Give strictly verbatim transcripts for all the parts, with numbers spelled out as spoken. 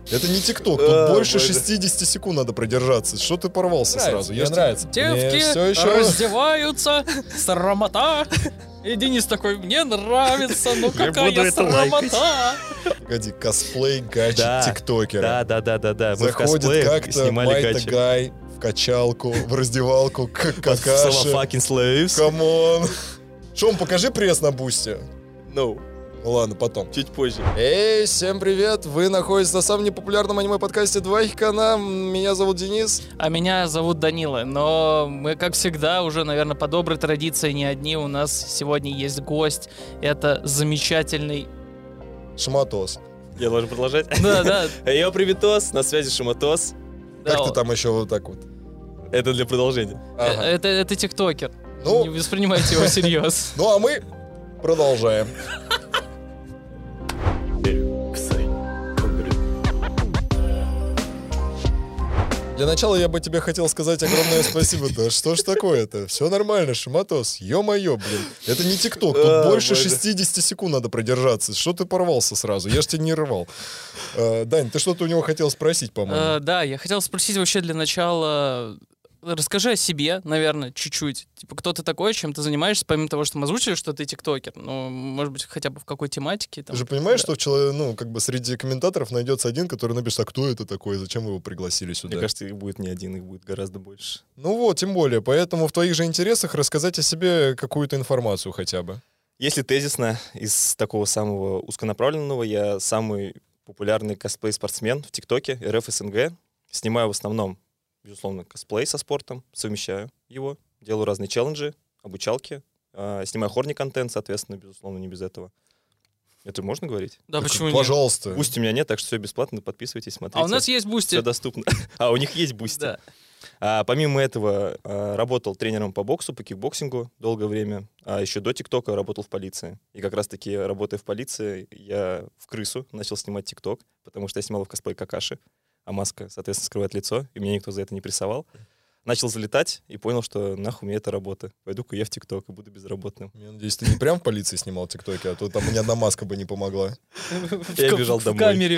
Это не ТикТок, тут а, больше боже. шестьдесят секунд надо продержаться. Что ты порвался нравится, сразу? Мне нравится. Девки еще... раздеваются, срамота. И Денис такой, мне нравится, ну какая срамота. Погоди, косплей гачи да, тиктокера. Да, да, да, да, да. Заходит как-то Майта Гай в качалку, в раздевалку, к какаши. Fucking slaves. Камон. Шом, покажи пресс на бусте. No. Ладно, потом. Чуть позже. Эй, всем привет! Вы находитесь на самом непопулярном аниме-подкасте «Два Хикана». Меня зовут Денис. А меня зовут Данила. Но мы, как всегда, уже, наверное, по доброй традиции не одни. У нас сегодня есть гость. Это замечательный... Шаматос. Я должен продолжать? Да, да. Йо, приветос, на связи Шаматос. Как ты там еще вот так вот? Это для продолжения. Это, это тиктокер. Ну, не воспринимайте его всерьез. Ну, а мы продолжаем. Для начала я бы тебе хотел сказать огромное спасибо. Да что ж такое-то? Все нормально, Шаматос. Ё-моё, блин. Это не ТикТок. Тут а, больше боже. шестьдесят секунд надо продержаться. Что ты порвался сразу? Я ж тебя не рвал. А, Дань, ты что-то у него хотел спросить, по-моему. А, да, я хотел спросить вообще для начала... Расскажи о себе, наверное, чуть-чуть. Типа, кто ты такой, чем ты занимаешься, помимо того, что мы озвучили, что ты тиктокер. Ну, может быть, хотя бы в какой тематике. Там. Ты же понимаешь, да. что в человек, ну, как бы среди комментаторов найдется один, который напишет, а кто это такой, зачем вы его пригласили сюда? Мне кажется, их будет не один, их будет гораздо больше. Ну вот, тем более. Поэтому в твоих же интересах рассказать о себе какую-то информацию хотя бы. Если тезисно, из такого самого узконаправленного, я самый популярный косплей-спортсмен в ТикТоке, РФ СНГ. Снимаю в основном, безусловно, косплей со спортом, совмещаю его, делаю разные челленджи, обучалки, э, снимаю хорни-контент, соответственно, безусловно, не без этого. Это можно говорить? Да, так, почему пожалуйста. нет? Бусти у меня нет, так что все бесплатно, подписывайтесь, смотрите. А у нас есть Бусти. Все доступно. А, у них есть Бусти. Да. А, помимо этого, а, работал тренером по боксу, по кикбоксингу долгое время. А еще до ТикТока работал в полиции. И как раз-таки, работая в полиции, я в крысу начал снимать ТикТок, потому что я снимал в косплей какаши. А маска, соответственно, скрывает лицо, и меня никто за это не прессовал. Начал залетать и понял, что нахуй мне эта работа. Пойду-ка я в ТикТок и буду безработным. Я надеюсь, ты не прям в полиции снимал ТикТоки, а то там ни одна маска бы не помогла. Я бежал домой. В камере.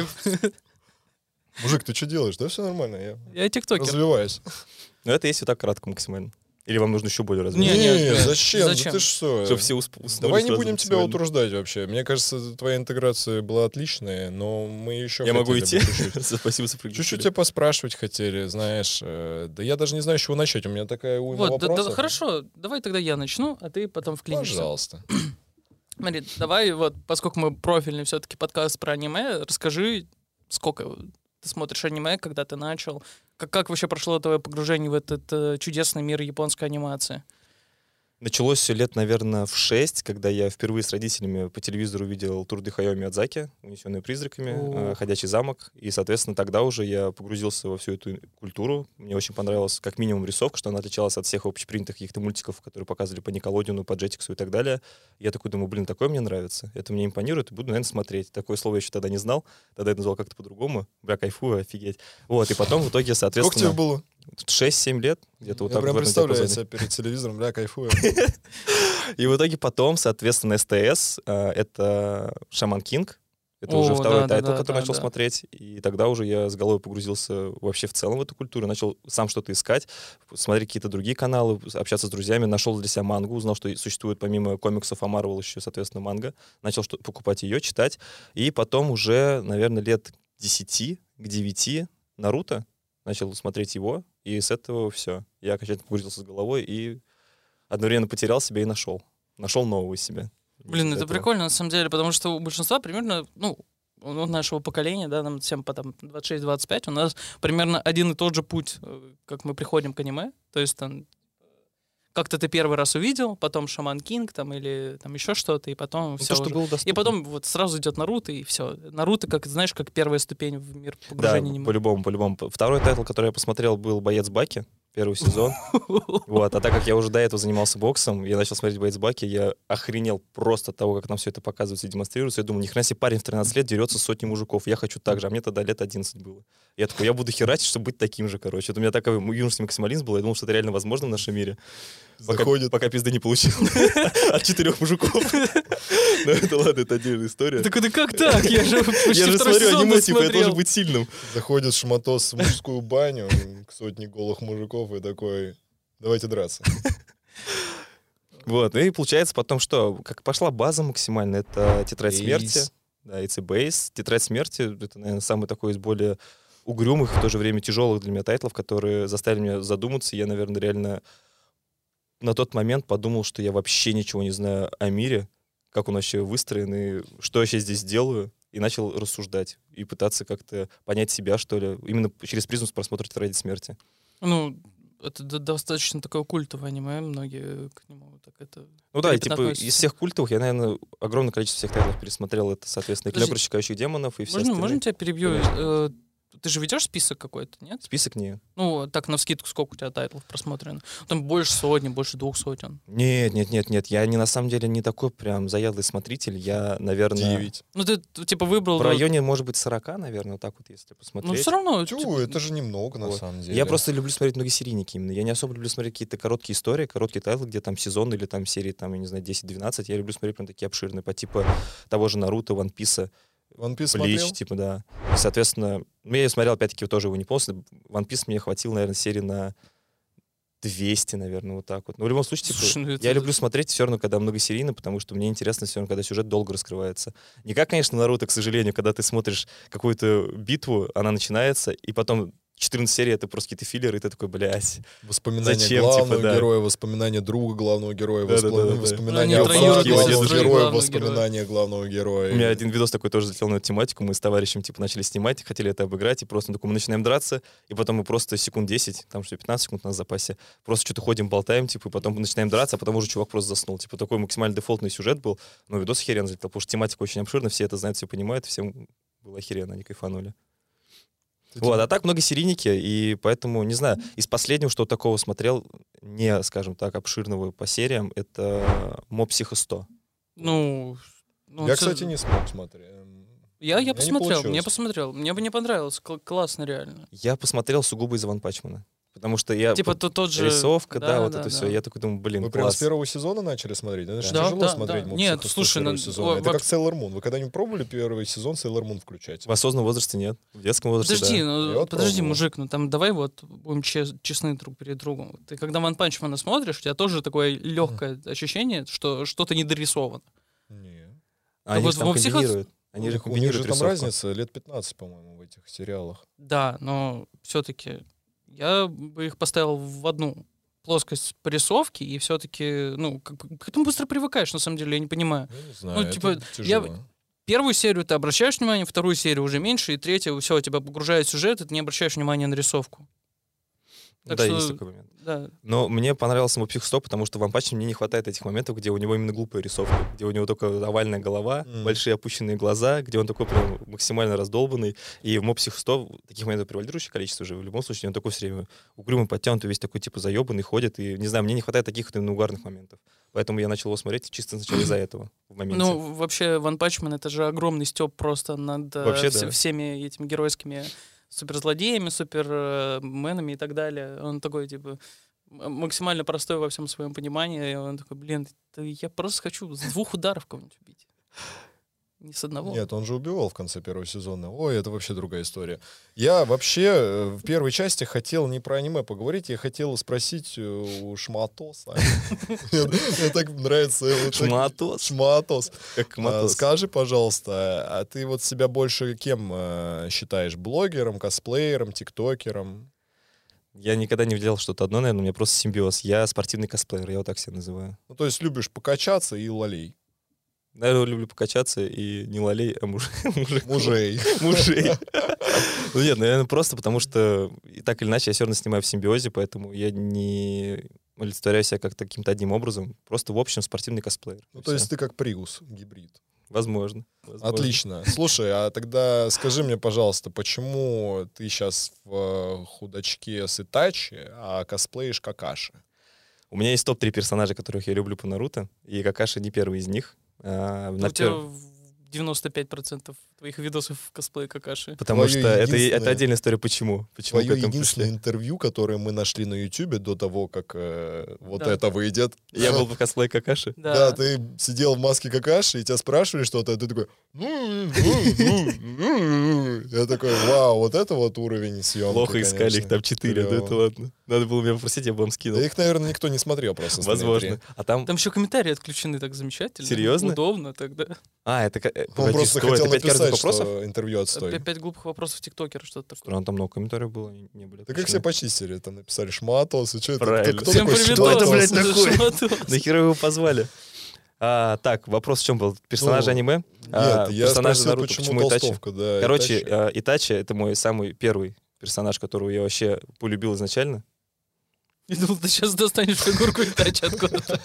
Мужик, ты что делаешь? Да все нормально, я тиктокер. Развиваюсь. Ну это если так кратко максимально. Или вам нужно еще более развиваться? Не, не, не, зачем? зачем? Да ты что? Чтобы все усп- уснули. Давай не будем тебя утруждать вообще. Мне кажется, твоя интеграция была отличная, но мы еще Я могу идти? Спасибо за приглашение. Чуть-чуть тебя поспрашивать хотели, знаешь. Да я даже не знаю, с чего начать. У меня такая уйма вот, вопросов. Да, да, хорошо, давай тогда я начну, а ты потом вклинишься. Пожалуйста. Смотри, давай вот, поскольку мы профильный все-таки подкаст про аниме, расскажи, сколько ты смотришь аниме, когда ты начал, как, как вообще прошло твое погружение в этот э, чудесный мир японской анимации? Началось все лет, наверное, в шесть, когда я впервые с родителями по телевизору увидел Труды Хаяо Миядзаки, «Унесенные призраками», «Ходячий замок». И, соответственно, тогда уже я погрузился во всю эту культуру. Мне очень понравилась как минимум рисовка, что она отличалась от всех общепринятых каких-то мультиков, которые показывали по Никелодеону, по Джетиксу и так далее. Я такой думаю, блин, такое мне нравится. Это мне импонирует, и буду, наверное, смотреть. Такое слово я еще тогда не знал. Тогда я назвал как-то по-другому. Бля, кайфую, офигеть. Вот, и потом в итоге, соответственно... Сколько тебе было? шесть-семь лет, где-то вот я так. Я прям представляю себя перед телевизором, бля, кайфую. И в итоге потом, соответственно, СТС, это Шаман Кинг. Это О, уже второй да, тайтл, да, который да, начал да. смотреть. И тогда уже я с головой погрузился вообще в целом в эту культуру. Начал сам что-то искать, смотреть какие-то другие каналы, общаться с друзьями. Нашел для себя мангу, узнал, что существует помимо комиксов о Марвел еще, соответственно, манга. Начал что- покупать ее, читать. И потом уже, наверное, лет к десяти, к девяти Наруто. Начал смотреть его, и с этого все. Я окончательно погрузился с головой и одновременно потерял себя и нашел. Нашел нового себя. Блин, это этого. прикольно, на самом деле, потому что у большинства примерно, ну, у нашего поколения, да, нам всем по там двадцать шесть двадцать пять, у нас примерно один и тот же путь, как мы приходим к аниме. То есть там как-то ты первый раз увидел, потом Шаман Кинг там или там еще что-то, и потом Ну, все то, что уже. было доступно. И потом вот сразу идет Наруто, и все. Наруто, как знаешь, как первая ступень в мир погружения Да, аниме. по-любому, по-любому. Второй тайтл, который я посмотрел, был «Боец Баки», первый сезон. Вот. А так как я уже до этого занимался боксом, я начал смотреть «Боец Баки», я охренел просто от того, как нам все это показывается и демонстрируется. Я думаю, ни хрена себе парень в тринадцать лет дерется с сотней мужиков. Я хочу так же. А мне тогда лет одиннадцать было. Я такой, я буду херачить, чтобы быть таким же, короче. Это у меня такой юношеский максимализм был. Я думал, что это реально возможно в нашем мире. Пока, Заходит. пока пизды не получил от четырех мужиков. Ну, это ладно, это отдельная история. Так это как так? Я же почти Я же второй смотрю сезон аниме, типа, я досмотрел. должен быть сильным. Заходит Шматос в мужскую баню к сотне голых мужиков и такой, давайте драться. Вот, и получается потом что? Как пошла база максимально, это «Тетрадь Base. смерти». Да, it's a base. «Тетрадь смерти» — это, наверное, самый такой из более угрюмых, в то же время тяжелых для меня тайтлов, которые заставили меня задуматься. Я, наверное, реально на тот момент подумал, что я вообще ничего не знаю о мире, как он вообще выстроен, и что я сейчас здесь делаю, и начал рассуждать, и пытаться как-то понять себя, что ли, именно через призму просмотра «Тетради смерти». Ну, это д- достаточно такое культовое аниме, многие к нему так это... Ну да, и трепетно типа относятся. из всех культовых я, наверное, огромное количество всех тайтлов пересмотрел. Это, соответственно, Подожди. «Клёбр щекающих демонов» и все Можно, остальные. можно тебя перебью? Конечно. Э, Ты же ведешь список какой-то, нет? Список не. Ну, так, навскидку, сколько у тебя тайтлов просмотрено? Там больше сотни, больше двух сотен. Нет, нет, нет, нет. Я не на самом деле не такой прям заядлый смотритель. Я, наверное, Девять. Ну, ты, т- типа, выбрал... в районе, может быть, сорока, наверное, вот так вот, если Ну, посмотреть. все равно... Тю, типа, это же немного, на Вот. самом деле. Я просто люблю смотреть многосерийники именно. Я не особо люблю смотреть какие-то короткие истории, короткие тайтлы, где там сезон или там серии, там, я не знаю, десять-двенадцать. Я люблю смотреть прям такие обширные, по типу того же Наруто, One Piece, One Piece Блич, смотрел? типа, да. И, соответственно, ну, я смотрел, опять-таки, тоже его не полностью. One Piece мне хватило, наверное, серии на двести, наверное, вот так вот. Но в любом случае, типа, Слушай, ну это- я люблю смотреть все равно, когда многосерийно, потому что мне интересно все равно, когда сюжет долго раскрывается. Не как, конечно, Наруто, к сожалению, когда ты смотришь какую-то битву, она начинается, и потом четырнадцать серий — это просто какие-то филлеры, и ты такой, блядь. Воспоминания Зачем, главного типа, да. героя, воспоминания друга главного героя, Да, да, воспо- да, да, да. воспоминания Ну, отца они троюродные главного сестры героя, главного воспоминания главного героя. У меня один видос такой тоже залетел на эту тематику. Мы с товарищем, типа, начали снимать, хотели это обыграть, и просто такой, мы начинаем драться, и потом мы просто секунд десять, там что, пятнадцать секунд у нас в запасе, просто что-то ходим, болтаем, типа, и потом мы начинаем драться, а потом уже чувак просто заснул. Типа, такой максимально дефолтный сюжет был, но видос охеренно залетел, потому что тематика очень обширна, все это знают, все понимают, всем было охеренно, они кайфанули. Вот, а так много серийники, и поэтому, не знаю, из последнего, что такого смотрел, не, скажем так, обширного по сериям, это Моб Психо сто. Ну... ну, Я, всё- кстати, не смог смотреть. Я, я не посмотрел, мне получилось. посмотрел. Мне бы не понравилось. Кл- классно, реально. Я посмотрел сугубо из-за Ван Панчмана. Потому что я... Типа по- то- тот же... Рисовка, да, вот да, это да. все. Я такой думаю, блин, Вы прям с класс. первого сезона начали смотреть? Это же Да, тяжело да, смотреть да. «Моб Нет, Психо» с слушай, первого ну, сезона. во- Это как вообще- Sailor Moon. Вы когда-нибудь пробовали первый сезон Sailor Moon включать? В осознанном возрасте нет. В детском возрасте, Подожди, да. ну, Я вот подожди, пробовал. мужик, ну там давай вот будем чес- честны друг перед другом. Ты когда Ван Панчмана смотришь, у тебя тоже такое легкое ощущение, что что-то недорисовано. Не. А они вот же там в «Моб Психо» комбинируют. Они У же них- у них комбинируют же там рисовку. разница лет пятнадцать, по-моему, в этих сериалах. Да, но все-таки я бы их поставил в одну плоскость по рисовке, и все-таки, ну, как бы, к этому быстро привыкаешь, на самом деле, я не понимаю. Я не знаю, Ну, это типа, я- тяжело. Первую серию ты обращаешь внимание, вторую серию уже меньше, и третью, все, тебя погружает в сюжет, и ты не обращаешь внимания на рисовку. Ну Так да, что- есть такой момент. Да. Но мне понравился Моб Психо сто, потому что в Ван Панчмане мне не хватает этих моментов, где у него именно глупая рисовка, где у него только овальная голова, Мгм. большие опущенные глаза, где он такой прям максимально раздолбанный. И в Моб Психо сто таких моментов превалирующее количество же. В любом случае он такой все время угрюмый, подтянутый, весь такой типа заебанный, ходит. И, не знаю, мне не хватает таких вот именно угарных моментов. Поэтому я начал его смотреть чисто сначала из-за этого в моменте. Ну, вообще, Ван Панчман — это же огромный стёб просто над э, Вообще, вс- да. всеми этими геройскими суперзлодеями, суперменами и так далее. Он такой, типа, м- максимально простой во всем своем понимании. И он такой, блин, да я просто хочу с двух ударов кого-нибудь убить. Не с одного. Нет, он же убивал в конце первого сезона. Ой, это вообще другая история. Я вообще э, в первой части хотел не про аниме поговорить, я хотел спросить э, у Шматоса. Мне мне так нравится. вот так- Шматос. Шматос. Как А, Матос. Скажи, пожалуйста, а ты вот себя больше кем э, считаешь? Блогером, косплеером, тиктокером? Я никогда не выделял что-то одно, наверное, у меня просто симбиоз. Я спортивный косплеер, я вот так себя называю. Ну, то есть любишь покачаться и лолей. Наверное, люблю покачаться и не лолей, а муж... мужик. Мужей. Мужей. Ну нет, наверное, просто потому что и так или иначе я все равно снимаю в симбиозе, поэтому я не олицетворяю себя как-то каким-то одним образом. Просто, в общем, спортивный косплеер. Ну, И то всё. есть ты как Пригус, гибрид. Возможно. возможно. Отлично. Слушай, а тогда скажи мне, пожалуйста, почему ты сейчас в э, худачке с Итачи, а косплеишь Какаши? У меня есть топ три персонажа, которых я люблю по Наруто, и Какаши не первый из них. А, Ну, на у тебя пер- в девяносто пять процентов твоих видосов в косплее Какаши. Потому Твое что это, единственное- это отдельная история, почему. Почему Твое к этому единственное пришли. интервью, которое мы нашли на Ютубе до того, как э, вот Да. это выйдет. Я был в косплее Какаши. Да, ты сидел в маске Какаши, и тебя спрашивали что-то, и ты такой... Я такой, вау, вот это вот уровень съемки, Плохо искали, конечно. их там четыре, да, Клево. это ладно. Надо было меня попросить, я бы вам скинул. Да их, наверное, никто не смотрел просто. остальные Возможно. три. А там... Там еще комментарии отключены так замечательно. Серьезно? Удобно тогда. А, это... ка- Он погоди, просто стой, хотел это пять каждых написать, вопросов? что интервью отстой. Опять Пять глупых вопросов тиктокера, что-то такое. Странно, там много комментариев было, не не были. Да как все отключены. почистили, там написали шматос, и что это? Правильно. Кто, кто Всем такой привет, Что это, Шматос? блядь, такое? Шматос. Нахера его позвали? А, так, вопрос в чем был? Персонажи Ну, аниме? Нет, А, я персонажи спросил, Наруто. почему, Почему Итачи? толстовка, да. Короче, Итачи. а, Итачи — это мой самый первый персонаж, которого я вообще полюбил изначально. Я думал, ты сейчас достанешь фигурку Итачи откуда-то.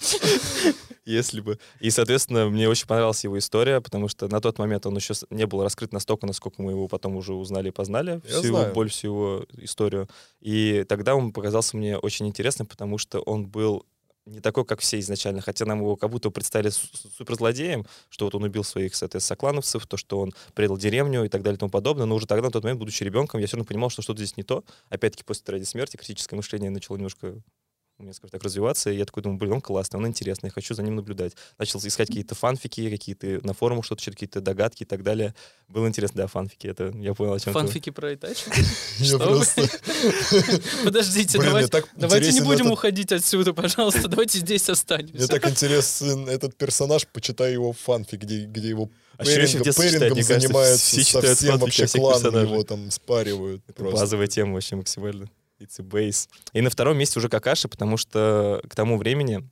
Если бы. И, соответственно, мне очень понравилась его история, потому что на тот момент он еще с- не был раскрыт настолько, насколько мы его потом уже узнали и познали, Я всю его знаю. боль, всю его историю. И тогда он показался мне очень интересным, потому что он был не такой, как все изначально, хотя нам его как будто представили с- с- суперзлодеем, что вот он убил своих, соответственно, соклановцев, то, что он предал деревню и так далее и тому подобное, но уже тогда, на тот момент, будучи ребенком, я все равно понимал, что что-то здесь не то. Опять-таки, после тетради смерти критическое мышление начало немножко у меня, скажем так, развиваться, и я такой думаю, блин, он классный, он интересный, я хочу за ним наблюдать. Начал искать какие-то фанфики, какие-то на форумах что-то, читать, какие-то догадки и так далее. Было интересно, да, фанфики, это я понял, о чем ты. Фанфики про Итачи? Я Что просто... Подождите, Блин, мне давайте, так давайте не интересен будем этот- уходить отсюда, пожалуйста. Давайте здесь Мне останемся. так интересен этот персонаж, почитай его фанфик, где, где его А что еще в пэрингом, детстве читать, пэрингом мне кажется, занимается все со читают всем фанфики вообще о всех кланом персонажей. его там спаривают. Это просто. базовая тема вообще максимально. It's a base. И на втором месте уже Какаши, потому что к тому времени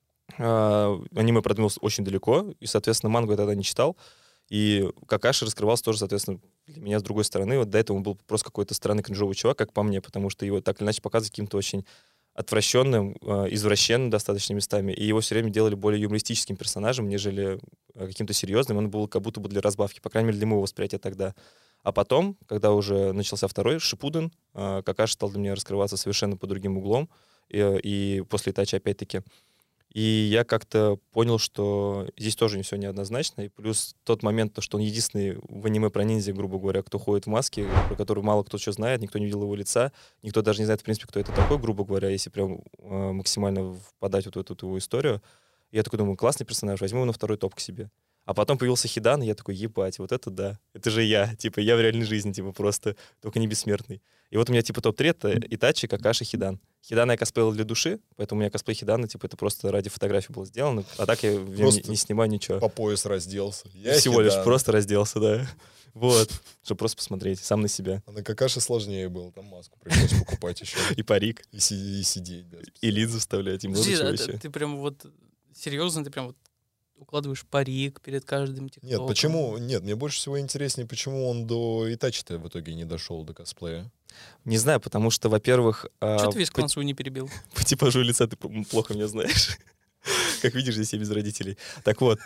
э, аниме продвинулось очень далеко, и, соответственно, мангу я тогда не читал. И Какаши раскрывался тоже, соответственно, для меня с другой стороны. Вот до этого он был просто какой-то странный кринжовый чувак, как по мне, потому что его так или иначе показывают каким-то очень отвращенным, э, извращенным достаточно местами, и его все время делали более юмористическим персонажем, нежели э, каким-то серьезным. Он был как будто бы для разбавки, по крайней мере, для моего восприятия тогда. А потом, когда уже начался второй Шипуден, э, Какаши стал для меня раскрываться совершенно по другим углом, и, и после Итачи опять-таки. И я как-то понял, что здесь тоже не все неоднозначно. И плюс тот момент, то, что он единственный в аниме про ниндзя, грубо говоря, кто ходит в маске, про который мало кто что знает, никто не видел его лица, никто даже не знает, в принципе, кто это такой, грубо говоря, если прям э, максимально впадать вот в эту, эту его историю. Я такой думаю, классный персонаж, возьму его на второй топ к себе. А потом появился Хидан, и я такой, ебать, вот это да, это же я, типа, я в реальной жизни, типа, просто, только не бессмертный. И вот у меня, типа, топ-три — это Итачи, Какаши, Хидан. Хидана я косплеил для души, поэтому у меня косплей Хидана, типа, это просто ради фотографии было сделано, а так я в нем не, Просто не снимаю ничего. По пояс разделся. Я Всего лишь Хидан. просто разделся, да. Вот, чтобы просто посмотреть, сам на себя. А на Какаши сложнее было, там маску пришлось покупать еще. И парик, И, си- и сидеть, да. и линзы вставлять, и много Подожди, чего а еще. ты, ты прям вот серьезно, ты прям вот укладываешь парик перед каждым тиктоком? Нет, почему? Нет, мне больше всего интереснее, почему он до Итачи-то в итоге не дошел до косплея. Не знаю, потому что, во-первых... а, Что ты весь по- клан свой не перебил? По типажу лица ты п- плохо меня знаешь. Как видишь, здесь я без родителей. Так вот.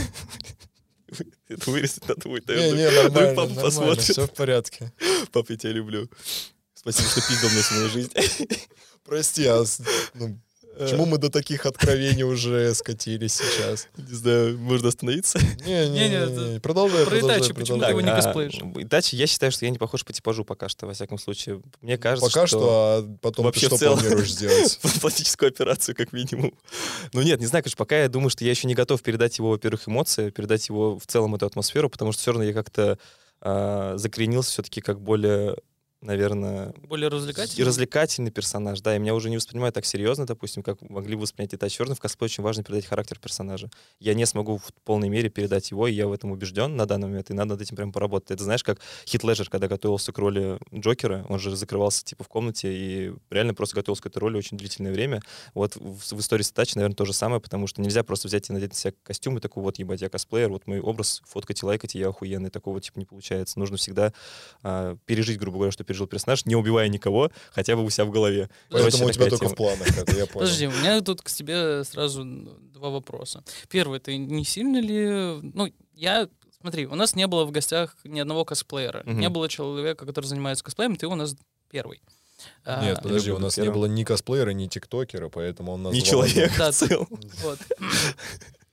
Это вырезать надо будет, Не, наверное. не, Вдруг нормально, папа нормально, посмотрит. все в порядке. Папа, я тебя люблю. Спасибо, что пиздил мне всю мою жизнь. Прости, а с- ну, почему мы до таких откровений уже скатились сейчас? Не знаю, можно остановиться? Не, не, Не-не, не, не, продолжай, про продолжай, Итачи, почему продолжай. ты его не а, косплеишь? Итачи, я считаю, что я не похож по типажу пока что, во всяком случае. Мне кажется, Пока что, а потом вообще ты в что целом планируешь сделать? пластическую операцию, как минимум. Ну нет, не знаю, конечно, пока я думаю, что я еще не готов передать его, во-первых, эмоции, передать его в целом эту атмосферу, потому что все равно я как-то а, закоренился все-таки как более, наверное, Более и развлекательный? развлекательный персонаж, да, и меня уже не воспринимают так серьезно, допустим, как могли бы воспринять Итачи. Черный. В косплее очень важно передать характер персонажа. Я не смогу в полной мере передать его, и я в этом убежден на данный момент, и надо над этим прям поработать. Это знаешь, как Хит Леджер, когда готовился к роли Джокера, он же закрывался типа в комнате и реально просто готовился к этой роли очень длительное время. Вот в, в истории с Итачи, наверное, то же самое, потому что нельзя просто взять и надеть на себя костюм и такой, вот, ебать, я косплеер, вот мой образ, фоткать и лайкать, и я охуенный. Такого типа не получается. Нужно всегда а, пережить, грубо говоря, что пережил персонаж, не убивая никого, хотя бы у себя в голове. Поэтому у Короче, тебя такая только тема. в планах это, я понял. Подожди, у меня тут к тебе сразу два вопроса. Первый, ты не сильно ли... Ну, я... Смотри, у нас не было в гостях ни одного косплеера. Мгм. Не было человека, который занимается косплеем, ты у нас первый. А, Нет, подожди, я у буду нас не первым. было ни косплеера, ни тиктокера, поэтому он назвал... Не человек Да, в целом. Вот.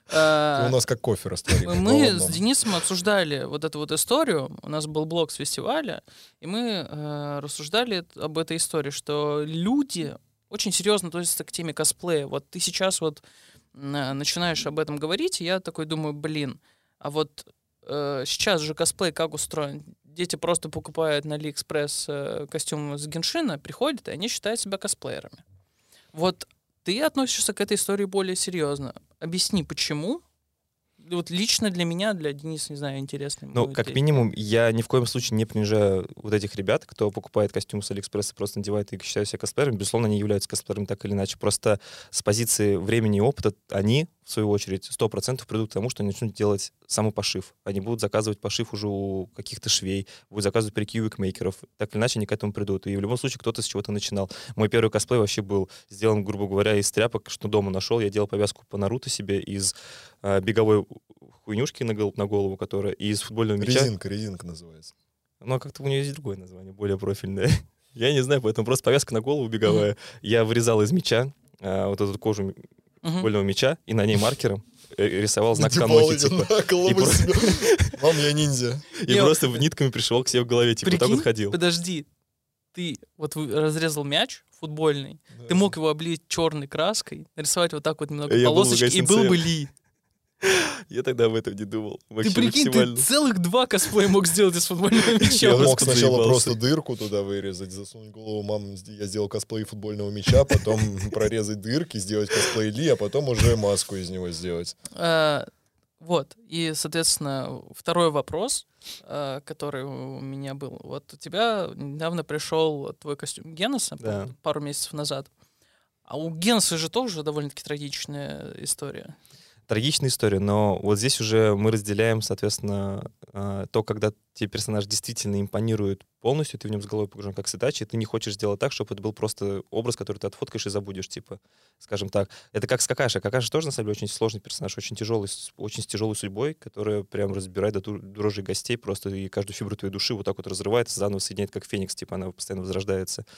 Ты у нас как кофе растворил. Мы с Денисом обсуждали вот эту вот историю. У нас был блог с фестиваля, и мы э, рассуждали об этой истории, что люди очень серьезно относятся к теме косплея. Вот ты сейчас вот э, начинаешь об этом говорить, и я такой думаю, блин, а вот э, сейчас же косплей как устроен? Дети просто покупают на Алиэкспресс э, костюм с Геншина, приходят, и они считают себя косплеерами. Вот ты относишься к этой истории более серьезно. Объясни, почему? Вот лично для меня, для Дениса, не знаю, интересно. Ну, как минимум, я ни в коем случае не принижаю вот этих ребят, кто покупает костюм с Алиэкспресса, просто надевает и считает себя косплеерами. Безусловно, они являются косплеерами так или иначе. Просто с позиции времени и опыта они, в свою очередь, сто процентов придут к тому, что они начнут делать самопошив. Они будут заказывать пошив уже у каких-то швей, будут заказывать прикид у мейкеров. Так или иначе, они к этому придут. И в любом случае, кто-то с чего-то начинал. Мой первый косплей вообще был сделан, грубо говоря, из тряпок, что дома нашел. Я делал повязку по Наруто себе из э, беговой хуйнюшки на, гол- на голову, которая и из футбольного мяча. Резинка, резинка называется. Ну, как-то у нее есть другое название, более профильное. Я не знаю, поэтому просто повязка на голову беговая. Mm-hmm. Я вырезал из мяча а, вот эту кожу mm-hmm. футбольного мяча и на ней маркером рисовал знак Канохи. Типа. Мам, я ниндзя. И просто нитками пришел к себе в голове, типа, так вот ходил. Подожди, ты вот разрезал мяч футбольный, ты мог его облить черной краской, нарисовать вот так вот немного полосочек, и был бы Ли. Я тогда об этом не думал. Ты прикинь, ты целых два косплея мог сделать из футбольного мяча. Я мог сначала просто дырку туда вырезать, засунуть голову, мам, я сделал косплей футбольного мяча, потом прорезать дырки, сделать косплей Ли, а потом уже маску из него сделать. Вот, и, соответственно, второй вопрос, который у меня был. Вот у тебя недавно пришел твой костюм Геноса, да. пару месяцев назад. А у Геноса же тоже довольно-таки трагичная история. Трагичная история, но вот здесь уже мы разделяем, соответственно, то, когда тебе персонаж действительно импонирует полностью, ты в нем с головой погружен, как с Итачи, и ты не хочешь сделать так, чтобы это был просто образ, который ты отфоткаешь и забудешь, типа, скажем так. Это как с Какаши. Какаши тоже, на самом деле, очень сложный персонаж, очень тяжелый, очень с тяжелой судьбой, которая прям разбирает до дрожи гостей просто, и каждую фибру твоей души вот так вот разрывается, заново соединяет, как феникс, типа, она постоянно возрождается.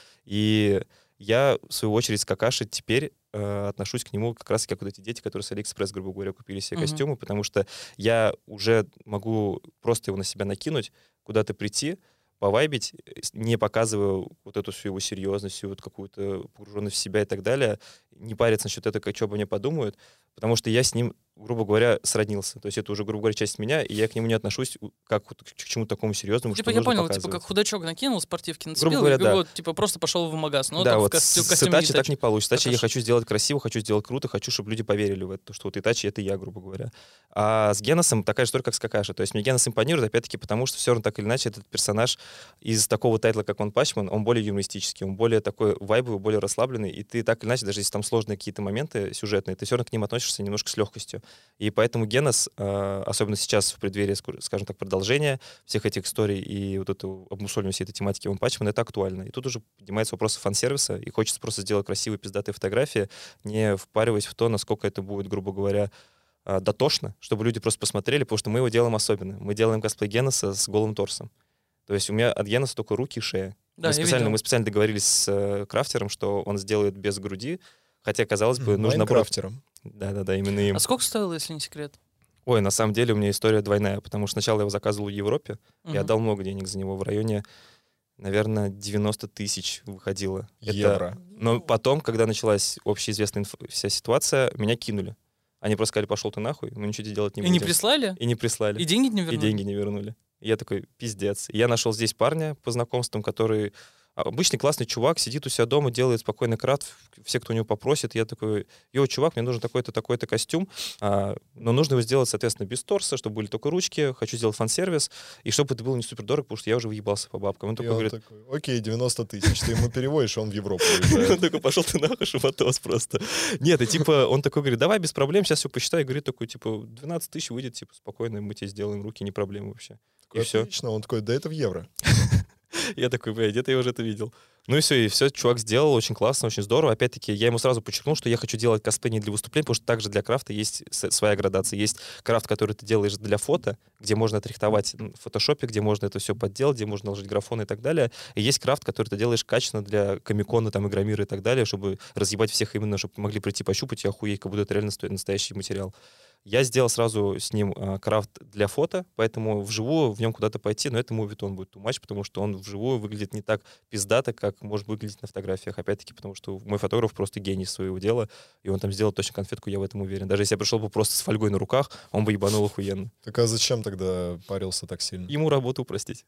И я, в свою очередь, с Какаши теперь э, отношусь к нему как раз как вот эти дети, которые с Алиэкспресс, грубо говоря, купили себе uh-huh. костюмы, потому что я уже могу просто его на себя накинуть, куда-то прийти, повайбить, не показывая вот эту всю его серьезность, всю вот какую-то погруженность в себя и так далее, не париться насчет этого, как что обо мне подумают, потому что я с ним, грубо говоря, сроднился. То есть это уже, грубо говоря, часть меня, и я к нему не отношусь как к чему-то такому серьезному, типа, что я понял, типа как худачок накинул, спортивки нацепил, грубо говоря, и да. вот, типа, просто пошел в магаз. Ну, да, вот вот в с, костюме с Итачи так не получится. Итачи Какаши. Я хочу сделать красиво, хочу сделать круто, хочу, чтобы люди поверили в это, что вот Итачи — это я, грубо говоря. А с Геносом такая же история, как с Какаши. То есть мне Генос импонирует, опять-таки, потому что все равно так или иначе этот персонаж из такого тайтла, как One Punch Man, он более юмористический, он более такой вайбовый, более расслабленный, и ты так или иначе, даже если там сложные какие-то моменты сюжетные, ты все равно к ним относишься немножко с легкостью. И поэтому Генос, особенно сейчас в преддверии, скажем так, продолжения всех этих историй и вот эту обмусоливания всей этой тематики One Punch Man, это актуально. И тут уже поднимается вопрос фан-сервиса, и хочется просто сделать красивые пиздатые фотографии, не впариваясь в то, насколько это будет, грубо говоря, дотошно, чтобы люди просто посмотрели, потому что мы его делаем особенно. Мы делаем косплей Геноса с голым торсом. То есть у меня от Геноса только руки и шея. Да, мы, специально, мы специально договорились с э, крафтером, что он сделает без груди, хотя, казалось бы, нужно... Майнкрафтером. Да-да-да, именно им. А сколько стоило, если не секрет? Ой, на самом деле у меня история двойная, потому что сначала я его заказывал в Европе, uh-huh. я отдал много денег за него, в районе, наверное, девяносто тысяч выходило. Евро. Это... Но потом, когда началась общеизвестная инф... вся ситуация, меня кинули. Они просто сказали, пошел ты нахуй, мы ничего делать не и будем. И не прислали? И не прислали. И деньги не вернули? И деньги не вернули. Я такой, пиздец. Я нашел здесь парня по знакомствам, который... Обычный классный чувак, сидит у себя дома, делает спокойно крафт, все, кто у него попросит. Я такой, йоу, чувак, мне нужен такой-то, такой-то костюм, а, но нужно его сделать, соответственно, без торса, чтобы были только ручки, хочу сделать фан-сервис, и чтобы это было не супер дорого, потому что я уже въебался по бабкам. Он такой говорит... Такой, окей, девяносто тысяч, ты ему переводишь, он в Европу уезжает. Он такой, пошел ты нахуй, шуматос просто. Нет, и типа, он такой говорит, давай без проблем, сейчас все посчитай. И говорит такой, типа, двенадцать тысяч выйдет, типа, спокойно, мы тебе сделаем руки, не проблема вообще. И все. Отлично, он такой, да это в евро. Я такой, блядь, где-то я уже это видел. Ну и все, и все чувак сделал, очень классно, очень здорово. Опять-таки, я ему сразу подчеркнул, что я хочу делать косплей не для выступлений, потому что также для крафта есть своя градация. Есть крафт, который ты делаешь для фото, где можно отрихтовать в фотошопе, где можно это все подделать, где можно наложить графоны и так далее. И есть крафт, который ты делаешь качественно для комикона, там, игромира и так далее, чтобы разъебать всех именно, чтобы могли прийти пощупать и охуеть, как будто это реально настоящий материал. Я сделал сразу с ним э, крафт для фото, поэтому вживую в нем куда-то пойти, но это мувитон будет too much, потому что он вживую выглядит не так пиздато, как может выглядеть на фотографиях. Опять-таки, потому что мой фотограф просто гений своего дела, и он там сделал точно конфетку, я в этом уверен. Даже если я пришел бы просто с фольгой на руках, он бы ебанул охуенно. Так а зачем тогда парился так сильно? Ему работу упростить.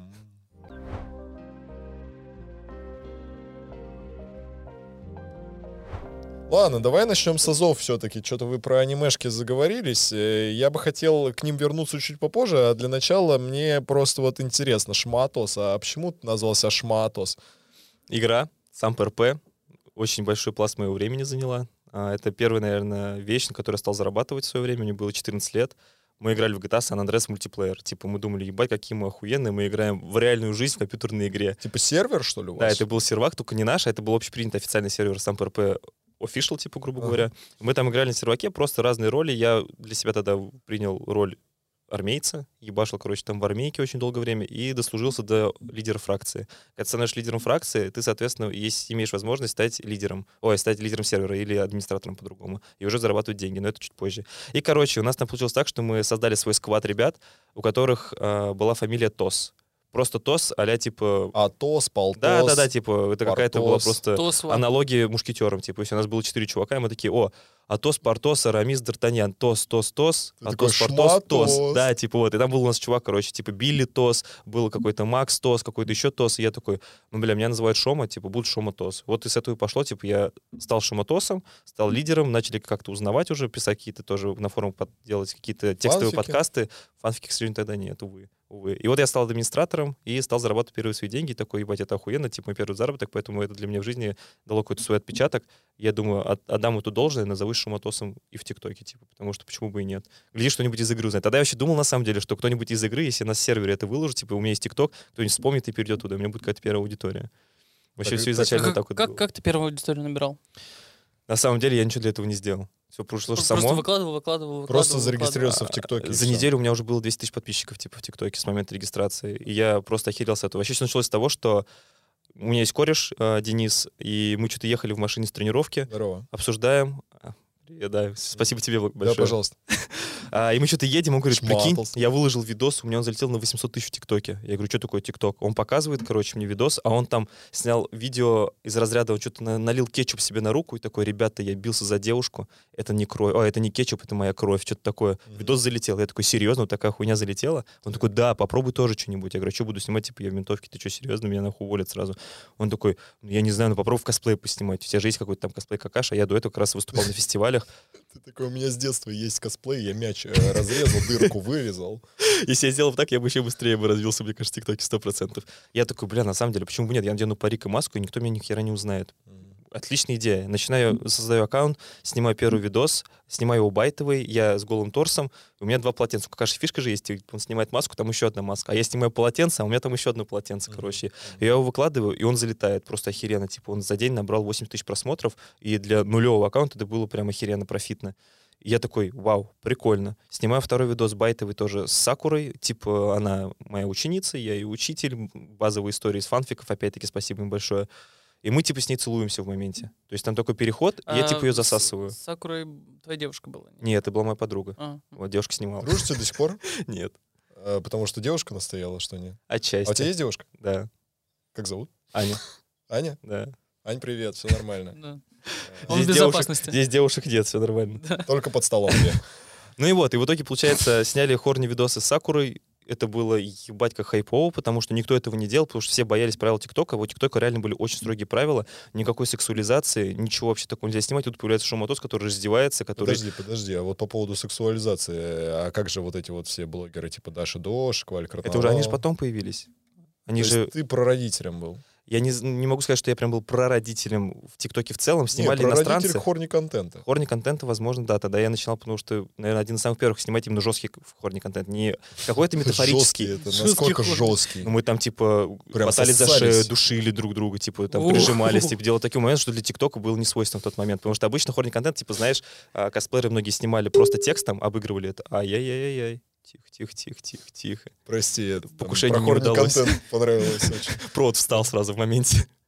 Ладно, давай начнем с азов все-таки. Что-то вы про анимешки заговорились. Я бы хотел к ним вернуться чуть попозже, а для начала мне просто вот интересно, Шматос, а почему ты назвался Шматос? Игра, сам ПРП, очень большой пласт моего времени заняла. Это первая, наверное, вещь, на которой я стал зарабатывать в свое время. Мне было четырнадцать лет. Мы играли в джи ти эй San Andreas мультиплеер. Типа мы думали, ебать, какие мы охуенные, мы играем в реальную жизнь в компьютерной игре. Типа сервер, что ли, у вас? Да, это был сервак, только не наш, а это был общепринятый официальный сервер сам ПРП official, типа, грубо Ага. говоря. Мы там играли на серваке, просто разные роли. Я для себя тогда принял роль армейца, ебашил, короче, там в армейке очень долгое время и дослужился до лидера фракции. Когда ты становишься лидером фракции, ты, соответственно, есть, имеешь возможность стать лидером, ой, стать лидером сервера или администратором по-другому, и уже зарабатывать деньги, но это чуть позже. И, короче, у нас там получилось так, что мы создали свой сквад ребят, у которых э, была фамилия Тос. Просто Тос, а-ля, типа... Атос, Полтос. Да-да-да, типа, это какая-то была Портос. просто Тос, аналогия мушкетерам. Типа, если у нас было четыре чувака, и мы такие, о, Атос, Портос, Арамис, Д'Артаньян, Тос, Тос, Тос, Ты такой, Атос, Портос, «Шматос». Тос. Да, типа вот. И там был у нас чувак, короче, типа Билли Тос, был какой-то Макс Тос, какой-то еще Тос. И я такой, ну, бля, меня называют Шома, типа, будет Шома Тос. Вот и с этого и пошло, типа, я стал Шома-Тосом, стал лидером, начали как-то узнавать уже, писать какие-то тоже на форумах, под- делать какие-то текстовые Фанфики? подкасты. Фанфики, к сожалению, тогда нет, увы. Увы. И вот я стал администратором и стал зарабатывать первые свои деньги. Такой, ебать, это охуенно, типа мой первый заработок, поэтому это для меня в жизни дало какой-то свой отпечаток. Я думаю, от- отдам эту должное, назовусь Шуматосом и в ТикТоке, типа, потому что почему бы и нет. Глядишь, что-нибудь из игры узнает. Тогда я вообще думал, на самом деле, что кто-нибудь из игры, если на сервере это выложит, типа, у меня есть ТикТок, кто-нибудь вспомнит и перейдет туда, у меня будет какая-то первая аудитория. Вообще Так, все так, изначально как, так вот как, было. как ты первую аудиторию набирал? На самом деле я ничего для этого не сделал. Все прошло же Просто само. выкладывал, выкладывал, выкладывал. Просто выкладывал. зарегистрировался в ТикТоке. и За всё. неделю у меня уже было двести тысяч подписчиков типа в ТикТоке с момента регистрации. И я просто охерел с этого. Вообще все началось с того, что у меня есть кореш э, Денис, и мы что-то ехали в машине с тренировки, Здорово. обсуждаем. А, привет, да, спасибо тебе большое. Да, пожалуйста. А, и мы что-то едем, он говорит, прикинь, Шматался. я выложил видос, у меня он залетел на восемьсот тысяч в ТикТоке. Я говорю, что такое ТикТок? Он показывает, короче, мне видос, а он там снял видео из разряда, он что-то на- налил кетчуп себе на руку и такой, ребята, я бился за девушку, это не кровь, о, это не кетчуп, это моя кровь, что-то такое. Мгм. Видос залетел. Я такой, серьезно, вот такая хуйня залетела? Он такой, да, попробуй тоже что-нибудь. Я говорю, что буду снимать, типа, я в ментовке, ты что, серьезно, меня нахуй уволят сразу. Он такой, ну, я не знаю, ну попробуй в косплей поснимать. У тебя же есть какой-то там косплей-какаш, а я до этого как раз выступал на фестивалях. Ты такой, у меня с детства есть косплей, я мяч э, разрезал, дырку вырезал. Если я сделал бы так, я бы еще быстрее бы развился, мне кажется, в ТикТоке сто процентов. Я такой, бля, на самом деле, почему бы нет? Я надену парик и маску, и никто меня ни хера не узнает. Отличная идея. Начинаю, создаю аккаунт, снимаю первый видос, снимаю его байтовый, я с голым торсом, у меня два полотенца. У Какаши фишка же есть, он снимает маску, там еще одна маска. А я снимаю полотенце, а у меня там еще одно полотенце, короче. Я его выкладываю, и он залетает просто охеренно. Типа он за день набрал восемь тысяч просмотров, и для нулевого аккаунта это было прям охеренно профитно. И я такой, вау, прикольно. Снимаю второй видос байтовый тоже с Сакурой. Типа она моя ученица, я ее учитель. Базовые истории из фанфиков, опять-таки, спасибо им большое. И мы типа с ней целуемся в моменте. То есть там такой переход, и я А, типа ее с- засасываю. С Сакурой твоя девушка была? Нет, это была моя подруга. А. Вот девушка снимала. Дружите до сих пор? Нет, Э, Потому что девушка настояла, что нет. А отчасти. у тебя есть девушка? Да, Как зовут? Аня, Аня? да. Ань, привет, все нормально. Да. Э, Он в Здесь девушек- безопасности. Здесь девушек нет, все нормально. Только под столом я. Ну и вот, и в итоге, получается, сняли хорни видосы с Сакурой. Это было ебать как хайпово, потому что никто этого не делал, потому что все боялись правил ТикТока. У ТикТока реально были очень строгие правила, никакой сексуализации, ничего вообще такого нельзя снимать. Тут появляется Шуматос, который раздевается, который... Подожди, подожди, а вот по поводу сексуализации, а как же вот эти вот все блогеры, типа Даша Дош, Кваль Картавал? Это уже они же потом появились. Они То же... есть ты прародителем был? Я не, з- не могу сказать, что я прям был прародителем в ТикТоке в целом. Снимали Нет, прародитель иностранцы. хорни-контента. Хорни контента, возможно, да. Тогда я начинал, потому что, наверное, один из самых первых снимать именно жесткий хорни контент. Не какой-то Жесткий, метафорический. это Жесткий насколько хорни. жесткий? Ну, мы там, типа, Прям хватались за сосались. шею, душили друг друга, типа, там, Ух. прижимались, типа, делал такой момент, что для ТикТока было не свойственно в тот момент. Потому что обычно хорни контент, типа, знаешь, а, косплееры многие снимали просто текстом, обыгрывали это. Ай-яй-яй-яй. Тихо, тихо, тихо, тихо, тихо. Прости, это там Покушение про не удалось. хорни-контент понравилось очень. Провод встал сразу в моменте.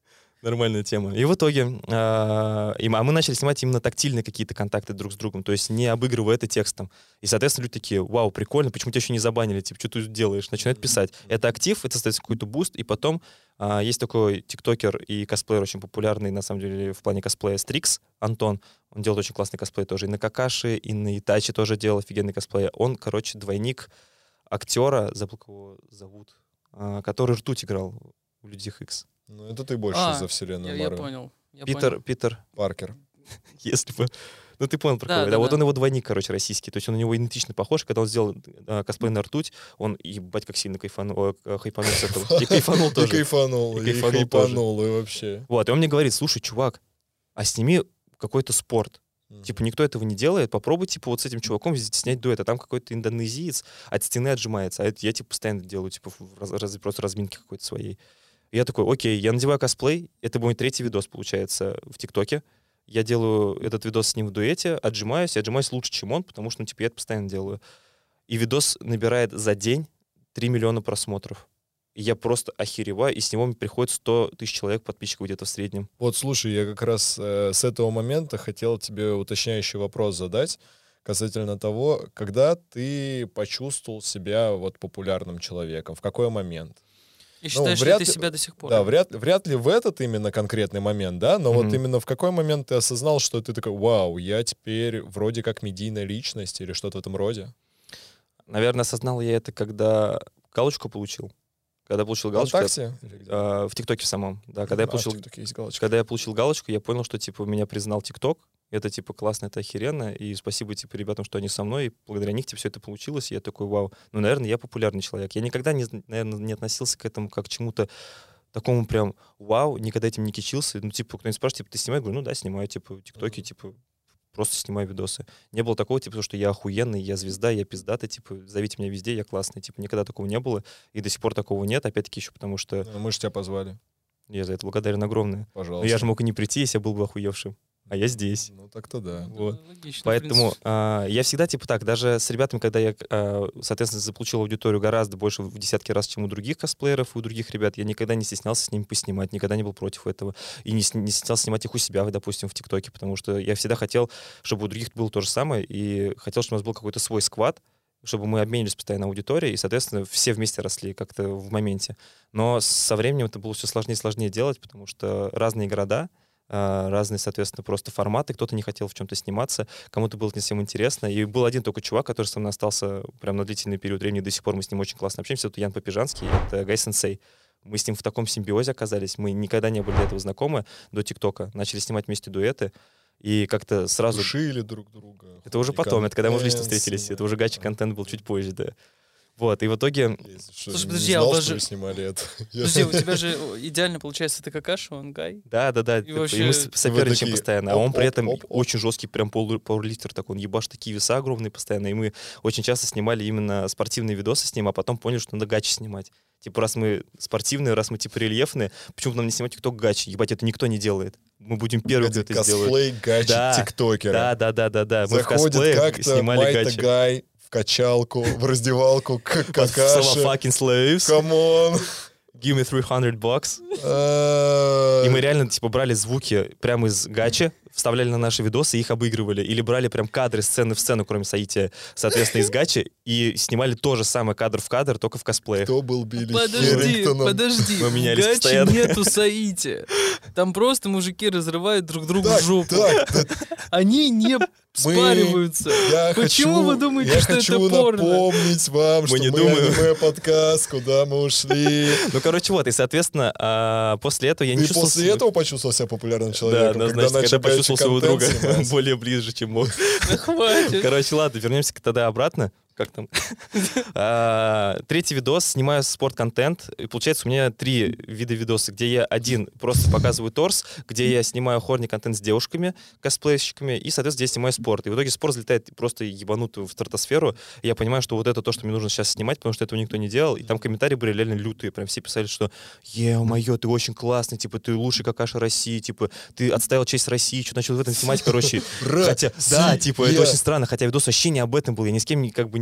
Нормальная тема. И в итоге, а, и, а мы начали снимать именно тактильные какие-то контакты друг с другом, то есть не обыгрывая это текстом. И, соответственно, люди такие: вау, прикольно, почему тебя еще не забанили, типа, что ты тут делаешь? Начинают писать. Это актив, это, соответственно, какой-то буст, и потом а, есть такой тиктокер и косплеер очень популярный, на самом деле, в плане косплея, Стрикс, Антон. Он делает очень классный косплей тоже. И на Какаши, и на Итачи тоже делал офигенный косплей. Он, короче, двойник актера, забыл, кого зовут, а, который Ртуть играл в Людях Икс. Ну, это ты больше А, за вселенную Я, я Марвел. понял. Я Питер, понял. Питер, Паркер. если бы... Ну, ты понял, про Да, кого. да, Да, вот да. он его двойник, короче, российский. То есть он у него идентично похож. Когда он сделал э, косплей на Ртуть, он, ебать, как сильно кайфанул, э, хайпанул с этого. И кайфанул И тоже. кайфанул, И и кайфанул хайпанул, и вообще. Вот, и он мне говорит: слушай, чувак, а сними какой-то спорт. Типа, никто этого не делает, попробуй, типа, вот с этим чуваком снять дуэт, а там какой-то индонезиец от стены отжимается, а это я, типа, постоянно делаю, типа, в раз, раз- просто разминки какой-то своей. И я такой: окей, я надеваю косплей, это мой третий видос, получается, в ТикТоке. Я делаю этот видос с ним в дуэте, отжимаюсь, и отжимаюсь лучше, чем он, потому что, ну, типа, я это постоянно делаю. И видос набирает за день три миллиона просмотров. И я просто охереваю, и с него мне приходит сто тысяч человек, подписчиков где-то в среднем. Вот, слушай, я как раз э, с этого момента хотел тебе уточняющий вопрос задать касательно того, когда ты почувствовал себя вот популярным человеком, в какой момент? И считаешь, вряд ли ты ли- себя до сих пор? Да, вряд, вряд ли в этот именно конкретный момент, да, но вот Мгм. именно в какой момент ты осознал, что ты такой: вау, я теперь вроде как медийная личность или что-то в этом роде? Наверное, осознал я это, когда галочку получил. Когда получил галочку, я- ВКонтакте? Или где? а, в ТикТоке в самом. Да, когда я А, в получил, ТикТоке есть галочка. когда я получил галочку, я понял, что типа меня признал ТикТок. Это типа классно, это охеренно. И спасибо типа ребятам, что они со мной. И благодаря них типа все это получилось. И я такой: вау. Ну, наверное, я популярный человек. Я никогда, не, наверное, не относился к этому как к чему-то такому прям вау, никогда этим не кичился. Ну, типа, кто-нибудь спрашивает, типа, ты снимаешь? Говорю: ну да, снимаю, типа, ТикТоки, типа, просто снимаю видосы. Не было такого, типа, что я охуенный, я звезда, я пиздатый, типа, зовите меня везде, я классный. Типа, никогда такого не было. И до сих пор такого нет, опять-таки, еще потому что Ну, Мы же тебя позвали, я за это благодарен огромное. Но пожалуйста. я же мог и не прийти, если я был бы охуевшим. А я здесь. Ну, так-то да. Вот. Логично, в Поэтому принципе. а, я всегда типа так, даже с ребятами, когда я, а, соответственно, заполучил аудиторию гораздо больше в десятки раз, чем у других косплееров, у других ребят, я никогда не стеснялся с ними поснимать, никогда не был против этого. И не, с- не стеснялся снимать их у себя, допустим, в ТикТоке, потому что я всегда хотел, чтобы у других было то же самое, и хотел, чтобы у нас был какой-то свой сквад, чтобы мы обменились постоянно аудиторией, и, соответственно, все вместе росли как-то в моменте. Но со временем это было все сложнее и сложнее делать, потому что разные города, а, разные, соответственно, просто форматы. Кто-то не хотел в чем-то сниматься, кому-то было не всем интересно. И был один только чувак, который со мной остался прям на длительный период времени, до сих пор мы с ним очень классно общаемся. Это Ян Попежанский, это Гай Сенсей. Мы с ним в таком симбиозе оказались. Мы никогда не были до этого знакомы, до ТикТока. Начали снимать вместе дуэты. И как-то сразу... Душили друг друга. Это уже и потом, это когда мы уже лично контент встретились. Это снимали. уже гачи-контент был чуть позже, да. Вот, и в итоге... Я, если что, Слушай, не подожди, а знал, у вас что же- вы снимали это. Я- Подожди, у тебя же идеально получается ты Какаши, он Гай. Да, да, да. И И, вообще- мы с- соперничаем такие, постоянно. А он при оп, этом оп, оп. очень жесткий, прям пол- пауэрлифтер такой. Он ебашит такие веса огромные постоянно. И мы очень часто снимали именно спортивные видосы с ним, а потом поняли, что надо гачи снимать. Типа, раз мы спортивные, раз мы типа рельефные, почему бы нам не снимать ТикТок гачи? Ебать, это никто не делает. Мы будем первые, кто Эти это сделает. косплей гачи Да, тиктокера. Да, да, да, да, да. Мы в Заходит косплеях как-то снимали Майта гачи. Гай в качалку, в раздевалку, как Слова какаши. fucking slaves. Камон. Give me three hundred bucks. Э, И мы реально, типа, брали звуки прямо из гачи, вставляли на наши видосы и их обыгрывали. Или брали прям кадры сцены в сцену, кроме Саити, соответственно, из гачи, и снимали то же самое кадр в кадр, только в косплеях. Кто был Билли Подожди, Херрингтоном? подожди. Мы В менялись Гачи постоянно. нету Саити. Там просто мужики разрывают друг другу Так, жопу. так, так, Они не спариваются. я Почему хочу, вы думаете, я что это хочу порно? напомнить вам, что не мы думаем. аниме-подкаст, куда мы ушли. Ну, короче, вот, и, соответственно, а, после этого я не Ты чувствовал... после себя- этого почувствовал себя популярным Да, человеком, однозначно, когда, начал почувствовал своего гачи-контент друга снимать? более ближе, чем мог. Да хватит. Короче, ладно, вернемся тогда обратно. Как там? А, Третий видос, снимаю спорт-контент. И получается, у меня три вида видоса, где я один просто показываю торс, где я снимаю хорни-контент с девушками, косплейщиками, и, соответственно, где я снимаю спорт. И в итоге спорт взлетает просто ебанутую в стратосферу. И я понимаю, что вот это то, что мне нужно сейчас снимать, потому что этого никто не делал. И там комментарии были реально лютые. Прям все писали, что «Е-мое, ты очень классный, типа, ты лучший какаша России, типа, ты отставил честь России, что начал в этом снимать, короче». Хотя, да, типа, это Россия. очень странно, хотя видос вообще не об этом был, я ни с кем не- как бы не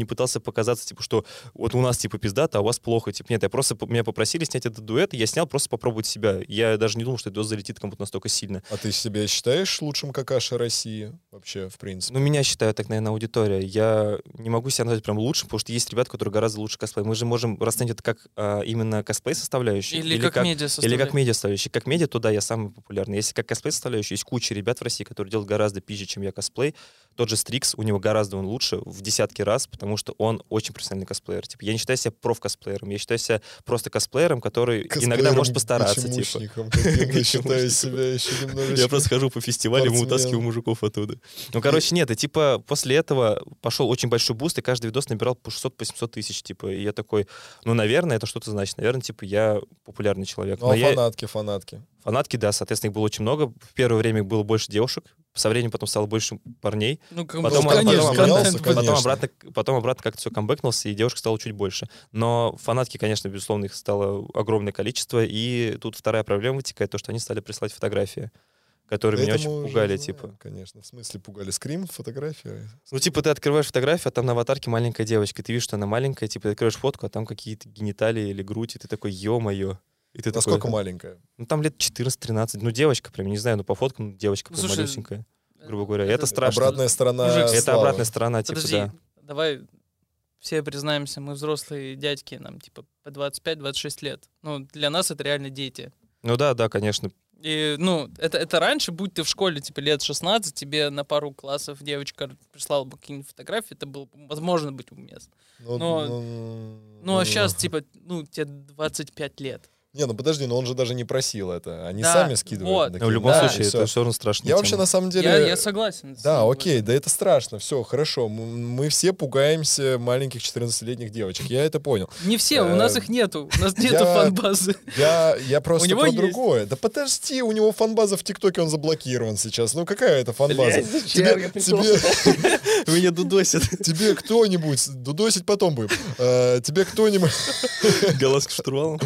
не пытался показаться, типа, что вот у нас, типа, пиздато, а у вас плохо. Типа, нет, я просто, меня попросили снять этот дуэт, и я снял просто попробовать себя. Я даже не думал, что этот видос залетит кому-то настолько сильно. А ты себя считаешь лучшим какашей России вообще, в принципе? Ну, меня считают так, наверное, аудитория. Я не могу себя назвать прям лучшим, потому что есть ребята, которые гораздо лучше косплей. Мы же можем расценить это как а, именно косплей составляющий. Или, или как, как медиа составляющий. Или как медиа составляющий. Как медиа, то да, я самый популярный. Если как косплей составляющий, есть куча ребят в России, которые делают гораздо пизже, чем я косплей. Тот же Стрикс, у него гораздо он лучше в десятки раз, потому что он очень профессиональный косплеер. Типа, я не считаю себя проф-косплеером, я считаю себя просто косплеером, который косплеером иногда может постараться. Типа. Я считаю себя еще немножечко. Я просто хожу по фестивалям и утаскиваю мужиков оттуда. Ну, короче, нет, и типа после этого пошел очень большой буст, и каждый видос набирал по шестьсот, по семьсот тысяч, типа, и я такой, ну, наверное, это что-то значит. Наверное, типа, я популярный человек. Ну, а фанатки, фанатки? Фанатки, да, соответственно, их было очень много. В первое время их было больше девушек, со временем потом стало больше парней. Ну, потом, ну, конечно, потом, менялся, потом, конечно. обратно, потом обратно как-то все камбэкнулся, и девушек стало чуть больше. Но фанатки, конечно, безусловно, их стало огромное количество, и тут вторая проблема вытекает, то, что они стали присылать фотографии, которые да меня очень пугали, знаем, типа. Конечно, в смысле пугали? Скрим, фотография? Ну, типа, ты открываешь фотографию, а там на аватарке маленькая девочка, ты видишь, что она маленькая, типа, ты открываешь фотку, а там какие-то гениталии или грудь, и ты такой, ё-моё. И ты Насколько такой, маленькая? Ну, там лет четырнадцать-тринадцать. Ну, девочка прям, не знаю, ну, по фоткам девочка прям Слушай, малюсенькая, грубо говоря. это, Это страшно. Обратная сторона Мужик, Это славы. обратная сторона, типа, Подожди, да. давай все признаемся, мы взрослые дядьки, нам типа по двадцать пять - двадцать шесть лет. Ну, для нас это реально дети. Ну да, да, конечно. И, ну, это, это раньше, будь ты в школе, типа, лет шестнадцать, тебе на пару классов девочка прислала бы какие-нибудь фотографии, это было, возможно, быть уместно. Ну, Но, ну, ну, а сейчас, типа, ну, тебе двадцать пять лет. Не, ну подожди, но он же даже не просил это. Они Да, сами скидывают. вот. такие, Но в любом да, случае, и всё. это все равно страшно. Я вообще на самом деле... Я, я согласен. с Да, ним в окей, этом. да это страшно, все, хорошо. М- Мы все пугаемся маленьких четырнадцатилетних девочек, я это понял. Не все, у нас их нету. У нас нету я- фан-базы. Я, я просто У него про есть. другое. Да подожди, у него фан-база в ТикТоке, он заблокирован сейчас. Ну какая это фан-база? Блядь, зачем я Тебе, пришел? тебе, Меня дудосит. тебе кто-нибудь, дудосить потом будем, Э, тебе кто-нибудь... Галаска штурвалом.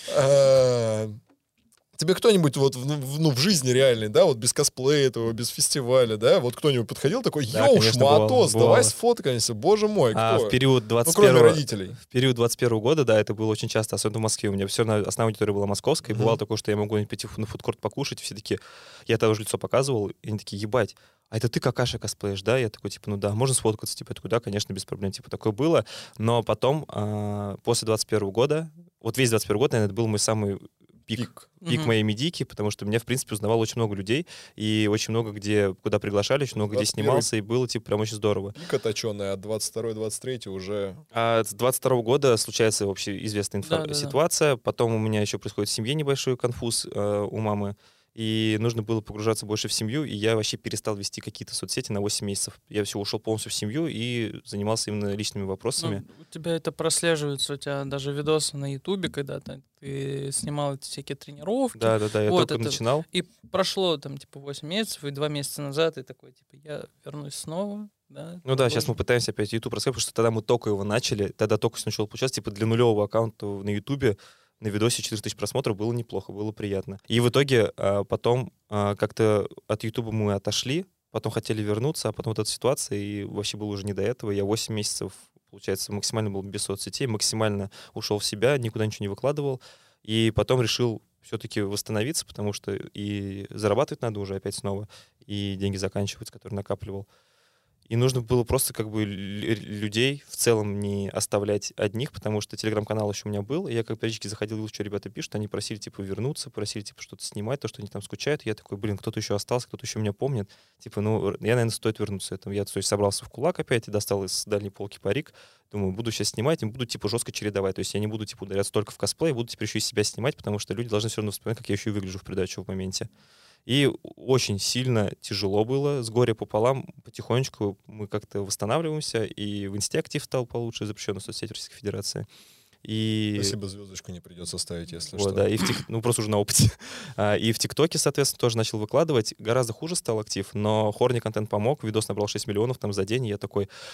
э, Тебе кто-нибудь вот в, в- ну, в жизни реальной, да, вот без косплея этого, без фестиваля, да, вот кто-нибудь подходил такой, Да, йоу, конечно, шматос, бывало, давай бывало. сфоткаемся, боже мой, кто? А в период Ну, двадцать кроме первого... родителей. В период двадцать первого года, да, это было очень часто, особенно в Москве. У меня все, основная аудитория была московская, и Мгм. бывало такое, что я могу пойти на фудкорт покушать, и все такие, я того же лицо показывал, и они такие, ебать, а это ты какаша косплеишь, да? Я такой, типа, ну да, можно сфоткаться? Типа, я такой, да, конечно, без проблем. Типа, такое было. Но потом, а, после двадцать первого года, вот весь двадцать первый год, наверное, это был мой самый пик, Пик. пик Мгм. моей медийки, потому что меня, в принципе, узнавало очень много людей, и очень много где, куда приглашали, очень много где двадцать первый. снимался, и было, типа, прям очень здорово. Пика точеная, а двадцать второй двадцать третий уже... А с двадцать второго года случается вообще известная инфа- Да-да-да. ситуация. Потом у меня еще происходит в семье небольшой конфуз э, у мамы. И нужно было погружаться больше в семью, и я вообще перестал вести какие-то соцсети на восемь месяцев. Я все ушел полностью в семью и занимался именно личными вопросами. Ну, у тебя это прослеживается, у тебя даже видосы на Ютубе, когда ты, ты снимал эти всякие тренировки. Да, да, да, я Вот только это- начинал. И прошло там типа восемь месяцев, и два месяца назад ты такой, типа, я вернусь снова. Да, Ну да, сейчас мы продолжим. пытаемся опять YouTube рассказать, потому что тогда мы только его начали, тогда только все начало получаться, типа для нулевого аккаунта на YouTube на видосе четыреста тысяч просмотров было неплохо, было приятно. И в итоге а, потом а, как-то от YouTube мы отошли, потом хотели вернуться, а потом вот эта ситуация, и вообще было уже не до этого. Я восемь месяцев, получается, максимально был без соцсетей, максимально ушел в себя, никуда ничего не выкладывал, и потом решил все-таки восстановиться, потому что и зарабатывать надо уже опять снова, и деньги заканчиваются, которые накапливал. И нужно было просто как бы лю- людей в целом не оставлять одних, потому что телеграм-канал еще у меня был, и я как периодически заходил, видел, что ребята пишут, они просили, типа, вернуться, просили, типа, что-то снимать, то, что они там скучают. И я такой, блин, кто-то еще остался, кто-то еще меня помнит. Типа, ну, р- я, наверное, стоит вернуться. Это я, то есть, собрался в кулак опять и достал из дальней полки парик. Думаю, буду сейчас снимать, и буду, типа, жестко чередовать. То есть я не буду, типа, ударяться только в косплей, буду теперь еще и себя снимать, потому что люди должны все равно вспоминать, как я еще и выгляжу в придачу в моменте. И очень сильно тяжело было, с горя пополам, потихонечку мы как-то восстанавливаемся, и в Инсте актив стал получше, запрещенная соцсеть Российской Федерации. И... Спасибо, звездочку не придется ставить, если Вот, что. да, и в тик... ну, просто уже на опыте. А, и в ТикТоке, соответственно, тоже начал выкладывать. Гораздо хуже стал актив, но хорни контент помог, видос набрал шесть миллионов там за день, и я такой,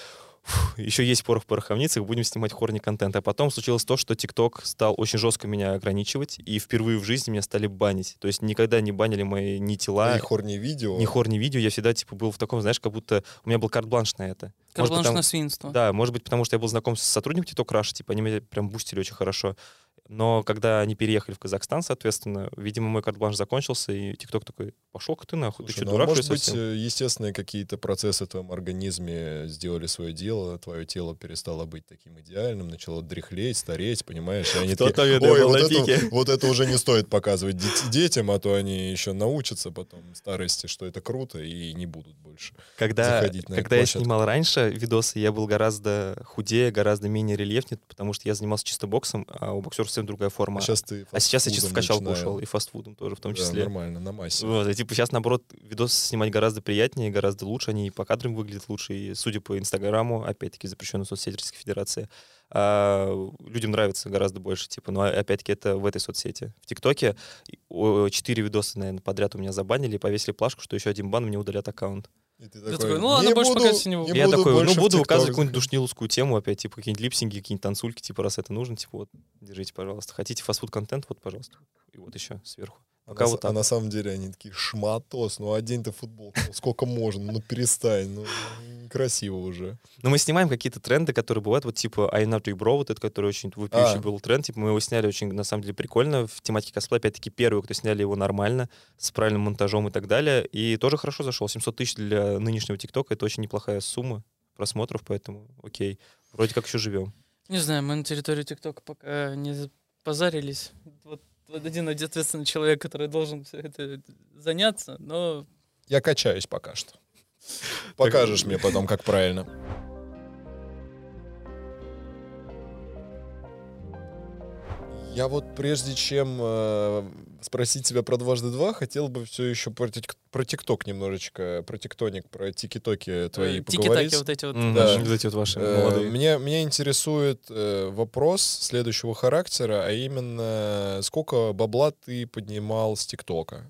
еще есть порох в пороховницах, будем снимать хорни контент. А потом случилось то, что ТикТок стал очень жестко меня ограничивать, и впервые в жизни меня стали банить. То есть никогда не банили мои ни тела, ни хорни видео. Ни хорни видео. Я всегда типа был в таком, знаешь, как будто у меня был карт-бланш на это. Карт-бланш потому... на свинство. Да, может быть, потому что я был знаком с сотрудником TikTok Rush, типа они меня прям бустили очень хорошо. Но когда они переехали в Казахстан, соответственно, видимо, мой карт-бланш закончился, и ТикТок такой, пошел-ка ты нахуй, Слушай, ты что, ну, дурак, может что ли, быть, совсем? естественные какие-то процессы в твоем организме сделали свое дело, твое тело перестало быть таким идеальным, начало дряхлеть, стареть, понимаешь? И они Кто такие, там, я ой, думал, вот на это, пике». вот это уже не стоит показывать дет- детям, а то они еще научатся потом в старости, что это круто, и не будут больше Когда, заходить на эту когда я площадку. снимал раньше видосы, я был гораздо худее, гораздо менее рельефнее, потому что я занимался чисто боксом, а у боксеров совсем другая форма. А сейчас ты А сейчас я чисто в фастфудом качалку начинаем. ушел, и фастфудом тоже в том Да, числе. нормально, на массе. Вот, и типа сейчас, наоборот, видосы снимать гораздо приятнее, гораздо лучше, они и по кадрам выглядят лучше, и судя по Инстаграму, опять-таки запрещенной соцсети Российской Федерации, а, людям нравится гораздо больше, типа, но опять-таки это в этой соцсети. В ТикТоке четыре видоса, наверное, подряд у меня забанили и повесили плашку, что еще один бан, мне удалят аккаунт. И ты Ты такой, такой, ну ладно, не больше буду, показывать не буду. не Я буду такой, ну больше в буду TikTok выказывать какую-нибудь заходить. душниловскую тему, опять, типа, какие-нибудь липсинги, какие-нибудь танцульки, типа, раз это нужно, типа, вот, держите, пожалуйста. Хотите фастфуд-контент, вот, пожалуйста. И вот еще сверху. А Пока на, вот а так. на самом деле они такие, шматос, ну одень ты футболку, ну сколько можно, ну перестань, ну красиво уже. Но мы снимаем какие-то тренды, которые бывают, вот типа I Not You Bro, вот этот, который очень вопиющий А. был тренд, типа мы его сняли очень, на самом деле, прикольно, в тематике косплея, опять-таки, первый, кто сняли его нормально, с правильным монтажом и так далее, и тоже хорошо зашел, семьсот тысяч для нынешнего ТикТока, это очень неплохая сумма просмотров, поэтому окей, вроде как еще живем. Не знаю, мы на территории ТикТока пока не позарились. Вот, вот один ответственный человек, который должен все это заняться, но Я качаюсь пока что. Покажешь мне потом, как правильно. Я вот прежде чем э, спросить тебя про дважды два, хотел бы все еще про, тик- про ТикТок немножечко, про тиктоник, про тики-токи твои э, поговорить. тики-таки вот эти вот. Мгм. Да. Вот эти вот ваши Э, молодые. Мне, меня интересует э, вопрос следующего характера, а именно, сколько бабла ты поднимал с ТикТока?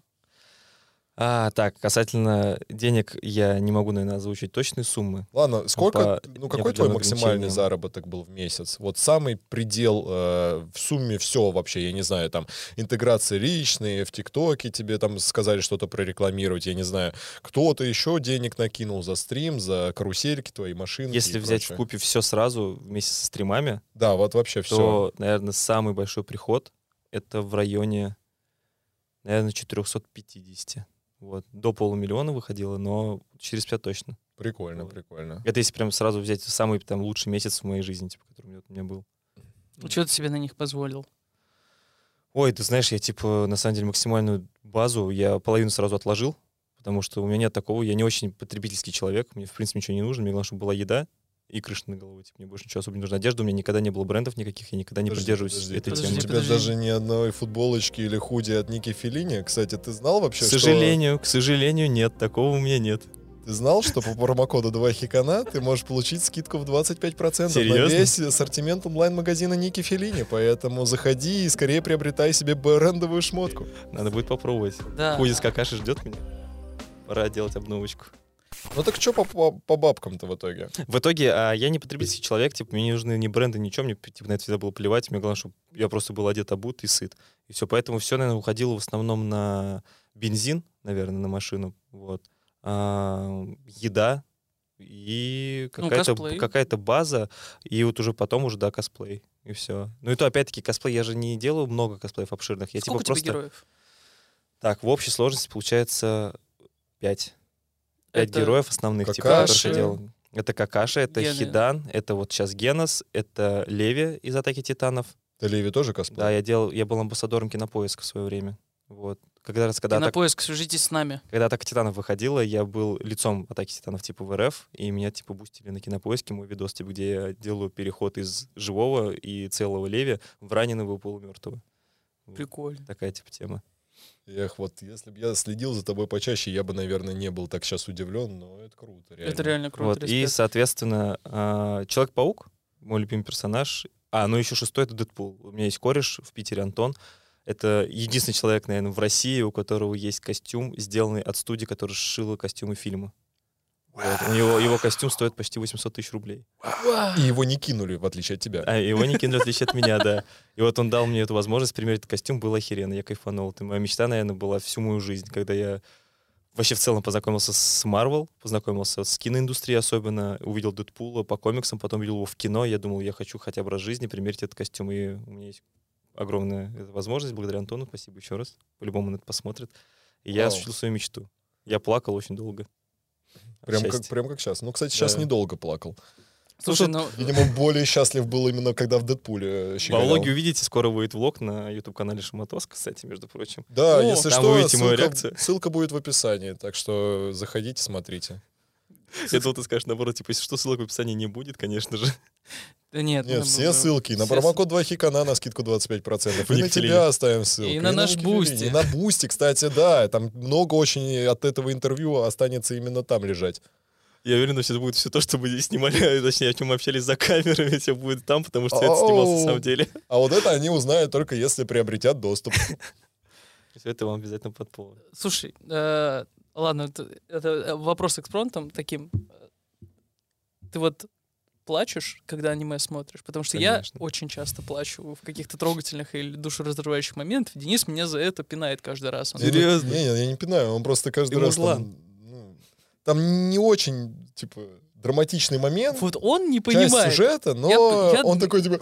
А, так, касательно денег я не могу, наверное, озвучить точные суммы. Ладно, сколько, по ну какой твой неопределенным максимальный ограничениям. заработок был в месяц? Вот самый предел э, в сумме все вообще, я не знаю, там интеграции личные, в ТикТоке тебе там сказали что-то прорекламировать, я не знаю, кто-то еще денег накинул за стрим, за карусельки твои, машинки Если и взять прочее. в купе все сразу вместе со стримами, Да, вот вообще все. то, наверное, самый большой приход — это в районе, наверное, четыреста пятьдесят. Вот. До полумиллиона выходило, но через пять точно. Прикольно, Вот. прикольно. Это если прям сразу взять самый там лучший месяц в моей жизни, типа, который у меня, вот у меня был. Что ты себе на них позволил? Ой, ты знаешь, я типа на самом деле максимальную базу я половину сразу отложил, потому что у меня нет такого, я не очень потребительский человек, мне в принципе ничего не нужно, мне главное, чтобы была еда и крыша над головой, типа, мне больше ничего особо не нужно. Одежда, у меня никогда не было брендов никаких, я никогда не Подожди, придерживаюсь подожди, этой подожди, темы. У тебя подожди. даже ни одной футболочки или худи от Ники Феллини. Кстати, ты знал вообще, К что... сожалению, к сожалению, нет, такого у меня нет. Ты знал, что по промокоду два хикана ты можешь получить скидку в двадцать пять процентов на Серьезно? весь ассортимент онлайн-магазина Ники Феллини. Поэтому заходи и скорее приобретай себе брендовую шмотку. Надо будет попробовать. Да. Худи с какашей ждет меня. Пора делать обновочку. Ну так что по, по, по бабкам-то в итоге? В итоге, а, я не потребительский человек, типа, мне не нужны ни бренды, ничего, мне типа, на это всегда было плевать, мне главное, чтобы я просто был одет, обут и сыт. И все, поэтому все, наверное, уходило в основном на бензин, наверное, на машину, вот. А, еда и Ну, какая-то, косплей. какая-то база, и вот уже потом уже, да, косплей, и все. Ну и то, опять-таки, косплей, я же не делаю много косплеев обширных, я Сколько у типа тебя просто... героев? Так, в общей сложности получается пять. Пять Это героев основных, типа, Какаши. которых я делал. Это Какаша, это Гены. Хидан, это вот сейчас Генос, это Леви из «Атаки Титанов». Ты Леви тоже косплей? Да, я делал, я был амбассадором Кинопоиска в свое время. Вот. Когда, раз, когда, на атака, поиск, свяжитесь с нами. когда «Атака Титанов» выходила, я был лицом «Атаки Титанов» типа в эр эф, и меня типа бустили на Кинопоиске, мой видос, типа, где я делаю переход из живого и целого Леви в раненого и полумертвого. Вот. Прикольно. Такая типа тема. Эх, вот если бы я следил за тобой почаще, я бы, наверное, не был так сейчас удивлен, но это круто, реально. Это реально круто. Вот, и, респект. соответственно, а, Человек-паук, мой любимый персонаж. А, ну еще шестой — это Дэдпул. У меня есть кореш в Питере, Антон. Это единственный человек, наверное, в России, у которого есть костюм, сделанный от студии, которая сшила костюмы фильма. Вот. У него его костюм стоит почти восемьсот тысяч рублей. И его не кинули, в отличие от тебя. А его не кинули, в отличие от меня, да. И вот он дал мне эту возможность примерить этот костюм, было охеренно, я кайфанул. Это моя мечта, наверное, была всю мою жизнь, когда я вообще в целом познакомился с Marvel, познакомился с киноиндустрией особенно, увидел Дэдпула по комиксам, потом видел его в кино, я думал, я хочу хотя бы раз в жизни примерить этот костюм, и у меня есть огромная возможность, благодаря Антону, спасибо еще раз, по-любому он это посмотрит. И я Вау. осуществил свою мечту. Я плакал очень долго. Прям как, Счастье. прям как сейчас. Ну, кстати, сейчас Да. недолго плакал. Слушай, ну... Видимо, более счастлив был именно, когда в Дэдпуле В щеголял. влоге увидите, скоро будет влог на YouTube-канале Шаматос, кстати, между прочим. Да, О, если там что, вы видите мою ссылка, реакцию. ссылка будет в описании, так что заходите, смотрите. Я думал, ты скажешь наоборот, типа, если что, ссылок в описании не будет, конечно же. Да нет, Нет, ну, все ну, ссылки. На все промокод два хикана на скидку двадцать пять процентов. И В на Никфилине. тебя оставим ссылку. И на наш Никфилине, Бусти. И на Бусти, кстати, да. Там много очень от этого интервью останется именно там лежать. Я уверен, что это будет все то, что мы здесь снимали, точнее, о чем мы общались за камерами, все будет там, потому что это снималось на самом деле. А вот это они узнают только если приобретят доступ. Все это вам обязательно подполно. Слушай, э, ладно, это, это вопрос экспромтом таким. Ты вот плачешь, когда аниме смотришь? Потому что Конечно. я очень часто плачу в каких-то трогательных или душераздирающих моментах. Денис меня за это пинает каждый раз. Он Серьезно? говорит, Не, не, я не пинаю, он просто каждый Ты раз мужлан. там... ну, Там не очень, типа, драматичный момент. Вот он не Часть понимает. сюжета, но Я- я- он такой, типа...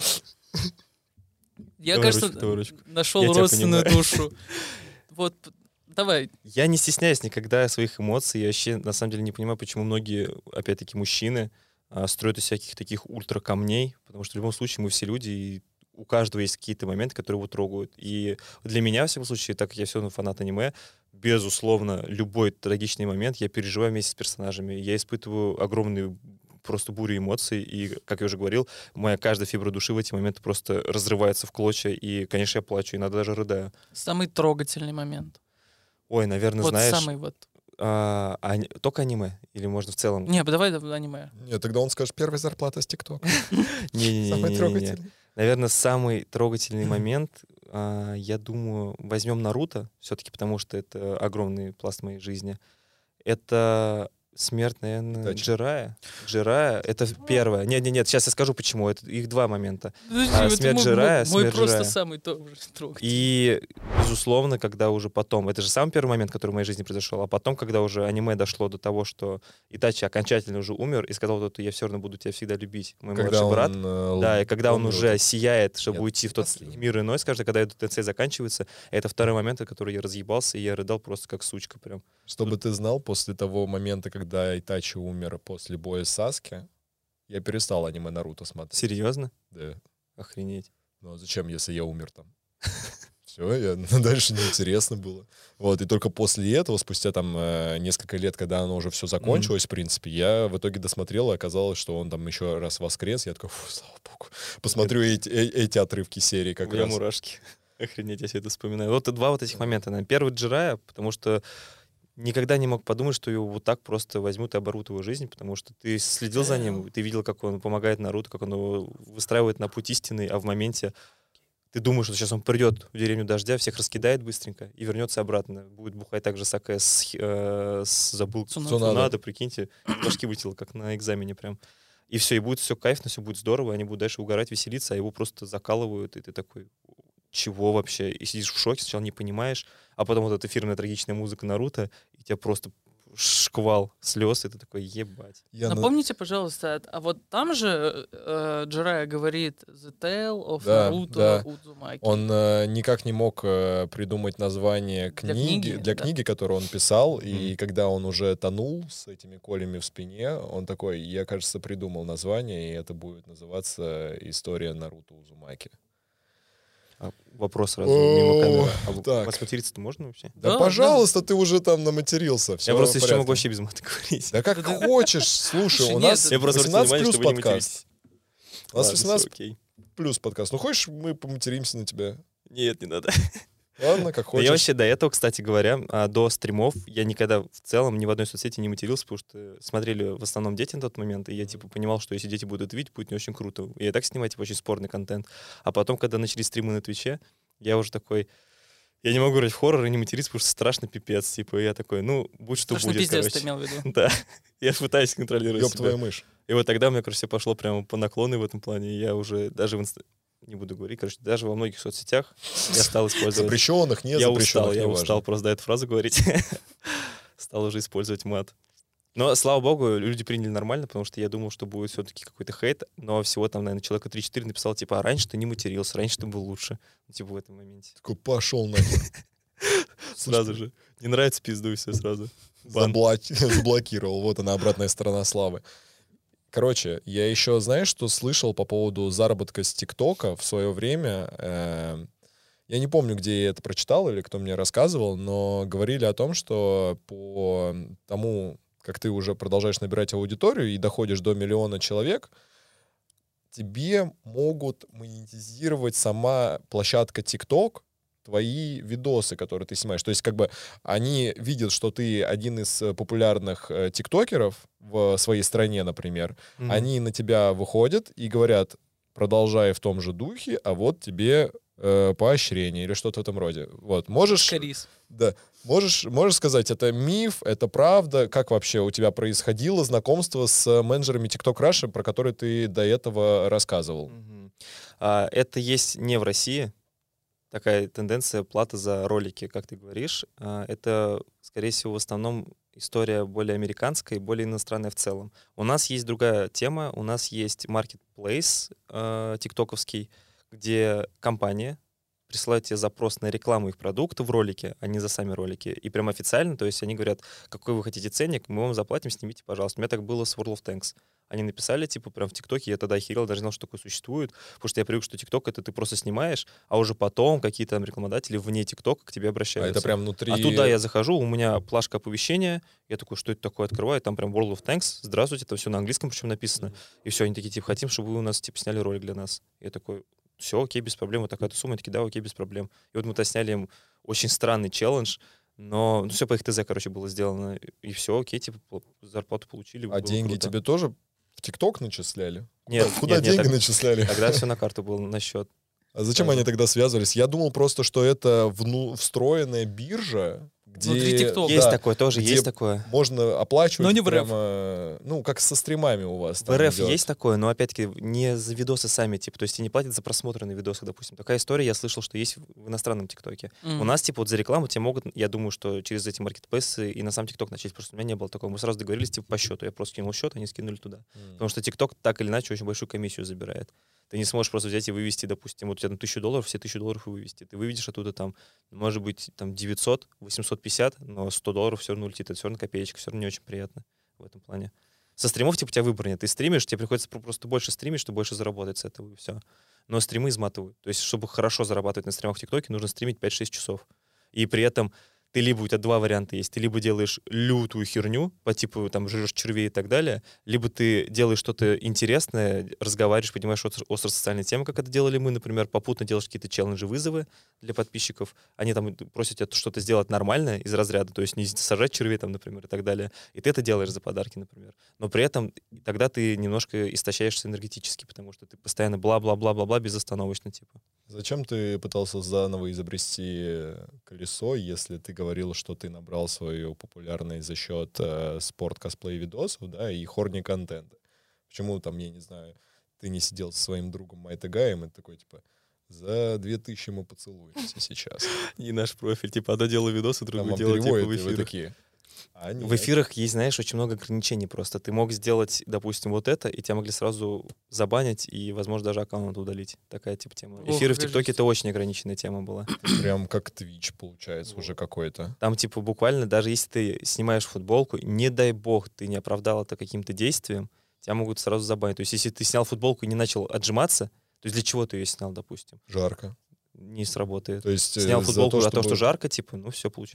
Я, Давай кажется, ручку, давай ручку. нашел Я тебя родственную понимаю. душу. Вот, давай. Я не стесняюсь никогда своих эмоций. Я вообще, на самом деле, не понимаю, почему многие, опять-таки, мужчины а, строят из всяких таких ультракамней, потому что в любом случае мы все люди, и у каждого есть какие-то моменты, которые его трогают. И для меня, во всяком случае, так как я все равно фанат аниме, безусловно, любой трагичный момент я переживаю вместе с персонажами. Я испытываю огромную просто бурю эмоций, и, как я уже говорил, моя каждая фибра души в эти моменты просто разрывается в клочья, и, конечно, я плачу, иногда даже рыдаю. Самый трогательный момент. Ой, наверное, вот знаешь, самый вот. а, ани- только аниме? Или можно в целом? Не, давай давай аниме. Нет, тогда он скажет, первая зарплата с ТикТока. Самый Не-не-не. трогательный. Наверное, самый трогательный момент, а, я думаю, возьмем Наруто, все-таки потому что это огромный пласт моей жизни. Это смерть, наверное, Итачи. Джирая. Джирая — это первое. Нет-нет-нет, сейчас я скажу, почему. Это их два момента. Подожди, А, это смерть мой- Джирая, мой, мой смерть просто Джирая. самый тоже трогательный. И, безусловно, когда уже потом, это же самый первый момент, который в моей жизни произошел, а потом, когда уже аниме дошло до того, что Итачи окончательно уже умер и сказал, что я все равно буду тебя всегда любить, мой Когда младший брат. он... э, Да, и когда он умрет. уже сияет, чтобы Нет, уйти в тот последний. мир иной, скажем, когда этот ТЦ заканчивается, это второй момент, в который я разъебался, и я рыдал просто как сучка прям. Чтобы ты знал, после того момента, когда Итачи умер после боя с Саски, я перестал аниме Наруто смотреть. Серьезно? Да. Охренеть. Ну а зачем, если я умер там? Все, я, дальше неинтересно было. Вот, и только после этого, спустя там э, несколько лет, когда оно уже все закончилось, в принципе, я в итоге досмотрел, и оказалось, что он там еще раз воскрес. Я такой, фу, слава богу. Посмотрю эти, э- эти отрывки серии как У меня раз. мурашки. Охренеть, я себе это вспоминаю. Вот и два вот этих момента. Наверное. Первый Джирая, потому что никогда не мог подумать, что его вот так просто возьмут и оборвут его жизнь, потому что ты следил за ним, ты видел, как он помогает Наруто, как он его выстраивает на путь истинный, а в моменте ты думаешь, что сейчас он придет в деревню дождя, всех раскидает быстренько и вернется обратно. Будет бухать так же сакэ с, э, с забыл, Цунадо. Цунадо, прикиньте, башки вытел, как на экзамене прям. И все, и будет все кайфно, все будет здорово, они будут дальше угорать, веселиться, а его просто закалывают, и ты такой, чего вообще? И сидишь в шоке, сначала не понимаешь, а потом вот эта эфирная трагичная музыка Наруто, и тебя просто шквал слез, и ты такой, ебать. Я на- Напомните, пожалуйста, а вот там же э, Джирая говорит The Tale of Да, Naruto да. Uzumaki. Он э, никак не мог э, придумать название Для книги, книги, для да. книги, которую он писал, и Мгм. когда он уже тонул с этими колями в спине, он такой, я, кажется, придумал название, и это будет называться «История Наруто Узумаки». А вопрос сразу О, мимо камеры. А в- так. вас материться-то можно вообще? Да, Да, пожалуйста, ты уже там наматерился. Всё Я просто в еще могу порядке. вообще без мата говорить. Да как хочешь, слушай, Слушай, у нет, нас Я просто обратил восемнадцать внимание, плюс чтобы вы не подкаст. матерились. У нас Ладно, всё, восемнадцать окей. плюс подкаст. Ну хочешь, мы поматеримся на тебя? Нет, не надо. Ладно, как Да хочешь. я вообще до этого, кстати говоря, а, до стримов я никогда в целом ни в одной соцсети не матерился, потому что смотрели в основном дети на тот момент, и я типа понимал, что если дети будут видеть, будет не очень круто. И так снимать типа, очень спорный контент. А потом, когда начались стримы на Твиче, я уже такой, Я не могу играть в хоррор и не материться, потому что страшно пипец. Типа, и я такой, ну, будь что Страшно будет, пиздец короче. ты имел в виду. Да. Я пытаюсь контролировать Ёб себя. твою мышь. И вот тогда у меня, короче, все пошло прямо по наклону в этом плане. И я уже даже в инста... Не буду говорить, короче, даже во многих соцсетях я стал использовать... Запрещенных, не Я устал, запрещенных, я неважно. устал просто до эту фразу говорить. Стал уже использовать мат. Но, слава богу, люди приняли нормально, потому что я думал, что будет все-таки какой-то хейт, но всего там, наверное, человека три-четыре написал, типа, а раньше ты не матерился, раньше ты был лучше. Типа в этом моменте. Такой, пошел нахер. Сразу же. Не нравится, пиздуй, все сразу. Бан. Заблоки- Заблокировал. Вот она, обратная сторона славы. Короче, я еще, знаешь, что слышал по поводу заработка с ТикТока в свое время? Э, Я не помню, где я это прочитал или кто мне рассказывал, но говорили о том, что по тому, как ты уже продолжаешь набирать аудиторию и доходишь до миллиона человек, тебе могут монетизировать сама площадка TikTok твои видосы, которые ты снимаешь. То есть как бы они видят, что ты один из э, популярных э, тиктокеров в своей стране, например. Мгм. Они на тебя выходят и говорят, продолжай в том же духе, а вот тебе э, поощрение или что-то в этом роде. Вот, можешь... Корис. Да. Можешь, можешь сказать, это миф, это правда? Как вообще у тебя происходило знакомство с менеджерами TikTok Russia, про которые ты до этого рассказывал? Мгм. А, Это есть не в России. Такая тенденция платы за ролики, как ты говоришь. А, Это, скорее всего, в основном история более американская и более иностранная в целом. У нас есть другая тема. У нас есть marketplace э, тиктоковский, где компания присылают тебе запрос на рекламу их продукта в ролике, а не за сами ролики. И прям официально, то есть они говорят, какой вы хотите ценник, мы вам заплатим, снимите, пожалуйста. У меня так было с World of Tanks. Они написали, типа, прям в ТикТоке, я тогда охерел, даже не знал, что такое существует, потому что я привык, что ТикТок — это ты просто снимаешь, а уже потом какие-то там рекламодатели вне ТикТока к тебе А обращаются. это прям внутри... А туда я захожу, у меня плашка оповещения, я такой, что это такое, открываю, там прям World of Tanks, здравствуйте, там все на английском причем написано. И все, они такие, типа, хотим, чтобы вы у нас, типа, сняли ролик для нас. Я такой, все, окей, без проблем, вот такая-то сумма, они такие, да, окей, без проблем. И вот мы то сняли им очень странный челлендж, но ну, все по их ТЗ, короче, было сделано. И все, окей, типа, пл- зарплату получили. А было деньги круто. тебе тоже в ТикТок начисляли? Нет, Куда, куда нет, нет, деньги так- начисляли? Тогда все на карту было, на счет. А зачем Сразу. они тогда связывались? Я думал просто, что это вну- встроенная биржа, где... Внутри TikTok. Есть да, такое, тоже где есть такое. можно оплачивать Но не в РФ. прямо, ну, как со стримами у вас. В там РФ идет. есть такое, но опять-таки не за видосы сами, типа, то есть тебе не платят за просмотры на видосах, допустим. Такая история, я слышал, что есть в иностранном ТикТоке. М. У нас, типа, вот за рекламу тебе могут, я думаю, что через эти маркетплейсы и на сам ТикТок начать, просто у меня не было такого. Мы сразу договорились, типа, по счету. Я просто кинул счет, они скинули туда. М. Потому что ТикТок так или иначе очень большую комиссию забирает. Ты не сможешь просто взять и вывести, допустим, вот у тебя на тысячу долларов, все тысячу долларов и вывести. Ты выведешь оттуда там, может быть, там девятьсот, восемьсот пятьдесят, но сто долларов все равно улетит. Это все равно копеечка, все равно не очень приятно в этом плане. Со стримов, типа, у тебя выбор нет. Ты стримишь, тебе приходится про- просто больше стримить, чтобы больше заработать с этого, и все. Но стримы изматывают. То есть, чтобы хорошо зарабатывать на стримах в ТикТоке, нужно стримить пять-шесть часов. И при этом ты либо, у тебя два варианта есть, ты либо делаешь лютую херню, по типу там жрешь червей и так далее, либо ты делаешь что-то интересное, разговариваешь, поднимаешь остро- остро-социальные темы, как это делали мы, например, попутно делаешь какие-то челленджи, вызовы для подписчиков, они там просят тебя что-то сделать нормальное из разряда, то есть не сажать червей там, например, и так далее, и ты это делаешь за подарки, например. Но при этом тогда ты немножко истощаешься энергетически, потому что ты постоянно бла-бла-бла-бла-бла безостановочно, типа. Зачем ты пытался заново изобрести колесо, если ты говорил, что ты набрал свою популярность за счет э, спорт-косплей-видосов, да, и хорни-контента? Почему там, я не знаю, ты не сидел со своим другом Майтегаем и такой, типа, за две тысячи мы поцелуемся сейчас. И наш профиль, типа, одно дело видосы, Там другое вам дело, типа, переводят, в и вы эфирах. такие. А В нет. эфирах есть, знаешь, очень много ограничений просто. Ты мог сделать, допустим, вот это, и тебя могли сразу забанить и, возможно, даже аккаунт удалить. Такая типа тема. Ох, Эфиры в какая ТикТоке — жесть. это очень ограниченная тема была. Прям как Twitch, получается, уже какой-то. Там, типа, буквально, даже если ты снимаешь футболку, не дай бог, ты не оправдал это каким-то действием, тебя могут сразу забанить. То есть, если ты снял футболку и не начал отжиматься, то есть для чего ты ее снял, допустим? Жарко. Не сработает. То есть, э, Снял за футболку то, за то, что чтобы- жарко, типа, ну все, получай бан.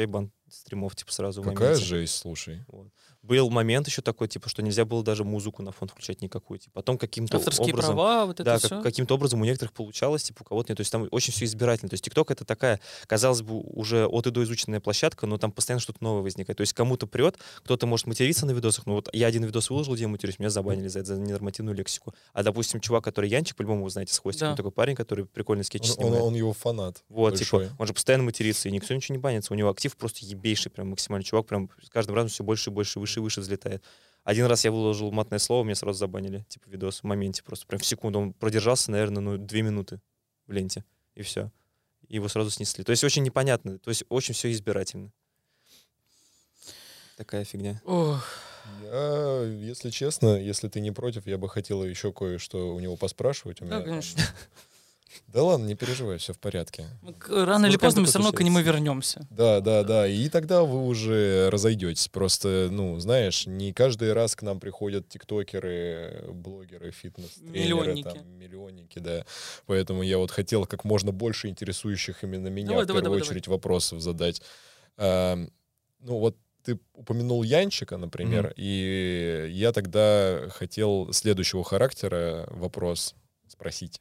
стримов, типа, сразу в Какая моменте. жесть, слушай. Вот. Был момент еще такой, типа, что нельзя было даже музыку на фон включать никакую. Типа. Потом каким-то Авторские образом... права, вот это Да, все. как, каким-то образом у некоторых получалось, типа, у кого-то нет. То есть там очень все избирательно. То есть ТикТок — это такая, казалось бы, уже от и до изученная площадка, но там постоянно что-то новое возникает. То есть кому-то прет, кто-то может материться на видосах. Ну вот я один видос выложил, где я матерюсь, меня забанили за это, за ненормативную лексику. А, допустим, чувак, который Янчик, по-любому вы знаете, с хвостиком, Да. такой парень, который прикольный скетч Он, он, снимает. он его фанат. Вот, большой. типа, он же постоянно матерится, и никто ничего не банится. У него актив просто ебейший, прям максимально. Чувак прям с каждым разом все больше и больше, выше и выше взлетает. Один раз я выложил матное слово, меня сразу забанили, типа, видос в моменте просто, прям в секунду. Он продержался, наверное, ну, две минуты в ленте, и все. И его сразу снесли. То есть очень непонятно, то есть очень все избирательно. Такая фигня. Ох. Я, если честно, если ты не против, я бы хотел еще кое-что у него поспрашивать. У Да, меня там- конечно. Да ладно, не переживай, все в порядке. Мы к- Рано или Музыканты поздно мы все равно к нему подключаются. вернемся. Да, да, да. И тогда вы уже разойдетесь. Просто, ну, знаешь, не каждый раз к нам приходят тиктокеры, блогеры, фитнес-тренеры, Миллионники. там, миллионники, да. Поэтому я вот хотел как можно больше интересующих именно меня Давай, в давай, первую давай, очередь вопросов задать. А, ну, вот ты упомянул Янчика, например, Мгм. и я тогда хотел следующего характера вопрос спросить.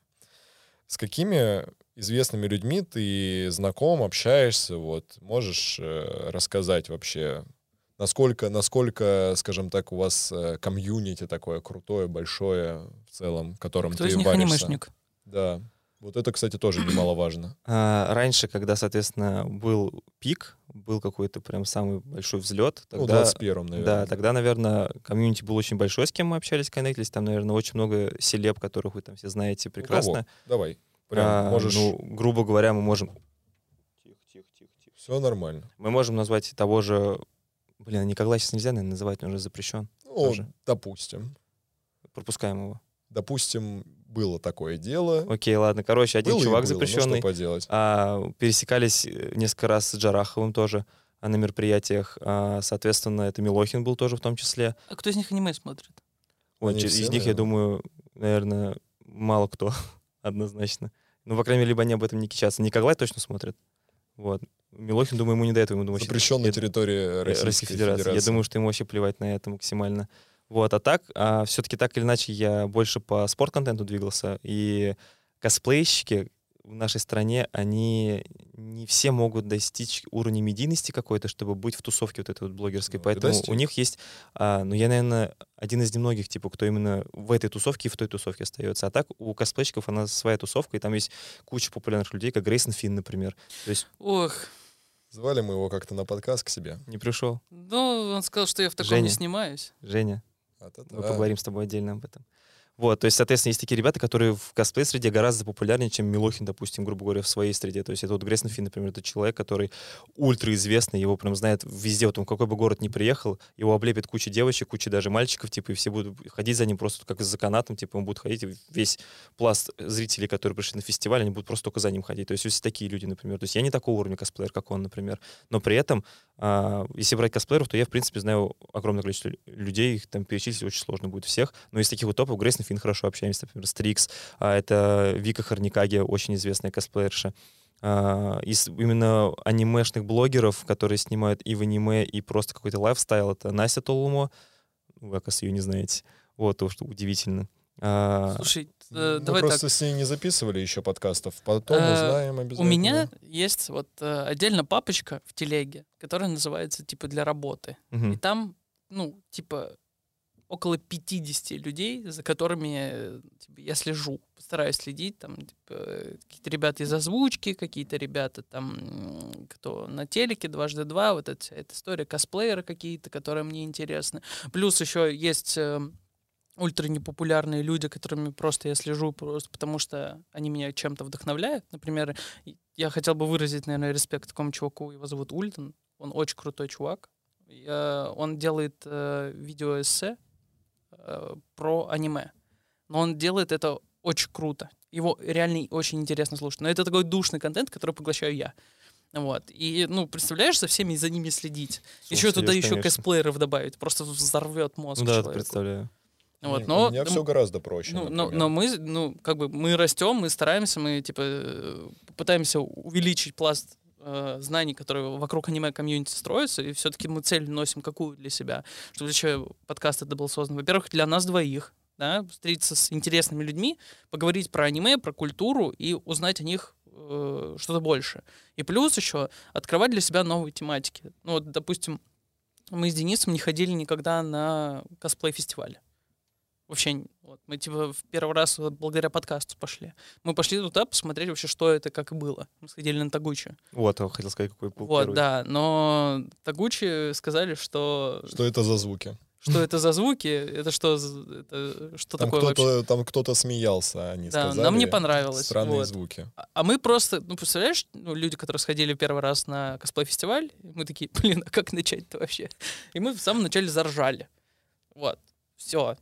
С какими известными людьми ты знаком, общаешься, вот, можешь э, рассказать вообще, насколько, насколько, скажем так, у вас э, комьюнити такое крутое, большое в целом, которым Кто ты из них варишься? анимешник? Да, вот это, кстати, тоже немаловажно. А, раньше, когда, соответственно, был пик, был какой-то прям самый большой взлет, Ну, в тогда... двадцать первом, наверное. Да, тогда, наверное, комьюнити был очень большой, с кем мы общались, коннектились. Там, наверное, очень много селеб, которых вы там все знаете У кого? прекрасно. Давай, прям А, можешь... Ну, грубо говоря, мы можем... Тихо, тихо, тихо, тихо. Все нормально. Мы можем назвать того же... Блин, Николая сейчас нельзя, наверное, называть, он уже запрещен. Ну, Тоже. допустим. Пропускаем его. Допустим, было такое дело. Окей, ладно. Короче, один Было и чувак было, ну, запрещенный. что поделать. А, пересекались э, несколько раз с Джараховым тоже а, на мероприятиях. А, соответственно, это Милохин был тоже в том числе. А кто из них аниме смотрит? Вот, Они че- все, из них, я наверное. думаю, наверное, мало кто, однозначно. Ну, по крайней мере, либо они об этом не кичатся. Николай точно смотрит. Вот. Милохин, думаю, ему не до этого. Ему, думаю, вообще- Запрещенной я- территории э, Российской, Федерации. Я думаю, что ему вообще плевать на это максимально. Вот, а так, а, все-таки так или иначе я больше по спорт-контенту двигался, и косплейщики в нашей стране, они не все могут достичь уровня медийности какой-то, чтобы быть в тусовке вот этой вот блогерской. Ну, ты Поэтому достиг. у них есть, а, ну, я, наверное, один из немногих, типа, кто именно в этой тусовке и в той тусовке остается. А так у косплейщиков она своя тусовка, и там есть куча популярных людей, как Грейсон Финн, например. То есть Ох, Звали мы его как-то на подкаст к себе. не пришел. ну, он сказал, что я в таком Женя. не снимаюсь. Женя, А-та-та. мы поговорим с тобой отдельно об этом. Вот, то есть, соответственно, есть такие ребята, которые в косплей-среде гораздо популярнее, чем Милохин, допустим, грубо говоря, в своей среде. То есть это вот Грейсон Финн, например, это человек, который ультраизвестный, его прям знает везде, вот он в какой бы город ни приехал, его облепит куча девочек, куча даже мальчиков, типа, и все будут ходить за ним просто как за канатом, типа, он будет ходить, и весь пласт зрителей, которые пришли на фестиваль, они будут просто только за ним ходить. То есть есть такие люди, например. То есть я не такого уровня косплеер, как он, например. Но при этом, а, если брать косплееров, то я, в принципе, знаю огромное количество лю- людей, их там перечислить очень сложно будет всех. Но из таких вот топов Грейсон Финн хорошо общаемся, например, Стрикс, а, это Вика Харникаги, очень известная косплеерша. А, из именно анимешных блогеров, которые снимают и в аниме, и просто какой-то лайфстайл, это Настя Толумо. Вы, оказывается, ее не знаете. Вот то, что удивительно. А, Слушай, Мы э, давай просто так. с ней не записывали еще подкастов. Потом Э, узнаем У обязательно. меня есть вот э, отдельно папочка в телеге, которая называется типа для работы. мгм. И там, ну, типа, около пятидесяти людей, за которыми э, типа, я слежу, постараюсь следить. Там типа, э, какие-то ребята из озвучки, какие-то ребята там, м, кто на телеке, дважды два, вот эта, вся эта история, косплееры какие-то, которые мне интересны. Плюс еще есть э, ультра непопулярные люди, которыми просто я слежу, просто потому что они меня чем-то вдохновляют. Например, и- я хотел бы выразить, наверное, респект такому чуваку, его зовут Ультон, он очень крутой чувак. Я- он делает э, видеоэссе э, про аниме. Но он делает это очень круто. Его реально очень интересно слушать. Но это такой душный контент, который поглощаю я. Вот. И, ну, представляешь, за всеми за ними следить. Слушай, еще туда Серёж, еще конечно. косплееров добавить. Просто взорвет мозг Ну да, это человеку. представляю. Вот. У Но, меня м, все гораздо проще. ну, но, например. но мы, ну, как бы мы растем, мы стараемся, мы типа э, пытаемся увеличить пласт э, знаний, которые вокруг аниме-комьюнити строятся, и все-таки мы цель носим какую для себя, чтобы вообще подкаст это был создан. Во-первых, для нас двоих, да, встретиться с интересными людьми, поговорить про аниме, про культуру и узнать о них э, что-то больше. И плюс еще открывать для себя новые тематики. Ну вот, допустим, мы с Денисом не ходили никогда на косплей-фестивале. Вообще, вот, мы типа в первый раз вот, благодаря подкасту пошли. Мы пошли туда посмотреть вообще, что это, как и было. Мы сходили на Тагучи. Вот, я хотел сказать, какой был Вот, первый. да, но Тагучи сказали, что... Что это за звуки? Что это за звуки? Это что, это, что Там такое кто-то, вообще? там кто-то смеялся, они Да, сказали. нам не понравилось. Странные Вот. звуки. А- А мы просто, ну, представляешь, ну, люди, которые сходили первый раз на косплей-фестиваль, мы такие, блин, а как начать-то вообще? И мы в самом начале заржали. Вот, все.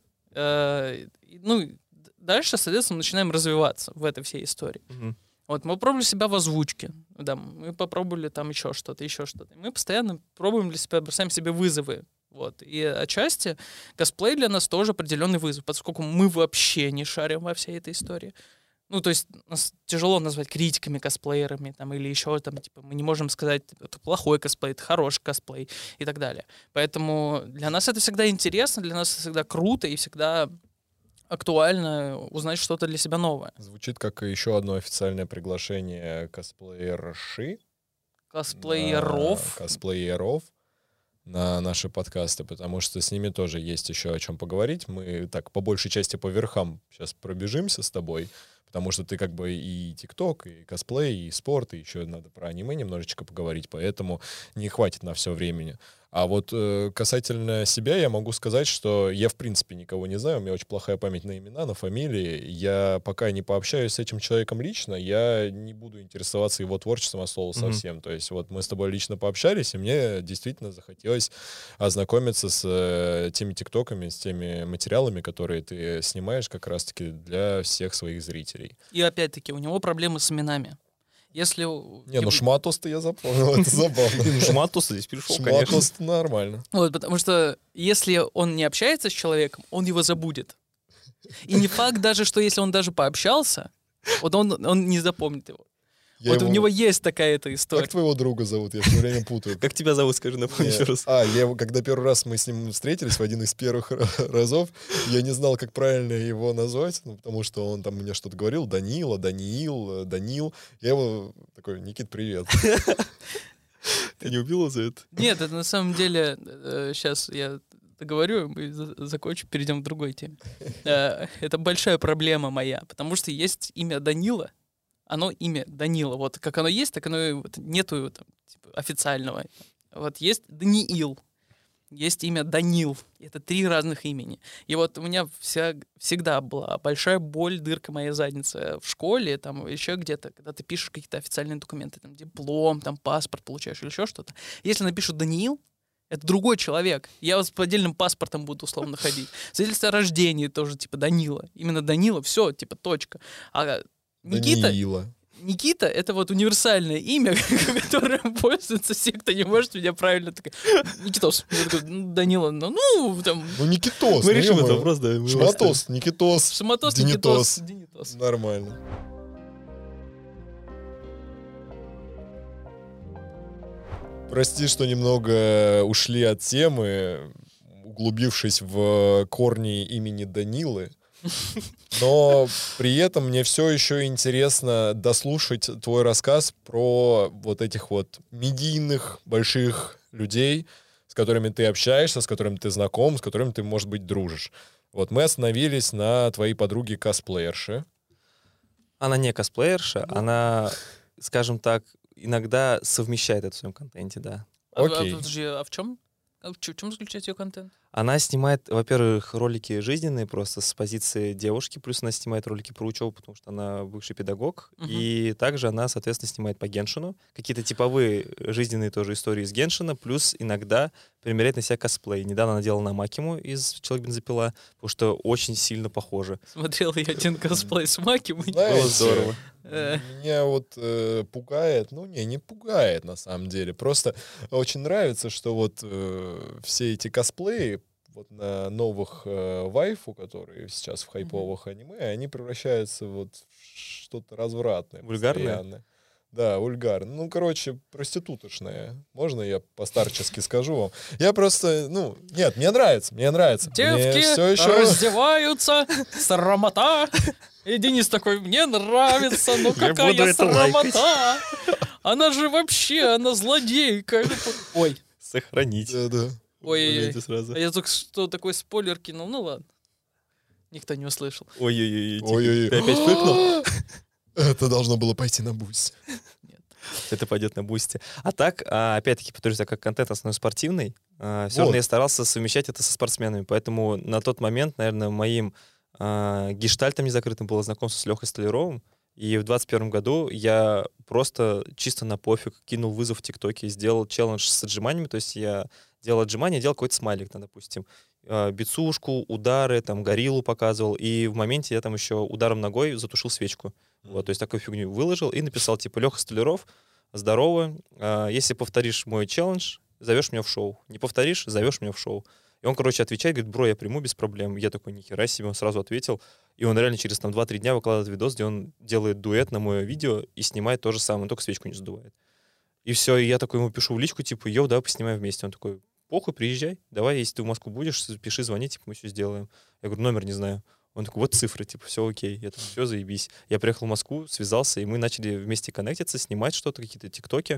Ну, и дальше, соответственно, начинаем развиваться в этой всей истории. Мгм. Вот, мы попробовали себя в озвучке, да, мы попробовали там еще что-то, еще что-то. Мы постоянно пробуем для себя, бросаем себе вызовы. Вот. И отчасти косплей для нас тоже определенный вызов, поскольку мы вообще не шарим во всей этой истории. Ну, то есть нас тяжело назвать критиками, косплеерами там, или еще там, типа, мы не можем сказать, это плохой косплей, это хороший косплей и так далее. Поэтому для нас это всегда интересно, для нас это всегда круто и всегда актуально узнать что-то для себя новое. Звучит как еще одно официальное приглашение косплеерши. Косплееров. на Косплееров на наши подкасты, потому что с ними тоже есть еще о чем поговорить. Мы так по большей части по верхам сейчас пробежимся с тобой, потому что ты как бы и ТикТок, и косплей, и спорт, и еще надо про аниме немножечко поговорить, поэтому не хватит на все времени. А вот э, касательно себя я могу сказать, что я в принципе никого не знаю, у меня очень плохая память на имена, на фамилии. Я пока не пообщаюсь с этим человеком лично, я не буду интересоваться его творчеством от слова совсем. Mm-hmm. То есть вот мы с тобой лично пообщались, и мне действительно захотелось ознакомиться с э, теми тиктоками, с теми материалами, которые ты снимаешь как раз-таки для всех своих зрителей. И опять-таки у него проблемы с именами. Если... Не, ну Шматос-то я запомнил, это забавно. Шматос здесь пришел, конечно. Шматос нормально. Вот, потому что если он не общается с человеком, он его забудет. И не факт даже, что если он даже пообщался, вот он, он не запомнит его. Я вот его... у него есть такая-то история. Как твоего друга зовут? Я все время путаю. Как тебя зовут, скажи, напомни еще раз. А, я, когда первый раз мы с ним встретились, в один из первых разов, я не знал, как правильно его назвать, ну, потому что он там мне что-то говорил, Данила, Даниил, Данил. Я его такой, Никит, привет. Ты не убил его за это? Нет, это на самом деле, сейчас я договорю, мы закончим, перейдем к другой теме. Это большая проблема моя, потому что есть имя Данила, оно имя Данила. Вот как оно есть, так оно и вот, нету там, типа, официального. Вот есть Даниил, есть имя Данил. Это три разных имени. И вот у меня вся, всегда была большая боль, дырка моей задницы в школе, там еще где-то, когда ты пишешь какие-то официальные документы, там диплом, там паспорт получаешь или еще что-то. Если напишут Даниил, это другой человек. Я вот с поддельным паспортом буду условно ходить. Свидетельство о рождении тоже типа Данила. Именно Данила, все, типа точка. А Никита, Даниила. Никита — это вот универсальное имя, которым пользуются все, кто не может меня правильно... Так... Никитос. Я такой, ну, Данила, ну, ну, там... Ну, Никитос. Мы ну, решим ё-моё. этот вопрос, да. Шматос, Никитос, Шматос, Денитос. Никитос, Денитос. Нормально. Прости, что немного ушли от темы, углубившись в корни имени Данилы. Но при этом мне все еще интересно дослушать твой рассказ про вот этих вот медийных больших людей, с которыми ты общаешься, с которыми ты знаком, с которыми ты, может быть, дружишь. Вот мы остановились на твоей подруге косплеерше. Она не косплеерша, она, скажем так, иногда совмещает это в своем контенте, да. А, Окей. а, подожди, а в чем? А в чем заключается ее контент? Она снимает, во-первых, ролики жизненные просто с позиции девушки, плюс она снимает ролики про учебу, потому что она бывший педагог. Мгм. И также она, соответственно, снимает по Геншину. Какие-то типовые жизненные тоже истории из Геншина, плюс иногда примеряет на себя косплей. Недавно она делала на Макиму из «Человек-бензопила», потому что очень сильно похоже. Смотрел я один косплей с Маки. Знаете, Было здорово. Э. Меня вот э, пугает, ну не, не пугает на самом деле, просто очень нравится, что вот э, все эти косплеи вот на новых э, вайфу, которые сейчас в хайповых аниме, они превращаются вот в что-то развратное. Вульгарное? Постоянно. Да, вульгар. Ну, короче, проституточная. Можно я постарчески скажу вам? Я просто, ну, нет, мне нравится, мне нравится. Девки мне все еще... раздеваются, срамота. И Денис такой, мне нравится, ну Я какая буду это срамота. Она же вообще, она злодейка. Ой, Сохранить. Да-да. ой, Удаляйте сразу. а я только что такой спойлер кинул, ну ладно. Никто не услышал. Ой-ой-ой, тихо. Ой-ой-ой. Ты опять фыркнул? Это должно было пойти на бусть. Это пойдет на бусте. А так, а, опять-таки, повторюсь, так как контент основной спортивный, все Вот. равно я старался совмещать это со спортсменами. Поэтому на тот момент, наверное, моим а, гештальтом незакрытым было знакомство с Лехой Столяровым. И в двадцать первом году я просто чисто на пофиг кинул вызов в ТикТоке, сделал челлендж с отжиманиями. То есть я делал отжимания, делал какой-то смайлик, там, допустим, а, бицушку, удары, там, гориллу показывал. И в моменте я там еще ударом ногой затушил свечку. Вот, то есть такую фигню выложил и написал, типа, Леха Столяров, здорово, а, если повторишь мой челлендж, зовешь меня в шоу. Не повторишь, зовешь меня в шоу. И он, короче, отвечает, говорит, бро, я приму без проблем. Я такой, нихера себе, он сразу ответил. И он реально через там два-три дня выкладывает видос, где он делает дуэт на мое видео и снимает то же самое, он только свечку не задувает. И все, и я такой ему пишу в личку, типа, йоу, давай поснимаем вместе. Он такой, похуй, приезжай, давай, если ты в Москву будешь, пиши, звони, типа, мы все сделаем. Я говорю, номер не знаю. Он такой, вот цифры, типа, все окей. Я такой, все, заебись. Я приехал в Москву, связался, и мы начали вместе коннектиться, снимать что-то, какие-то тиктоки.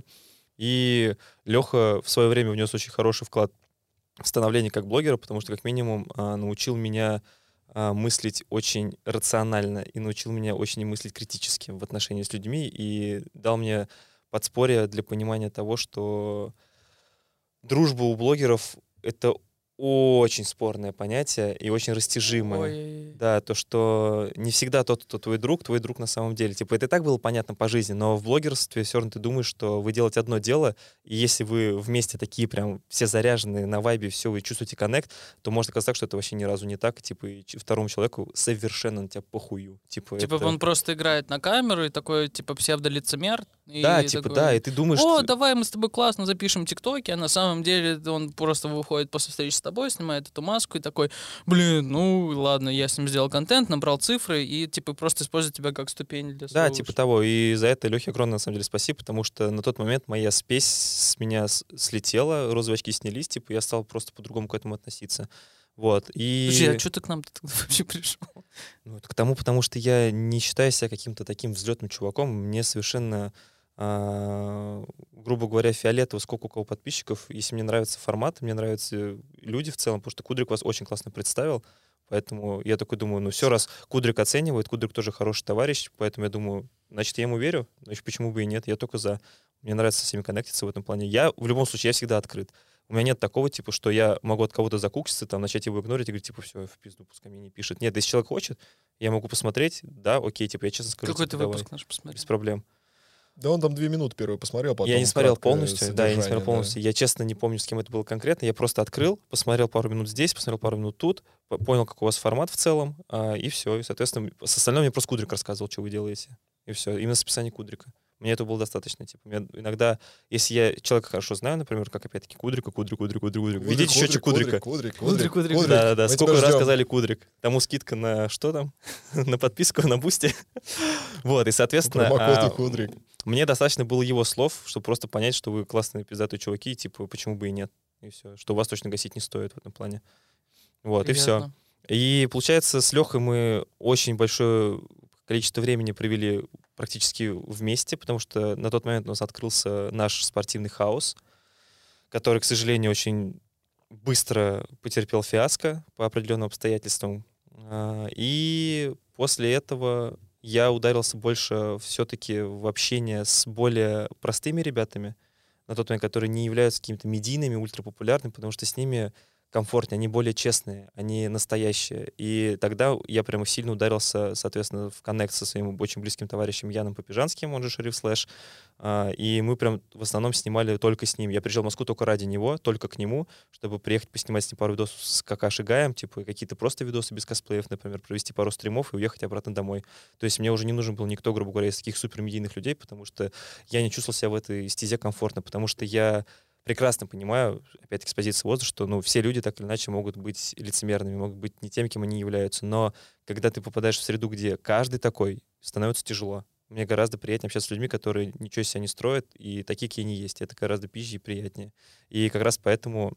И Леха в свое время внес очень хороший вклад в становление как блогера, потому что, как минимум, а, научил меня а, мыслить очень рационально и научил меня очень мыслить критически в отношении с людьми и дал мне подспорье для понимания того, что дружба у блогеров — это очень спорное понятие и очень растяжимое. Ой. Да, то, что не всегда тот, кто твой друг, твой друг на самом деле. Типа, это и так было понятно по жизни, но в блогерстве все равно ты думаешь, что вы делаете одно дело, и если вы вместе такие прям все заряженные на вайбе, все, вы чувствуете коннект, то может оказаться так, что это вообще ни разу не так, типа, и ч- второму человеку совершенно на тебя похую. Типа, Типа это- он просто играет на камеру и такой, типа, псевдолицемер. И Да, типа, такой, да, и ты думаешь, О, что... давай мы с тобой классно запишем тиктоки, а на самом деле он просто выходит после встречи с тобой, снимает эту маску и такой, блин, ну ладно, я с ним сделал контент, набрал цифры и типа просто использует тебя как ступень для Да, своего типа успеха. того. И за это Лехе огромное, на самом деле, спасибо, потому что на тот момент моя спесь с меня с- слетела, розовые очки снялись, типа, я стал просто по-другому к этому относиться. Вот. И... Слушай, а что ты к нам тогда вообще пришел? Ну, это к тому, потому что я не считаю себя каким-то таким взлетным чуваком. Мне совершенно, а, грубо говоря, фиолетово, сколько у кого подписчиков. Если мне нравится формат, мне нравятся люди в целом, потому что Кудрик вас очень классно представил. Поэтому я такой думаю, ну все, раз Кудрик оценивает, Кудрик тоже хороший товарищ, поэтому я думаю, значит, я ему верю, значит, почему бы и нет, я только за. Мне нравится со всеми коннектиться в этом плане. Я, в любом случае, я всегда открыт. У меня нет такого, типа, что я могу от кого-то закукситься, там, начать его игнорить и говорить, типа, все, в пизду, пускай мне не пишет. Нет, если человек хочет, я могу посмотреть, да, окей, типа, я честно скажу, Какой типа, ты выпуск давай, наш посмотри? без проблем. Да он там две минуты первый посмотрел, потом Я не смотрел краткое полностью, да, я не смотрел содержание, полностью. Я честно не помню, с кем это было конкретно. Я просто открыл, посмотрел пару минут здесь, посмотрел пару минут тут, по- понял, как у вас формат в целом, а, и все. И, соответственно, с остальным мне просто Кудрик рассказывал, что вы делаете. И все. Именно списание Кудрика. Мне этого было достаточно. Типа, мне иногда, если я человека хорошо знаю, например, как опять-таки Кудрика, Кудрик, Кудрик, Кудрик, Кудрик, Кудрик, видите счетчик Кудрик, Кудрика. Кудрик, Кудрик, Кудрик, Кудрик. Да, да, да. Мы Сколько тебя раз ждем. сказали Кудрик? Тому скидка на что там? На подписку на Бусти. Вот, и, соответственно, Промокод а, и Кудрик. мне достаточно было его слов, чтобы просто понять, что вы классные пиздатые чуваки, и, типа, почему бы и нет. И все. Что вас точно гасить не стоит в этом плане. Вот, и все. Приятно. И получается, с Лехой мы очень большое количество времени провели практически вместе, потому что на тот момент у нас открылся наш спортивный хаос, который, к сожалению, очень быстро потерпел фиаско по определенным обстоятельствам. А, И после этого я ударился больше все-таки в общение с более простыми ребятами, на тот момент, которые не являются какими-то медийными, ультрапопулярными, потому что с ними комфортнее, они более честные, они настоящие. И тогда я прямо сильно ударился, соответственно, в коннект со своим очень близким товарищем Яном Попежанским, он же Шериф Слэш. А, И мы прям в основном снимали только с ним. Я приезжал в Москву только ради него, только к нему, чтобы приехать поснимать с ним пару видосов с Какаши Гаем, типа и какие-то просто видосы без косплеев, например, провести пару стримов и уехать обратно домой. То есть мне уже не нужен был никто, грубо говоря, из таких супермедийных людей, потому что я не чувствовал себя в этой стезе комфортно, потому что я прекрасно понимаю, опять-таки, с позиции возраста, что ну, все люди так или иначе могут быть лицемерными, могут быть не тем, кем они являются. Но когда ты попадаешь в среду, где каждый такой, становится тяжело. Мне гораздо приятнее общаться с людьми, которые ничего из себя не строят, и такие, какие они есть. Это гораздо пизже и приятнее. И как раз поэтому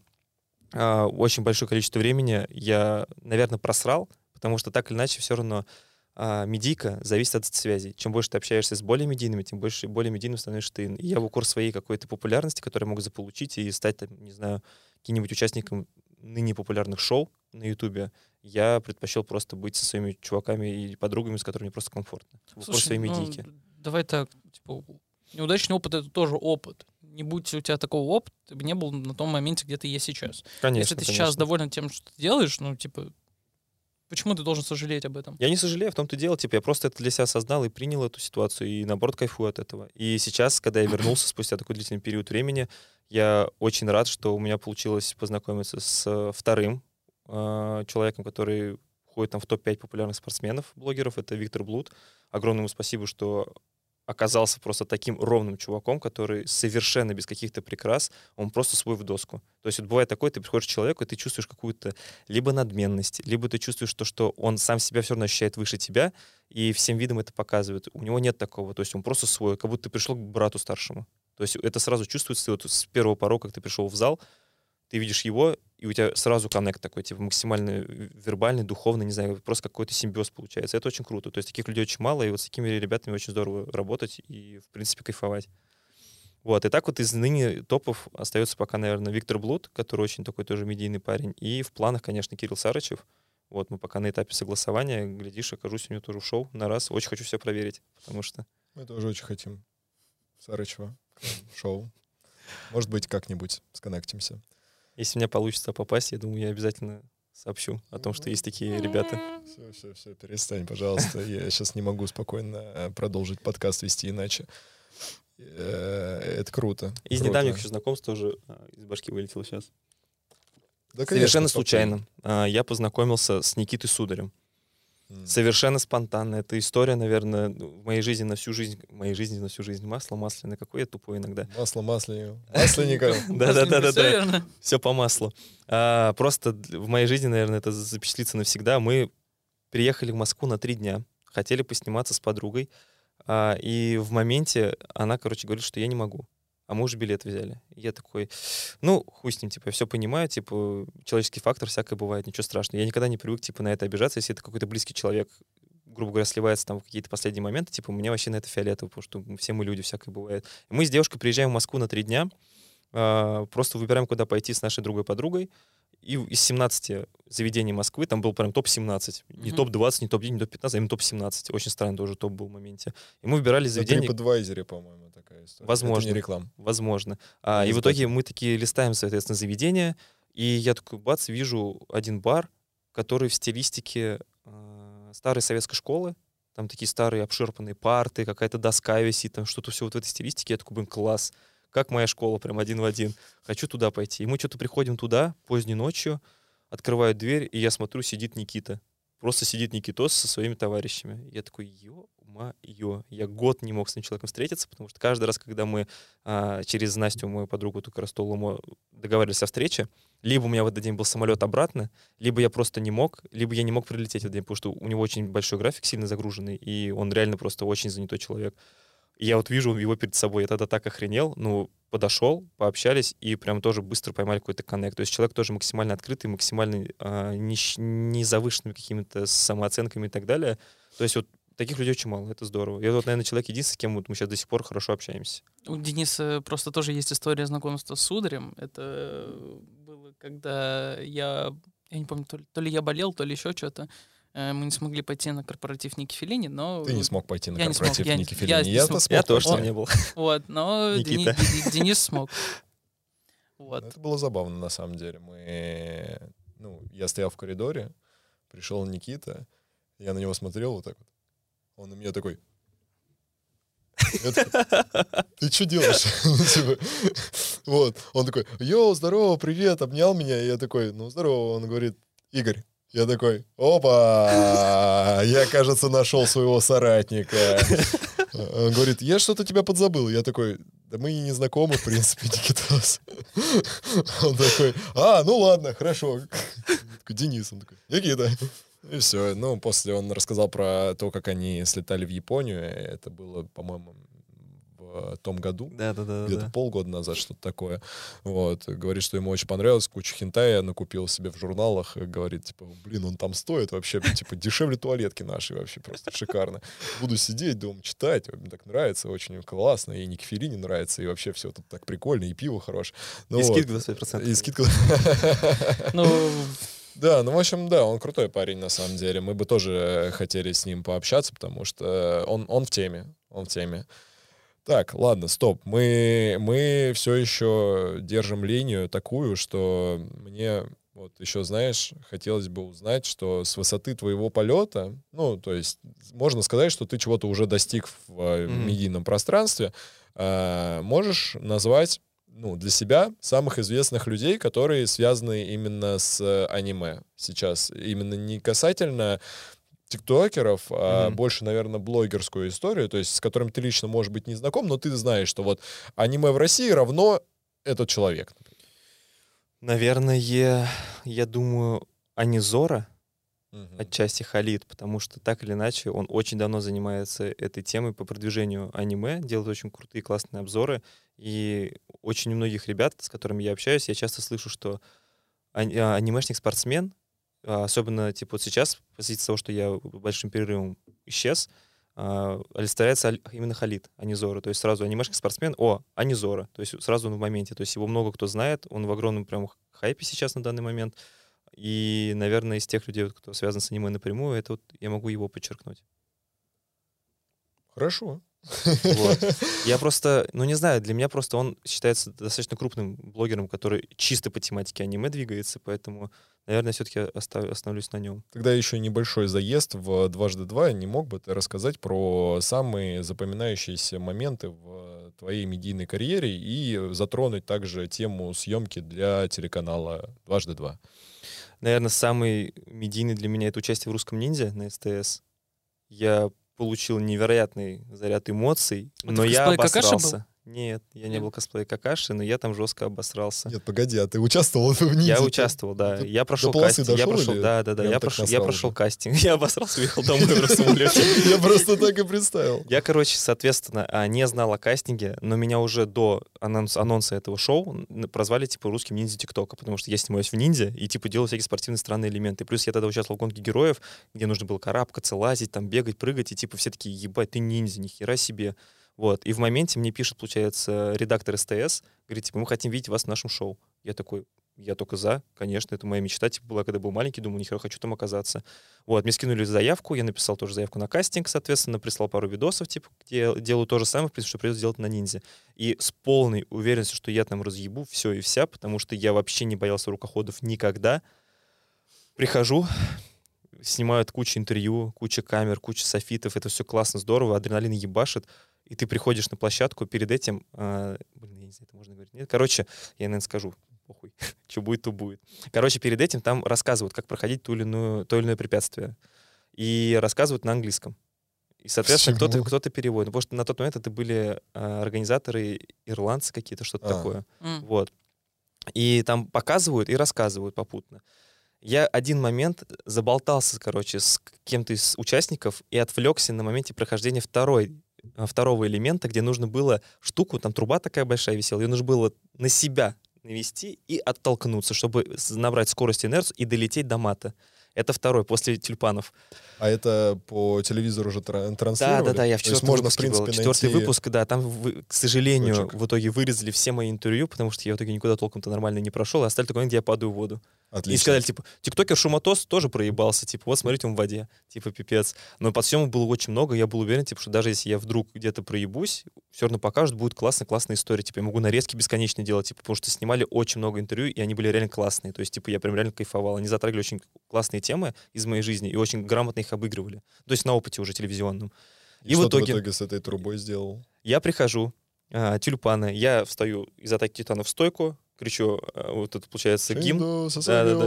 э, очень большое количество времени я, наверное, просрал, потому что так или иначе все равно э, медийка зависит от связей. Чем больше ты общаешься с более медийными, тем больше более медийным становишься ты. И я в укор своей какой-то популярности, которую я мог заполучить и стать, там, не знаю, каким-нибудь участником ныне популярных шоу на Ютубе, я предпочел просто быть со своими чуваками и подругами, с которыми мне просто комфортно. В укор своей медийки. Ну, давай так, типа, неудачный опыт — это тоже опыт. Не будь у тебя такого опыта, ты бы не был на том моменте, где ты есть сейчас. Конечно, Если ты конечно. сейчас доволен тем, что ты делаешь, ну, типа, почему ты должен сожалеть об этом? Я не сожалею, в том-то и дело. Типа, я просто это для себя осознал и принял эту ситуацию, и, наоборот, кайфую от этого. И сейчас, когда я вернулся спустя такой длительный период времени, я очень рад, что у меня получилось познакомиться с вторым э, человеком, который входит там в топ пять популярных спортсменов, блогеров. Это Виктор Блуд. Огромное ему спасибо, что оказался просто таким ровным чуваком, который совершенно без каких-то прикрас, он просто свой в доску. То есть вот бывает такое, ты приходишь к человеку, и ты чувствуешь какую-то либо надменность, либо ты чувствуешь то, что он сам себя все равно ощущает выше тебя, и всем видом это показывает. У него нет такого, то есть он просто свой, как будто ты пришел к брату старшему. То есть это сразу чувствуется, ты вот с первого порога, как ты пришел в зал, ты видишь его, и у тебя сразу коннект такой, типа максимально вербальный, духовный, не знаю, просто какой-то симбиоз получается. Это очень круто. То есть таких людей очень мало, и вот с такими ребятами очень здорово работать и, в принципе, кайфовать. Вот. И так вот из ныне топов остается пока, наверное, Виктор Блуд, который очень такой тоже медийный парень, и в планах, конечно, Кирилл Сарычев. Вот мы пока на этапе согласования, глядишь, окажусь у него тоже в шоу на раз. Очень хочу все проверить, потому что... Мы тоже очень хотим Сарычева, шоу. Может быть, как-нибудь сконнектимся. Если у меня получится попасть, я думаю, я обязательно сообщу о том, что есть такие ребята. Все, все, все, перестань, пожалуйста. Я сейчас не могу спокойно продолжить подкаст вести иначе. Это круто. Из круто. недавних еще знакомств тоже из башки вылетело сейчас. Да, конечно, Совершенно спокойно. случайно я познакомился с Никитой Сударем. Mm. Совершенно спонтанно. Это история, наверное, в моей жизни на всю жизнь. В моей жизни на всю жизнь. Масло масляное. Какой я тупой иногда. Масло масляное. Масленников. Да-да-да. Все по маслу. Просто в моей жизни, наверное, это запечатлится навсегда. Мы приехали в Москву на три дня. Хотели посниматься с подругой. И в моменте она, короче, говорит, что я не могу. А мы уже билет взяли. И я такой, ну, хуй с ним, типа, я все понимаю, типа, человеческий фактор, всякое бывает, ничего страшного. Я никогда не привык, типа, на это обижаться, если это какой-то близкий человек, грубо говоря, сливается там в какие-то последние моменты, типа, у меня вообще на это фиолетово, потому что все мы люди, всякое бывает. И мы с девушкой приезжаем в Москву на три дня, э, просто выбираем, куда пойти с нашей другой подругой, и из семнадцати заведений Москвы, там был прям топ семнадцать. Не mm-hmm. топ двадцать, не топ десять, не топ пятнадцать, а именно топ семнадцать. Очень странно тоже топ был в моменте. И мы выбирали заведение... На TripAdvisor, по-моему, такая история. Возможно. Это не реклама. Возможно. А, и в итоге мы такие листаем, соответственно, заведения, и я такой, бац, вижу один бар, который в стилистике э, старой советской школы. Там такие старые обширпанные парты, какая-то доска висит, там что-то все вот в этой стилистике. Я такой, блин, класс. Как моя школа, прям один в один. Хочу туда пойти. И мы что-то приходим туда поздней ночью, открывают дверь, и я смотрю, сидит Никита. Просто сидит Никитос со своими товарищами. Я такой, ё-моё. Я год не мог с этим человеком встретиться, потому что каждый раз, когда мы а, через Настю, мою подругу, только Ростолому, договаривались о встрече, либо у меня в этот день был самолет обратно, либо я просто не мог, либо я не мог прилететь в этот день, потому что у него очень большой график, сильно загруженный, и он реально просто очень занятой человек. И я вот вижу его перед собой, я тогда так охренел, ну, подошел, пообщались, и прям тоже быстро поймали какой-то коннект. То есть человек тоже максимально открытый, максимально э, не, не завышенными какими-то самооценками и так далее. То есть вот таких людей очень мало, это здорово. Я вот, наверное, человек единственный, с кем вот мы сейчас до сих пор хорошо общаемся. У Дениса просто тоже есть история знакомства с Сударем. Это было, когда я, я не помню, то ли, то ли я болел, то ли еще что-то. Мы не смогли пойти на корпоратив Ники Феллини, но... Ты не смог пойти на я корпоратив смог, Ники я, Феллини. Я, Я, смог. смог я тоже пойти. там не был. Вот, но Дени, Денис смог. Вот. Это было забавно, на самом деле. Мы... Ну, я стоял в коридоре, пришел Никита, я на него смотрел вот так вот. Он на меня такой... Ты что делаешь? Вот. Он такой, йоу, здорово, привет, обнял меня. И я такой, ну, здорово. Он говорит, Игорь. Я такой, опа, я, кажется, нашел своего соратника. Он говорит, я что-то тебя подзабыл. Я такой, да мы и не знакомы, в принципе, Никитос. Он такой, а, ну ладно, хорошо. Я такой, Денис, он такой, Никита. И все. Ну, после он рассказал про то, как они слетали в Японию. Это было, по-моему, в том году. Да, да, да. Где-то да. полгода назад, что-то такое. Вот. Говорит, что ему очень понравилось. Кучу хентая накупил себе в журналах. Говорит, типа, блин, он там стоит вообще, типа, дешевле туалетки нашей вообще. Просто шикарно. Буду сидеть дома, читать. Мне так нравится, очень классно. И Ник Ферини нравится. И вообще все тут так прикольно. И пиво хорошее. Ну, и вот. скидка двадцать пять процентов. И скидка... Ну, Да, ну, в общем, да, он крутой парень, на самом деле. Мы бы тоже хотели с ним пообщаться, потому что он, он в теме. Он в теме. Так, ладно, стоп. Мы, мы все еще держим линию такую, что мне вот еще, знаешь, хотелось бы узнать, что с высоты твоего полета, ну, то есть можно сказать, что ты чего-то уже достиг в mm-hmm. медийном пространстве, э, можешь назвать, ну, для себя самых известных людей, которые связаны именно с аниме сейчас. Именно не касательно тиктокеров, а mm-hmm. больше, наверное, блогерскую историю, то есть с которым ты лично, может быть, не знаком, но ты знаешь, что вот аниме в России равно этот человек. Наверное, я думаю, Анизора, mm-hmm. отчасти Халид, потому что так или иначе он очень давно занимается этой темой по продвижению аниме, делает очень крутые, классные обзоры, и очень у многих ребят, с которыми я общаюсь, я часто слышу, что анимешник-спортсмен, особенно типа вот сейчас, из-за того, что я большим перерывом исчез, олицетворяется именно Халид, Анизора. То есть сразу анимешник-спортсмен, о, Анизора. То есть сразу он в моменте. То есть его много кто знает, он в огромном прям хайпе сейчас на данный момент. И, наверное, из тех людей, кто связан с аниме напрямую, это вот я могу его подчеркнуть. Хорошо. Вот. Я просто, ну не знаю, для меня просто он считается достаточно крупным блогером, который чисто по тематике аниме двигается, поэтому, наверное, все-таки остав, остановлюсь на нем. Тогда еще небольшой заезд в дважды два. Не мог бы ты рассказать про самые запоминающиеся моменты в твоей медийной карьере и затронуть также тему съемки для телеканала дважды два? Наверное, самый медийный для меня — это участие в «Русском ниндзя» на СТС. Я получил невероятный заряд эмоций, это но я обосрался. Был? Нет, я не был косплей Какаши, но я там жестко обосрался. Нет, погоди, а ты участвовал в ниндзя? Я участвовал, да. Ты я прошел до кастинг. Я дошел, прошел, да, да, да. Я прошел, я прошел кастинг. Я обосрался, уехал домой в самолете. Я просто так и представил. Я, короче, соответственно, не знал о кастинге, но меня уже до анонса этого шоу прозвали, типа, русским ниндзя ТикТока, потому что я снимаюсь в ниндзя и, типа, делаю всякие спортивные странные элементы. Плюс я тогда участвовал в гонке героев, где нужно было карабкаться, лазить, там, бегать, прыгать, и, типа, все такие, ебать, ты ниндзя, нихера себе. Вот. И в моменте мне пишет, получается, редактор СТС, говорит, типа, мы хотим видеть вас в нашем шоу. Я такой, я только за, конечно, это моя мечта, типа, была, когда был маленький, думаю, нихера, хочу там оказаться. Вот, мне скинули заявку, я написал тоже заявку на кастинг, соответственно, прислал пару видосов, типа, где делаю то же самое, в принципе, что придется делать на ниндзя. И с полной уверенностью, что я там разъебу все и вся, потому что я вообще не боялся рукоходов никогда. Прихожу, снимают кучу интервью, куча камер, куча софитов, это все классно, здорово, адреналин ебашит. И ты приходишь на площадку, перед этим... Э, блин, я не знаю, это можно говорить? Нет, короче, я, наверное, скажу. Похуй. Что будет, то будет. Короче, перед этим там рассказывают, как проходить ту или иную, то или иное препятствие. И рассказывают на английском. И, соответственно, кто-то, кто-то переводит. Потому что на тот момент это были э, организаторы ирландцы какие-то, что-то а. такое. Mm. Вот. И там показывают и рассказывают попутно. Я один момент заболтался, короче, с кем-то из участников и отвлекся на моменте прохождения второй второго элемента, где нужно было штуку, там труба такая большая висела, ее нужно было на себя навести и оттолкнуться, чтобы набрать скорость и инерцию и долететь до мата. Это второй, после тюльпанов. А это по телевизору уже транслировали? Да, да, да, я в четвертом можно, выпуске в принципе, был. Четвертый найти... выпуск, да, там, к сожалению, Точек. в итоге вырезали все мои интервью, потому что я в итоге никуда толком-то нормально не прошел, и оставили такой момент, где я падаю в воду. Отлично. И сказали, типа, тиктокер Шуматос тоже проебался, типа, вот, смотрите, он в воде, типа, пипец. Но под съемок было очень много, я был уверен, типа, что даже если я вдруг где-то проебусь, все равно покажут, будет классная-классная история, типа, я могу нарезки бесконечные делать, типа, потому что снимали очень много интервью, и они были реально классные, то есть, типа, я прям реально кайфовал, они затрагивали очень классные темы из моей жизни и очень грамотно их обыгрывали, то есть на опыте уже телевизионном. И, и что в итоге, ты в итоге с этой трубой сделал? Я прихожу, а, тюльпаны, я встаю из атаки титанов в стойку, кричу, а, вот это получается гимн. Да, да, да.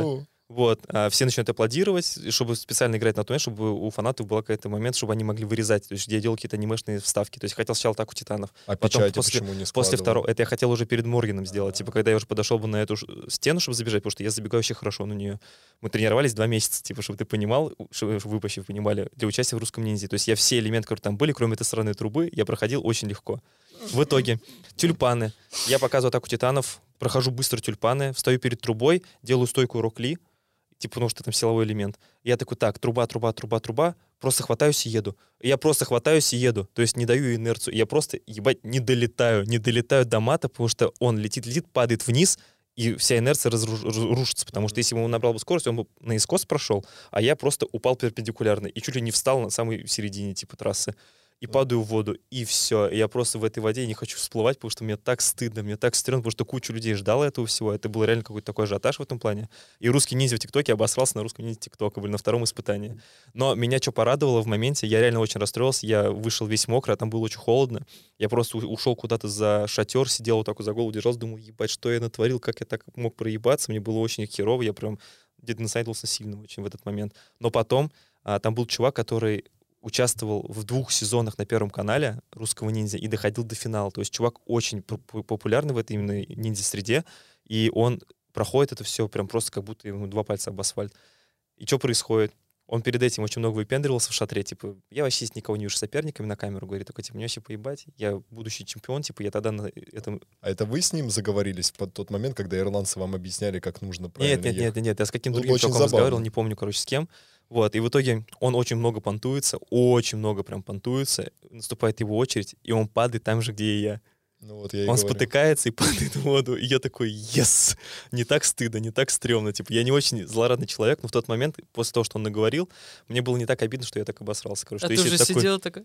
Вот, а все начинают аплодировать, чтобы специально играть на то, чтобы у фанатов был какой-то момент, чтобы они могли вырезать, то есть я делал какие-то анимешные вставки, то есть хотел сначала так у Титанов. А потом печати после, почему не после складывал? второго, это я хотел уже перед Морганом сделать, типа, когда я уже подошел бы на эту стену, чтобы забежать, потому что я забегаю вообще хорошо на нее. Мы тренировались два месяца, типа, чтобы ты понимал, чтобы вы вообще понимали, для участия в русском ниндзя. То есть я все элементы, которые там были, кроме этой стороны трубы, я проходил очень легко. В итоге тюльпаны. Я показываю атаку Титанов, прохожу быстро тюльпаны, встаю перед трубой, делаю стойку рок-ли, типа, потому что там силовой элемент. Я такой, так, труба, труба, труба, труба, просто хватаюсь и еду. Я просто хватаюсь и еду, то есть не даю инерцию. Я просто, ебать, не долетаю, не долетаю до мата, потому что он летит, летит, падает вниз, и вся инерция разрушится, потому что если бы он набрал бы скорость, он бы наискос прошел, а я просто упал перпендикулярно и чуть ли не встал на самой середине, типа, трассы. И падаю в воду, и все. Я просто в этой воде не хочу всплывать, потому что мне так стыдно, мне так стрёмно, потому что кучу людей ждало этого всего. Это был реально какой-то такой ажиотаж в этом плане. И русский ниндзя в ТикТоке обосрался на русском ниндзя ТикТока, были на втором испытании. Но меня что порадовало в моменте, я реально очень расстроился, я вышел весь мокрый, а там было очень холодно. Я просто ушел куда-то за шатер, сидел вот так вот за голову, держался, думал, ебать, что я натворил, как я так мог проебаться, мне было очень херово, я прям где-то насайдился сильно очень в этот момент. Но потом а, там был чувак, который участвовал в двух сезонах на Первом канале русского ниндзя и доходил до финала. То есть чувак очень популярный в этой именно ниндзя-среде, и он проходит это все прям просто как будто ему два пальца об асфальт. И что происходит? Он перед этим очень много выпендривался в шатре, типа, я вообще здесь никого не вижу соперниками на камеру, говорит, такой, типа, мне вообще поебать, я будущий чемпион, типа, я тогда на этом... А это вы с ним заговорились в тот момент, когда ирландцы вам объясняли, как нужно правильно Нет, нет, ехать? нет, нет, я с каким-то Было другим очень чуваком разговаривал, забавно. не помню, короче, с кем. Вот, и в итоге он очень много понтуется, очень много прям понтуется, наступает его очередь, и он падает там же, где и я. Ну, вот я и Он говорю. спотыкается и падает в воду, и я такой, yes! Не так стыдно, не так стрёмно. Типа, я не очень злорадный человек, но в тот момент, после того, что он наговорил, мне было не так обидно, что я так обосрался. Короче, А что ты если уже такой... сидел такой...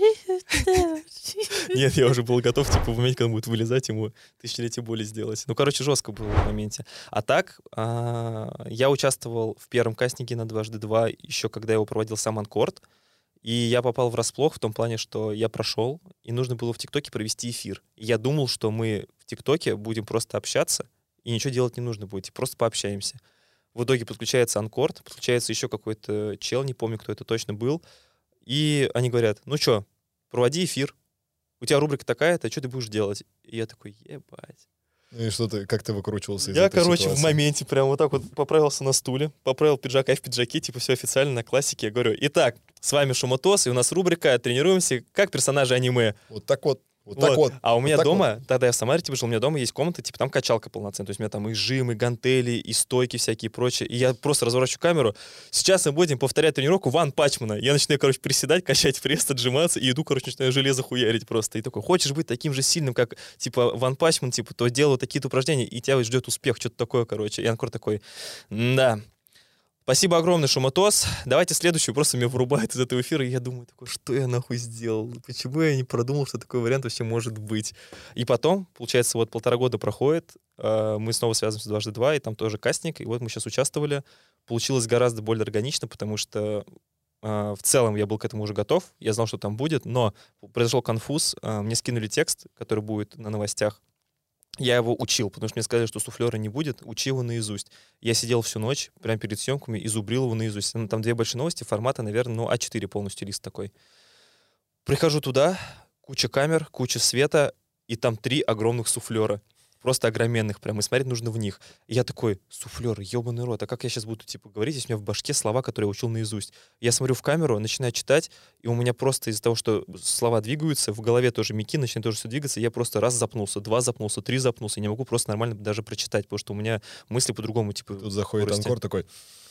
Нет, я уже был готов, типа, в моменте, когда он будет вылезать, ему тысячелетие боли сделать. Ну, короче, жестко было в моменте. А так, а, я участвовал в первом кастинге на дважды два, еще когда его проводил сам Анкорд. И я попал врасплох в том плане, что я прошел, и нужно было в ТикТоке провести эфир. И я думал, что мы в ТикТоке будем просто общаться, и ничего делать не нужно будет, просто пообщаемся. В итоге подключается Анкорд, подключается еще какой-то чел, не помню, кто это точно был, и они говорят, ну что, проводи эфир, у тебя рубрика такая-то, что ты будешь делать? И я такой, ебать. Ну и что ты, как ты выкручивался из Я, этой короче, ситуации? в моменте прям вот так вот поправился на стуле, поправил пиджак, а в пиджаке, типа, все официально на классике. Я говорю, итак, с вами Шуматос, и у нас рубрика «Тренируемся как персонажи аниме». Вот так вот. Вот так вот. А у меня вот так дома, вот. Тогда я в Самаре типа жил, у меня дома есть комната, типа там качалка полноценная. То есть у меня там и жим, и гантели, и стойки всякие и прочее. И я просто разворачиваю камеру. Сейчас мы будем повторять тренировку Ван Пачмана. Я начинаю, короче, приседать, качать пресс, отжиматься, и иду, короче, начинаю железо хуярить просто. И такой, хочешь быть таким же сильным, как, типа, Ван Пачман, типа, то делаю такие-то упражнения, и тебя ждет успех, что-то такое, короче. И Анкор такой, да. Спасибо огромное, Шуматос. Давайте следующую. Просто меня вырубает из этого эфира, и я думаю, такой, что я нахуй сделал? Почему я не продумал, что такой вариант вообще может быть? И потом, получается, вот полтора года проходит, мы снова связываемся с дважды два, и там тоже кастинг, и вот мы сейчас участвовали. Получилось гораздо более органично, потому что в целом я был к этому уже готов, я знал, что там будет, но произошел конфуз, мне скинули текст, который будет на новостях. Я его учил, потому что мне сказали, что суфлера не будет, учил его наизусть. Я сидел всю ночь, прямо перед съемками, и зубрил его наизусть. Там две большие новости, формата, наверное, ну, а четыре полностью лист такой. Прихожу туда, куча камер, куча света, и там три огромных суфлера. Просто огроменных прям, и смотреть нужно в них. И я такой, суфлер, ебаный рот, а как я сейчас буду, типа, говорить, если у меня в башке слова, которые я учил наизусть? Я смотрю в камеру, начинаю читать, и у меня просто из-за того, что слова двигаются, в голове тоже мики, начинает тоже все двигаться, я просто раз запнулся, два запнулся, три запнулся, и не могу просто нормально даже прочитать, потому что у меня мысли по-другому, типа... Тут заходит скорости. Анкор такой,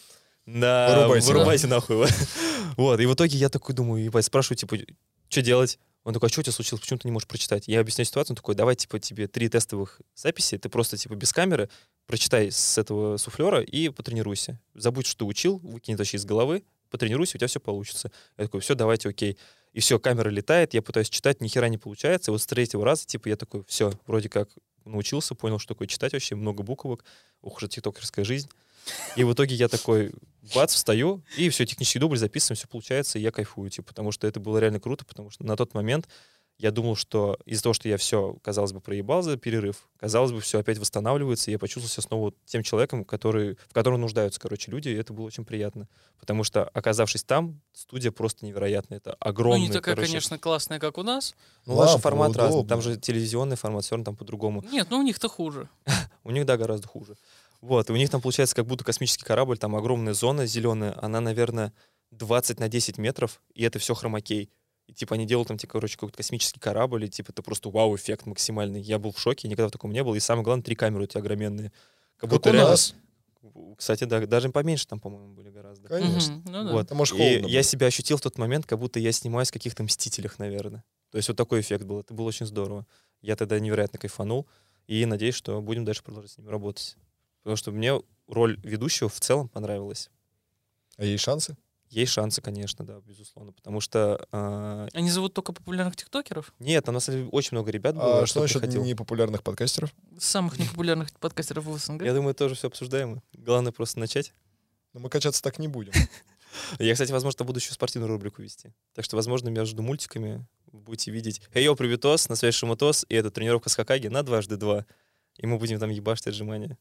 Да, вырубайте, вырубайте нахуй. Вот, и в итоге я такой думаю, ебать, спрашиваю, типа, что делать? Он такой, а что у тебя случилось, почему ты не можешь прочитать? Я объясняю ситуацию, он такой, давай, типа, тебе три тестовых записи, ты просто, типа, без камеры прочитай с этого суфлера и потренируйся. Забудь, что ты учил, выкинь это вообще из головы, потренируйся, у тебя все получится. Я такой, все, давайте, окей. И все, камера летает, я пытаюсь читать, ни хера не получается. И вот с третьего раза, типа, я такой, все, вроде как научился, понял, что такое читать вообще, много буквок, ух уж тиктокерская жизнь. И в итоге я такой, бац, встаю, и все, технический дубль записываем, все получается, и я кайфую, типа, потому что это было реально круто, потому что на тот момент Я думал, что из-за того, что я все, казалось бы, проебал за перерыв, казалось бы, все опять восстанавливается, и я почувствовал себя снова тем человеком, который, в котором нуждаются, короче, люди, и это было очень приятно. Потому что, оказавшись там, студия просто невероятная. Это огромная, Ну, не такая, короче... конечно, классная, как у нас. Ну, у вас же Лампа формат разный. удобная. Там же телевизионный формат, все равно там по-другому. Нет, ну у них-то хуже. У них, да, гораздо хуже. Вот, и у них там получается как будто космический корабль, там огромная зона зеленая, она, наверное, двадцать на десять метров, и это все хромакей. И, типа, они делают там, типа, короче, какой-то космический корабль, и, типа, это просто вау-эффект максимальный. Я был в шоке, никогда в таком не был. И самое главное, три камеры у тебя огроменные. Как, как у реально... нас. Кстати, да, даже поменьше там, по-моему, были гораздо. Конечно. Мгм, ну да. Вот. Там, может, И холодно я было. себя ощутил в тот момент, как будто я снимаюсь в каких-то «Мстителях», наверное. То есть вот такой эффект был. Это было очень здорово. Я тогда невероятно кайфанул. И надеюсь, что будем дальше продолжать с ними работать. Потому что мне роль ведущего в целом понравилась. А есть шансы? Есть шансы, конечно, да, безусловно. Потому что... э, Они зовут только популярных тиктокеров? Нет, там на самом деле очень много ребят было, А что кто насчет приходил. непопулярных подкастеров? Самых непопулярных подкастеров в СНГ? Я думаю, тоже все обсуждаемо. Главное просто начать. Но мы качаться так не будем. Я, кстати, возможно, буду еще спортивную рубрику вести. Так что, возможно, между мультиками вы будете видеть «Эй, йо, привитос», «На связь Шиматос», и это тренировка с Хокаги на дважды два. И мы будем там ебашить отжимания.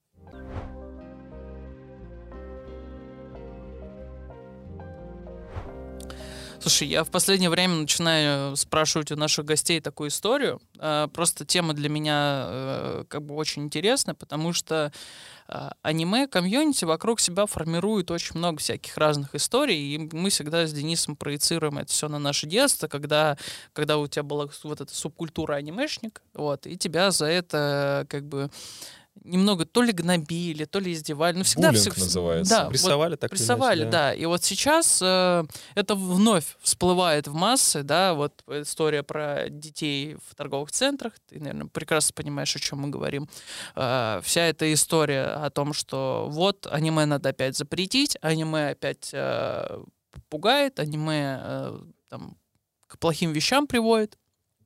Слушай, я в последнее время начинаю спрашивать у наших гостей такую историю. А, Просто тема для меня э, как бы очень интересная, потому что э, аниме-комьюнити вокруг себя формирует очень много всяких разных историй, и мы всегда с Денисом проецируем это все на наше детство, когда, когда у тебя была вот эта субкультура анимешник, вот, и тебя за это как бы немного то ли гнобили, то ли издевали. Ну, всегда Буллинг все, называется. Да, Прессовали так или иначе, прессовали, да. да. И вот сейчас э, это вновь всплывает в массы, да, вот история про детей в торговых центрах. Ты, наверное, прекрасно понимаешь, о чем мы говорим. Э, вся эта история о том, что вот аниме надо опять запретить, аниме опять э, пугает, аниме э, там, к плохим вещам приводит.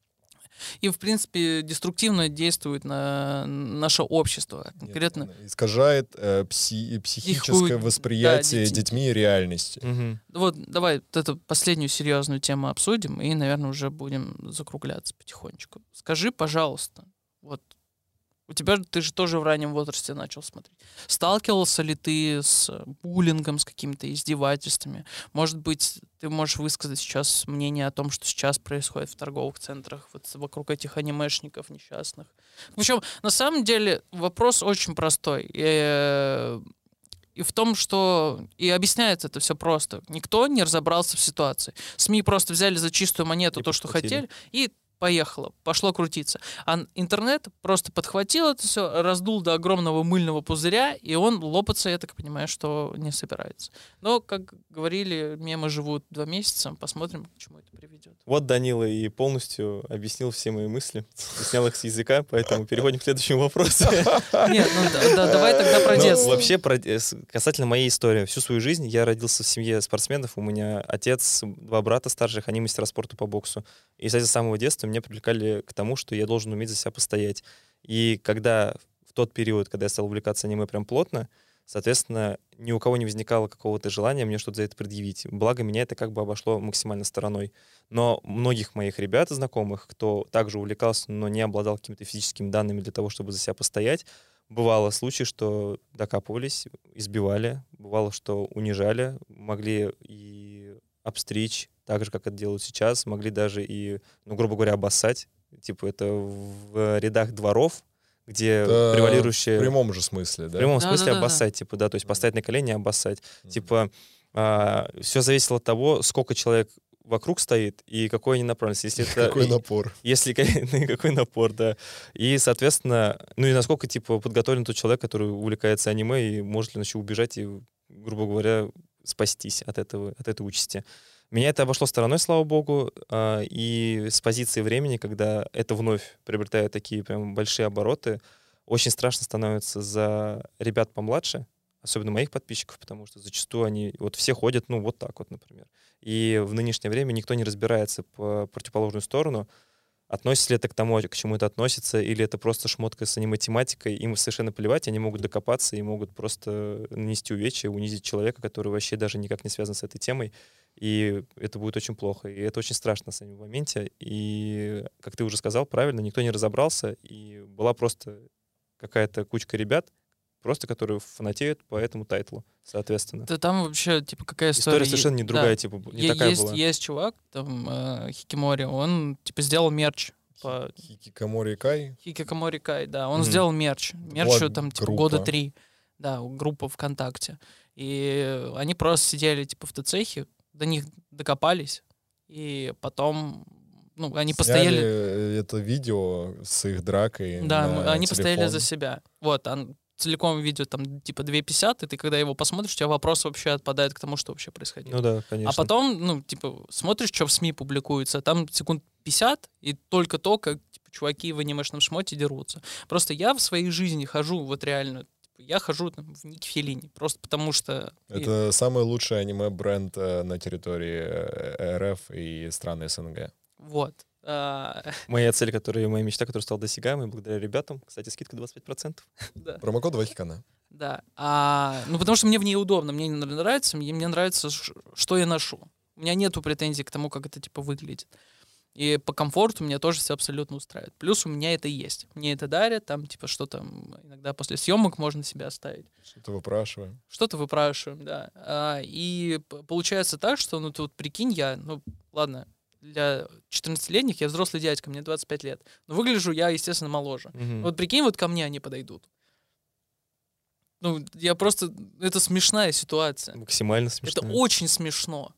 И, в принципе, деструктивно действует на наше общество. Конкретно. Нет, искажает э, пси- психическое Их, восприятие да, детей. детьми реальности. Мгм. Вот давай вот эту последнюю серьезную тему обсудим и, наверное, уже будем закругляться потихонечку. Скажи, пожалуйста, вот у тебя, ты же тоже в раннем возрасте начал смотреть. Сталкивался ли ты с буллингом, с какими-то издевательствами? Может быть, ты можешь высказать сейчас мнение о том, что сейчас происходит в торговых центрах, вот вокруг этих анимешников несчастных? Причем, на самом деле, вопрос очень простой. И, и в том, что... И объясняется это все просто. Никто не разобрался в ситуации. СМИ просто взяли за чистую монету И то, что подхватили. хотели, и поехало, пошло крутиться. А интернет просто подхватил это все, раздул до огромного мыльного пузыря, и он лопаться, я так понимаю, что не собирается. Но, как говорили, мемы живут два месяца, посмотрим, к чему это приведет. Вот Данила и полностью объяснил все мои мысли, снял их с языка, поэтому переходим к следующему вопросу. Нет, ну да, да, давай тогда про Ну, детство. вообще, про, э, с- касательно моей истории. Всю свою жизнь я родился в семье спортсменов. У меня отец, два брата старших, они мастера спорта по боксу. И, кстати, с самого детства меня привлекали к тому, что я должен уметь за себя постоять. И когда в тот период, когда я стал увлекаться аниме прям плотно, соответственно, ни у кого не возникало какого-то желания мне что-то за это предъявить. Благо, меня это как бы обошло максимально стороной. Но многих моих ребят, знакомых, кто также увлекался, но не обладал какими-то физическими данными для того, чтобы за себя постоять, бывало случаи, что докапывались, избивали, бывало, что унижали, могли и обстричь, так же, как это делают сейчас, могли даже и, ну, грубо говоря, обоссать. Типа это в рядах дворов, где Это превалирующее... В прямом же смысле, В да? прямом Да, смысле да, да, обоссать, типа, да, то есть поставить на колени и обоссать. Мгм. Типа, все зависело от того, сколько человек вокруг стоит и какой они направленности. Если это, Какой и- напор. если ка- какой напор, да. И, соответственно, ну и насколько, типа, подготовлен тот человек, который увлекается аниме, и может ли он еще убежать и, грубо говоря, спастись от этого, от этой участи. Меня это обошло стороной, слава богу, а, и с позиции времени, когда это вновь приобретает такие прям большие обороты, очень страшно становится за ребят помладше, особенно моих подписчиков, потому что зачастую они вот все ходят, ну, вот так вот, например. И в нынешнее время никто не разбирается по противоположную сторону, Относится ли это к тому, к чему это относится, или это просто шмотка с аниме-тематикой, им совершенно плевать, они могут докопаться и могут просто нанести увечья, унизить человека, который вообще даже никак не связан с этой темой, и это будет очень плохо, и это очень страшно на самом моменте, и, как ты уже сказал, правильно, никто не разобрался, и была просто какая-то кучка ребят, просто которые фанатеют по этому тайтлу, соответственно. Да там вообще, типа, какая история? История совершенно не другая, да. типа, не Е- такая есть, была. Есть чувак, там, э, Хикимори, он, типа, сделал мерч. По... Хикикамори Кай? Хикикамори Кай, да. Он Мгм. сделал мерч. Мерчу Была там, типа, группа. года три. Да, группа ВКонтакте. И они просто сидели, типа, в ТЦХе, до них докопались, и потом, ну, они Сняли постояли... это видео с их дракой Да, на мы- они телефон. постояли за себя. Вот, он, целиком видео там типа две пятьдесят, и ты когда его посмотришь, у тебя вопрос вообще отпадает к тому, что вообще происходило. Ну да, конечно. А потом, ну, типа, смотришь, что в СМИ публикуется, там секунд пятьдесят, и только то, как типа, чуваки в анимешном шмоте дерутся. Просто я в своей жизни хожу, вот реально, типа, я хожу там, в Ник Феллини, просто потому что... Это самый лучший аниме-бренд э, на территории э, РФ и стран СНГ. Вот. А, Моя цель, которая, моя мечта, которая стала досягаемой благодаря ребятам. Кстати, скидка двадцать пять процентов. да. Промокод Вахикана. Да. А, ну, потому что мне в ней удобно, мне нравится, мне, мне нравится, ш- что я ношу. У меня нету претензий к тому, как это, типа, выглядит. И по комфорту меня тоже все абсолютно устраивает. Плюс у меня это есть. Мне это дарят, там, типа, что-то иногда после съемок можно себя оставить. Что-то выпрашиваем. Что-то выпрашиваем, да. А, и п- получается так, что, ну, ты вот прикинь, я, ну, ладно, для четырнадцатилетних я взрослый дядька, мне двадцать пять лет. Но выгляжу я, естественно, моложе. Мгм. Вот прикинь, вот ко мне они подойдут. Ну, я просто... Это смешная ситуация. Максимально смешно. Это очень смешно.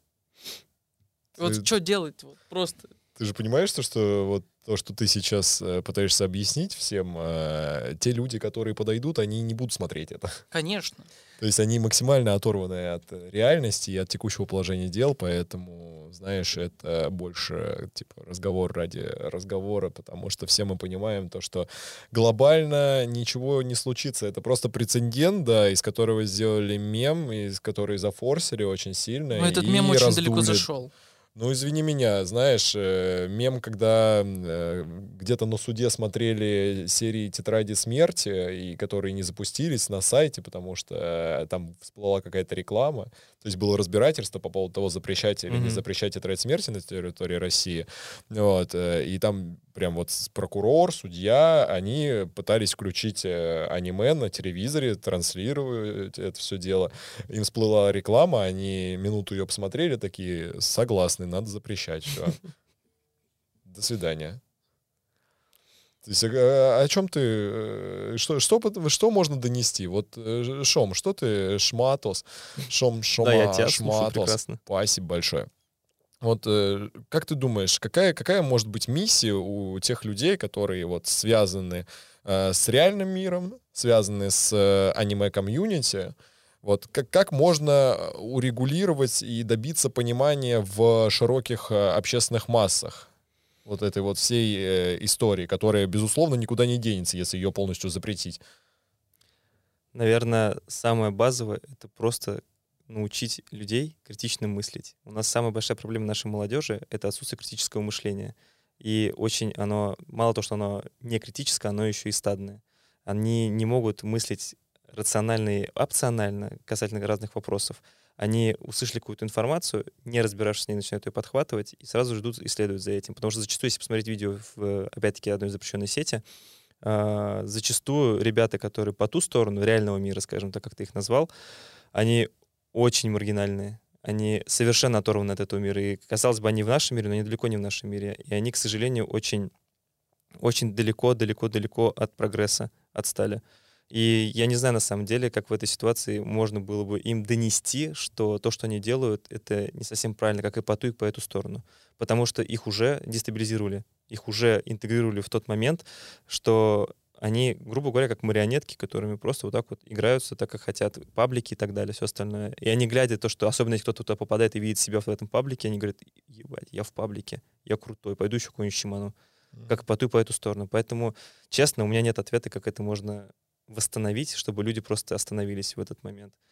Вот Ты- что делать? Вот просто... Ты же понимаешь, то, что вот то, что ты сейчас э, пытаешься объяснить всем, э, те люди, которые подойдут, они не будут смотреть это. Конечно. То есть они максимально оторваны от реальности и от текущего положения дел, поэтому, знаешь, это больше типа разговор ради разговора, потому что все мы понимаем то, что глобально ничего не случится. Это просто прецедент, да, из которого сделали мем, из которого зафорсили очень сильно. Но этот и мем очень раздули. далеко зашел. Ну, извини меня, знаешь, э, мем, когда э, где-то на суде смотрели серии «Тетради смерти», и которые не запустились на сайте, потому что э, там всплыла какая-то реклама. То есть было разбирательство по поводу того, запрещать или не Мгм. запрещать «Тетрадь смерти» на территории России. Вот, э, и там прям вот с- прокурор, судья, они пытались включить э, аниме на телевизоре, транслировать это все дело. Им всплыла реклама, они минуту ее посмотрели, такие, согласны, надо запрещать, все. До свидания. То есть, а, о чем ты, э, что, что, под- что можно донести? Вот, э, Шом, что ты, шматос, Шом, Шома, Да, я тебя слушаю шматос. прекрасно. Спасибо большое. Вот э, как ты думаешь, какая, какая может быть миссия у тех людей, которые вот связаны э, с реальным миром, связаны с э, аниме-комьюнити? Вот как, как можно урегулировать и добиться понимания в широких э, общественных массах вот этой вот всей э, истории, которая, безусловно, никуда не денется, если ее полностью запретить? Наверное, самое базовое — это просто научить людей критично мыслить. У нас самая большая проблема нашей молодежи — это отсутствие критического мышления. И очень оно, мало того, что оно не критическое, оно еще и стадное. Они не могут мыслить рационально и опционально касательно разных вопросов. Они услышали какую-то информацию, не разбиравшись с ней, начинают ее подхватывать и сразу ждут и следуют за этим. Потому что зачастую, если посмотреть видео в, опять-таки, одной запрещенной сети, э, зачастую ребята, которые по ту сторону реального мира, скажем так, как ты их назвал, они очень маргинальные. Они совершенно оторваны от этого мира. И, казалось бы, они в нашем мире, но они далеко не в нашем мире. И они, к сожалению, очень, очень далеко-далеко-далеко от прогресса отстали. И я не знаю, на самом деле, как в этой ситуации можно было бы им донести, что то, что они делают, это не совсем правильно, как и по ту, и по эту сторону. Потому что их уже дестабилизировали, их уже интегрировали в тот момент, что они, грубо говоря, как марионетки, которыми просто вот так вот играются так, как хотят, паблики и так далее, все остальное. И они, глядя то, что особенно если кто-то туда попадает и видит себя в этом паблике, они говорят: ебать, я в паблике, я крутой, пойду еще какую-нибудь щеману. Как и по ту, и по эту сторону. Поэтому, честно, у меня нет ответа, как это можно восстановить, чтобы люди просто остановились в этот момент.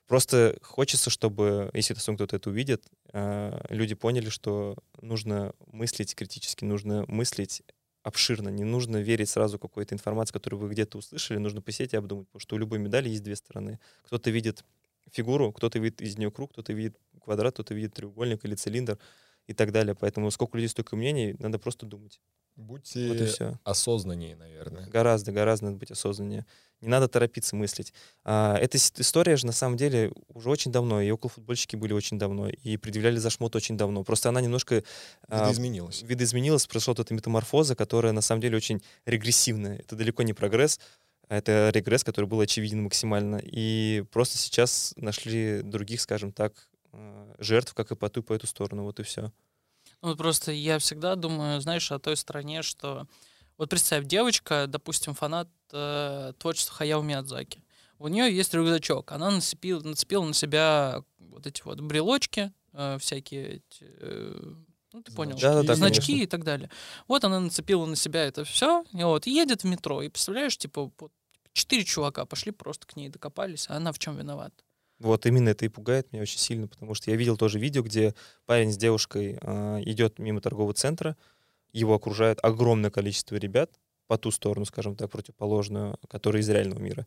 Просто хочется, чтобы, если это кто-то это увидит, э, люди поняли, что нужно мыслить критически, нужно мыслить обширно, не нужно верить сразу какой-то информации, которую вы где-то услышали, нужно посидеть и обдумать, потому что у любой медали есть две стороны. Кто-то видит фигуру, кто-то видит из нее круг, кто-то видит квадрат, кто-то видит треугольник или цилиндр и так далее. Поэтому сколько людей, столько мнений, надо просто думать. Будьте Вот и все. осознаннее, наверное. Гораздо, гораздо надо быть осознаннее. Не надо торопиться мыслить. А, эта с- история же на самом деле уже очень давно, и околофутбольщики были очень давно, и предъявляли за шмот очень давно. Просто она немножко а, Видоизменилось. видоизменилась, произошла вот эта метаморфоза, которая на самом деле очень регрессивная. Это далеко не прогресс, а это регресс, который был очевиден максимально. И просто сейчас нашли других, скажем так, э, жертв, как и по ту, и по эту сторону. Вот и все. Ну, просто я всегда думаю, знаешь, о той стороне, что... Вот представь, девочка, допустим, фанат э, творчества Хаяо Миядзаки. У нее есть рюкзачок. Она нацепила, нацепила на себя вот эти вот брелочки, э, всякие эти, э, ну, ты понял, Да, да, да, значки конечно. и так далее. Вот она нацепила на себя это все, и вот едет в метро. И представляешь, типа, вот, четыре чувака пошли, просто к ней докопались, а она в чем виновата? Вот именно это и пугает меня очень сильно, потому что я видел тоже видео, где парень с девушкой э, идет мимо торгового центра, его окружает огромное количество ребят по ту сторону, скажем так, противоположную, которые из реального мира.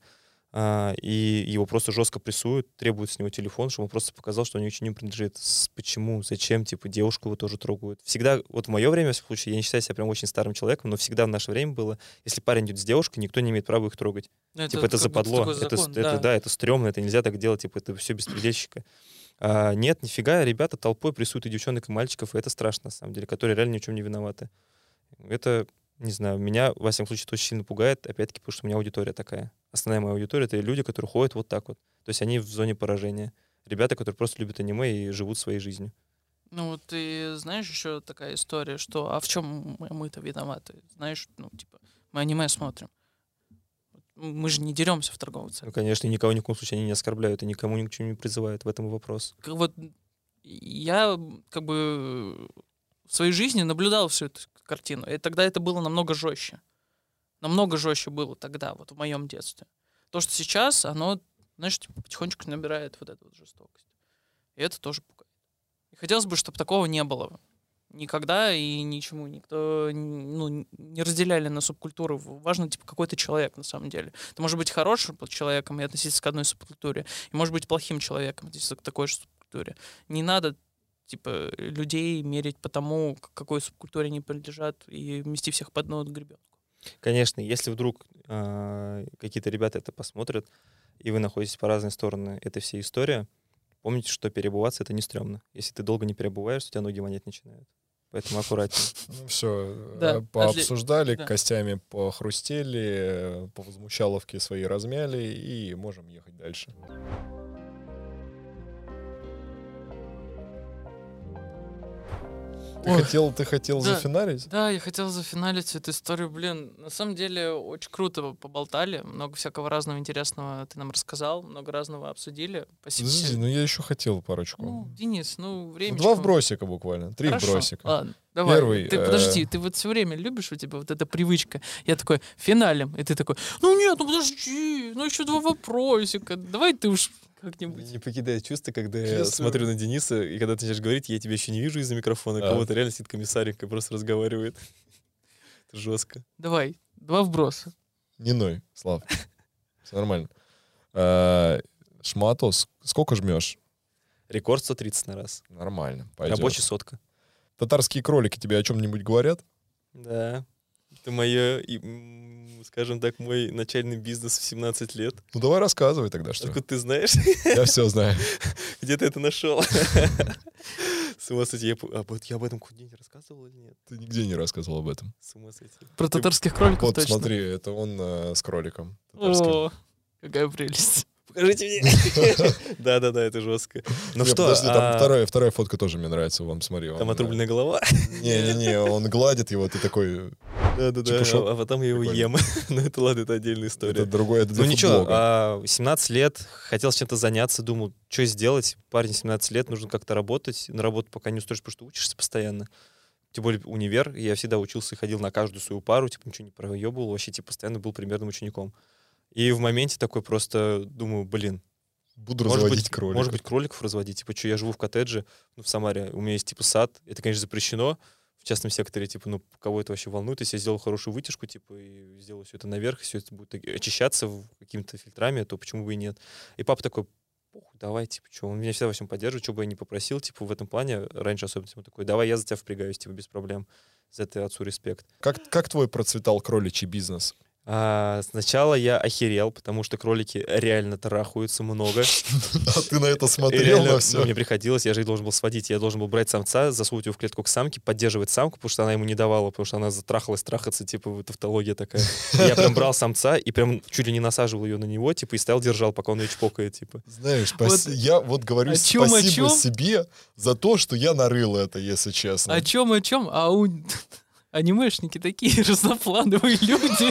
А, и его просто жестко прессуют, требуют с него телефон, чтобы он просто показал, что он ничего не принадлежит. С- Почему? Зачем? Типа, девушку его тоже трогают. Всегда, вот в мое время, в случае, я не считаю себя прям очень старым человеком, но всегда в наше время было, если парень идет с девушкой, никто не имеет права их трогать. Ну, Типа, это как будто западло, такой это, закон, это, да. да, это стрёмно, это нельзя так делать, типа, это все беспредельщика. А, нет, нифига, ребята толпой прессуют и девчонок, и мальчиков, и это страшно, на самом деле, которые реально ни в чем не виноваты. Это, не знаю, меня, во всяком случае, это очень сильно пугает, опять-таки, потому что у меня аудитория такая. Основная моя аудитория — это люди, которые ходят вот так вот. То есть они в зоне поражения. Ребята, которые просто любят аниме и живут своей жизнью. Ну, вот ты знаешь еще такая история, что а в чем мы- мы-то виноваты? Знаешь, ну, типа, мы аниме смотрим. Мы же не деремся в торговом центре. Ну, конечно, и никого ни в коем случае они не оскорбляют и никому ни к чему не призывают. В этом и вопрос. Как Вот я как бы в своей жизни наблюдал всю эту картину, и тогда это было намного жестче. Намного жестче было тогда, вот в моем детстве. То, что сейчас, оно, знаешь, типа, потихонечку набирает вот эту вот жестокость. И это тоже пугает. И хотелось бы, чтобы такого не было никогда и ничему. Никто ну, не разделяли на субкультуры. Важно, типа, какой ты человек на самом деле. Ты можешь быть хорошим человеком и относиться к одной субкультуре, и можешь быть плохим человеком и относиться к такой же субкультуре. Не надо типа людей мерить по тому, к какой субкультуре они принадлежат, и вмести всех под одну гребенку. Конечно, если вдруг э, какие-то ребята это посмотрят, и вы находитесь по разные стороны этой всей истории, помните, что переобуваться — это не стрёмно. Если ты долго не переобуваешься, у тебя ноги вонять начинают. Поэтому аккуратнее. Ну все, Да, пообсуждали, да. костями похрустели, по возмущаловке свои размяли, и можем ехать дальше. Ты Ой. хотел, ты хотел Да. зафиналить? Да, я хотел зафиналить эту историю. Блин, на самом деле очень круто поболтали. Много всякого разного интересного ты нам рассказал. Много разного обсудили. Спасибо Подожди, тебе. ну я еще хотел парочку. Ну, Денис, ну, время. Два вбросика буквально, три Хорошо. вбросика. Ладно, давай. Первый, Ты э, подожди, ты вот все время любишь, у тебя вот эта привычка. Я такой, финалем. И ты такой, ну нет, ну подожди, ну еще два вопросика. Давай ты уж как-нибудь. Не покидает чувство, когда я Если- смотрю на Дениса, и когда ты начинаешь говорить, я тебя еще не вижу из-за микрофона, А. кого-то реально сидит комиссарик и просто разговаривает. Это жестко. Давай, два вброса. Не ной, Слав. Все нормально. А, Шматос, сколько жмешь? Рекорд сто тридцать на раз. Нормально, пойдет. Рабочая сотка. Татарские кролики тебе о чем-нибудь говорят? Да. Это мое, и, м, скажем так, мой начальный бизнес в семнадцать лет. Ну давай рассказывай тогда, что. Откуда ты знаешь? Я все знаю. Где ты это нашел? С ума сойти. Я, по- а вот я об этом где-нибудь рассказывал или нет? Ты нигде не рассказывал об этом. С ума сойти. Про татарских кроликов Вот, точно. смотри, это он э, с кроликом. татарским. О, какая прелесть. Покажите мне. Да-да-да, это жестко. Ну Не, что, подожди, там а, вторая, вторая фотка тоже мне нравится, вон, смотри. там он, отрубленная голова? э, Не-не-не, он гладит его, ты такой... Да-да-да, Чепушок. а потом я его Прикольно. ем. Ну это ладно, это отдельная Это история. другое, это для Ну ничего, футблога. а, семнадцать лет, хотел с чем-то заняться, думал, что сделать. Парень семнадцать лет, нужно как-то работать. На работу пока не устроишь, потому что учишься постоянно. Тем более универ, я всегда учился и ходил на каждую свою пару, типа ничего не проебывал, вообще типа постоянно был примерным учеником. И в моменте такой просто думаю, блин, Буду Может разводить быть, кроликов. может быть, кроликов разводить. Типа, что, я живу в коттедже, ну, в Самаре, у меня есть, типа, сад. Это, конечно, запрещено в частном секторе, типа, ну, кого это вообще волнует? Если я сделал хорошую вытяжку, типа, и сделаю все это наверх, все это будет очищаться какими-то фильтрами, то почему бы и нет? И папа такой: похуй, давай, типа, что, он меня всегда во всем поддерживает, что бы я ни попросил, типа, в этом плане, раньше особенно, типа, такой: давай, я за тебя впрягаюсь, типа, без проблем. За это отцу респект. Как, как твой процветал кроличий бизнес? А, сначала я охерел, потому что кролики реально трахаются много. А ты на это И смотрел, реально, на все? ну, мне приходилось, я же их должен был сводить, я должен был брать самца, засунуть его в клетку к самке, поддерживать самку, потому что она ему не давала, потому что она затрахалась трахаться, типа, вот тавтология такая. И я прям брал самца и прям чуть ли не насаживал ее на него, типа, и стоял, держал, пока он ее чпокает, типа. Знаешь, спас- Вот я вот говорю о чём, о спасибо чём? себе за то, что я нарыл это, если честно. О чем, о чем? А у анимешники такие разноплановые люди.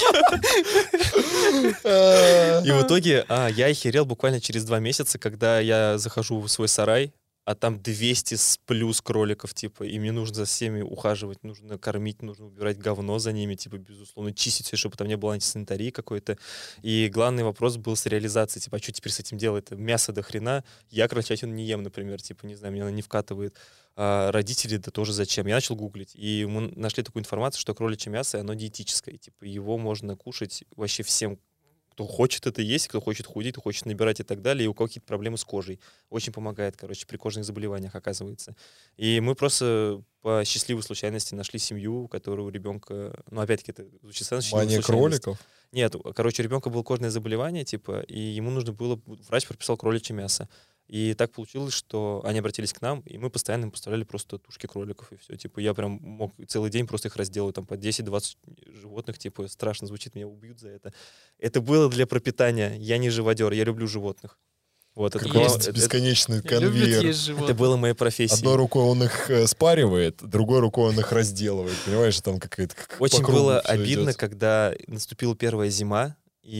И в итоге а, я охерел буквально через два месяца, когда я захожу в свой сарай, а там двести с плюс кроликов, типа, и мне нужно за всеми ухаживать, нужно кормить, нужно убирать говно за ними, типа, безусловно, чистить все, чтобы там не было антисанитарии какой-то. И главный вопрос был с реализацией, типа, а что теперь с этим делать? Мясо до хрена, я крольчатину не ем, например, типа, не знаю, меня она не вкатывает. А родители, да тоже зачем? Я начал гуглить, и мы нашли такую информацию, что кроличье мясо, оно диетическое, и, типа, его можно кушать вообще всем, кто хочет это есть, кто хочет худеть, кто хочет набирать и так далее, и у кого какие-то проблемы с кожей. Очень помогает, короче, при кожных заболеваниях, оказывается. И мы просто по счастливой случайности нашли семью, у которой у ребенка, ну, опять-таки, это звучит странно, счастливая Мания случайность. кроликов? Нет, короче, у ребенка было кожное заболевание, типа, и ему нужно было, врач прописал кроличье мясо. И так получилось, что они обратились к нам, и мы постоянно им поставляли просто тушки кроликов, и все. Типа, я прям мог целый день просто их разделывать, там, по десять-двадцать животных, типа, страшно звучит, меня убьют за это. Это было для пропитания. Я не живодер, я люблю животных. Вот, это, Какой было, Есть. это, бесконечный Любят конвейер. есть это животных. было моей профессией. Одной рукой он их э, спаривает, другой рукой он их разделывает. Понимаешь, там какая-то как Очень по кругу было всё обидно, идёт. когда наступила первая зима,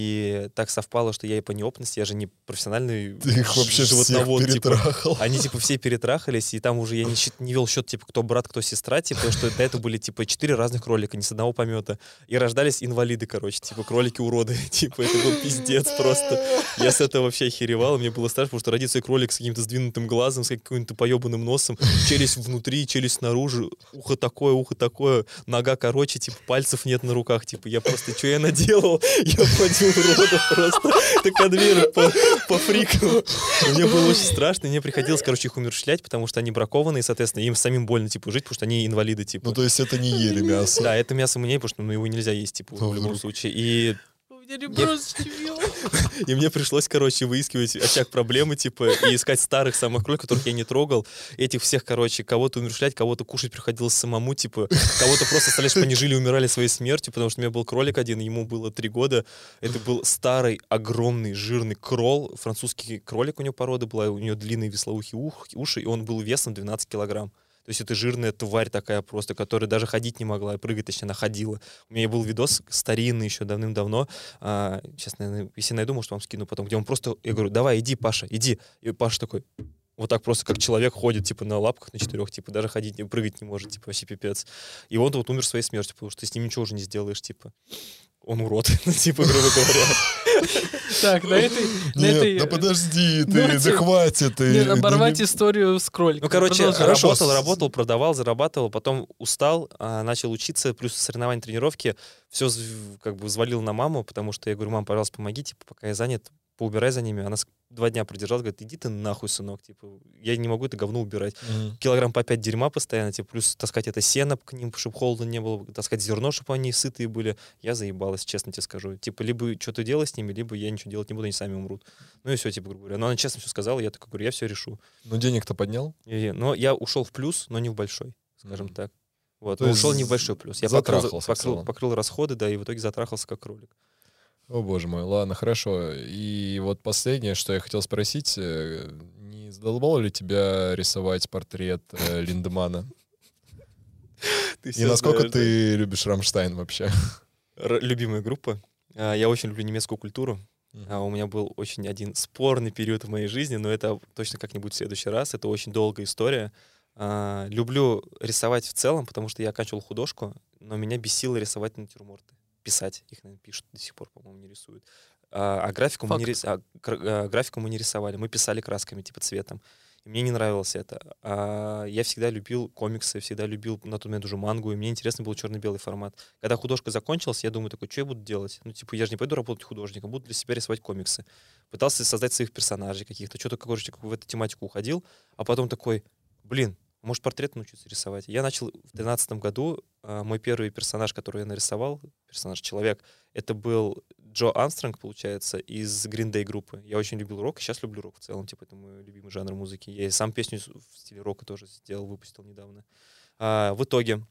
и так совпало, что я и по неопытности, я же не профессиональный Ты их вообще всех животновод, типа. перетрахал. Они, типа, все перетрахались, и там уже я не, счит- не вел счет, типа, кто брат, кто сестра, типа, потому что до этого были, типа, четыре разных кролика, ни с одного помета. И рождались инвалиды, короче, типа, кролики-уроды. Типа, это был пиздец просто. Я с этого вообще охеревал, мне было страшно, потому что родится кролик с каким-то сдвинутым глазом, с каким-то поебанным носом, челюсть внутри, челюсть снаружи, ухо такое, ухо такое, нога короче, типа, пальцев нет на руках, типа, я просто, что я наделал? Я входил в уродов просто, это конвейер по, по фрикам. И мне было очень страшно, и мне приходилось, короче, их умерщвлять, потому что они бракованные, соответственно, им самим больно, типа, жить, потому что они инвалиды, типа. Ну, то есть это не ели мясо. Да, это мясо мы не едим, потому что ну, его нельзя есть, типа, Ну, в любом вдруг. случае. И, У меня ребро зашибило. и мне пришлось, короче, выискивать очаг проблемы, типа, и искать старых самых кроликов, которых я не трогал. Этих всех, короче, кого-то умерщвлять, кого-то кушать приходилось самому, типа, кого-то просто оставляли, чтобы они жили и умирали своей смертью, потому что у меня был кролик один, ему было три года. Это был старый, огромный, жирный кролл, французский кролик у него порода была, у него длинные веслоухие ух- уши, и он был весом двенадцать килограмм. То есть это жирная тварь такая просто, которая даже ходить не могла, прыгать, точнее, она ходила. У меня был видос старинный еще давным-давно. А, сейчас, наверное, если найду, может, вам скину потом, где он просто... Я говорю, давай, иди, Паша, иди. И Паша такой... Вот так просто, как человек, ходит, типа, на лапках, на четырех, типа, даже ходить, не прыгать не может, типа, вообще пипец. И он вот умер своей смертью, потому что ты с ним ничего уже не сделаешь, типа. Он урод, ну, типа, грубо говоря. Так, на этой... на Нет, этой, да э, подожди, ты, ноте да хватит. ты- Нет, ну, оборвать не- историю с кроликом. Ну, короче, Продолжай. Хорошо. работал, работал, продавал, зарабатывал, потом устал, а, начал учиться, плюс соревнования, тренировки, все как бы взвалил на маму, потому что я говорю, мам, пожалуйста, помогите, типа, пока я занят, поубирай за ними. Она с- два дня продержалась, говорит, иди ты нахуй, сынок, типа, я не могу это говно убирать. Мгм. Килограмм по пять дерьма постоянно, типа, плюс таскать это сено к ним, чтобы холодно не было, таскать зерно, чтобы они сытые были. Я заебалась, честно тебе скажу. Типа, либо что-то делай с ними, либо я ничего делать не буду, они сами умрут. Ну и все, типа, грубо говоря. Но она честно все сказала, я такой говорю, я все решу. Ну, денег-то поднял? И- но я ушел в плюс, но не в большой, скажем Мгм. так. Вот, То но есть ушел не в большой плюс. Я покрыл, затрахался в покрыл, целом. покрыл расходы, да, и в итоге затрахался как кролик. О, боже мой, ладно, хорошо. И вот последнее, что я хотел спросить, э, не задолбало ли тебя рисовать портрет э, Линдемана? И насколько ты любишь Рамштайн вообще? Р- любимая группа. А, Я очень люблю немецкую культуру. А У меня был очень один спорный период в моей жизни, но это точно как-нибудь в следующий раз. Это очень долгая история. А, Люблю рисовать в целом, потому что я оканчивал художку, но меня бесило рисовать натюрморты. писать. Их, наверное, пишут до сих пор, по-моему, не рисуют. А, а, графику мы не рис... а, а, графику мы не рисовали, мы писали красками, типа цветом. И мне не нравилось это. А я всегда любил комиксы, всегда любил на тот момент уже мангу, и мне интересно был черно-белый формат. Когда художка закончилась, я думаю, такой, что я буду делать? Ну, типа, я же не пойду работать художником, буду для себя рисовать комиксы. Пытался создать своих персонажей каких-то, что-то, короче, в эту тематику уходил, а потом такой, блин, может, портрет научиться рисовать? Я начал в тринадцатом году, э, мой первый персонаж, который я нарисовал, персонаж-человек, это был Джо Армстронг, получается, из Green Day группы. Я очень любил рок, и сейчас люблю рок в целом, типа, это мой любимый жанр музыки. Я и сам песню в стиле рока тоже сделал, выпустил недавно. А, в итоге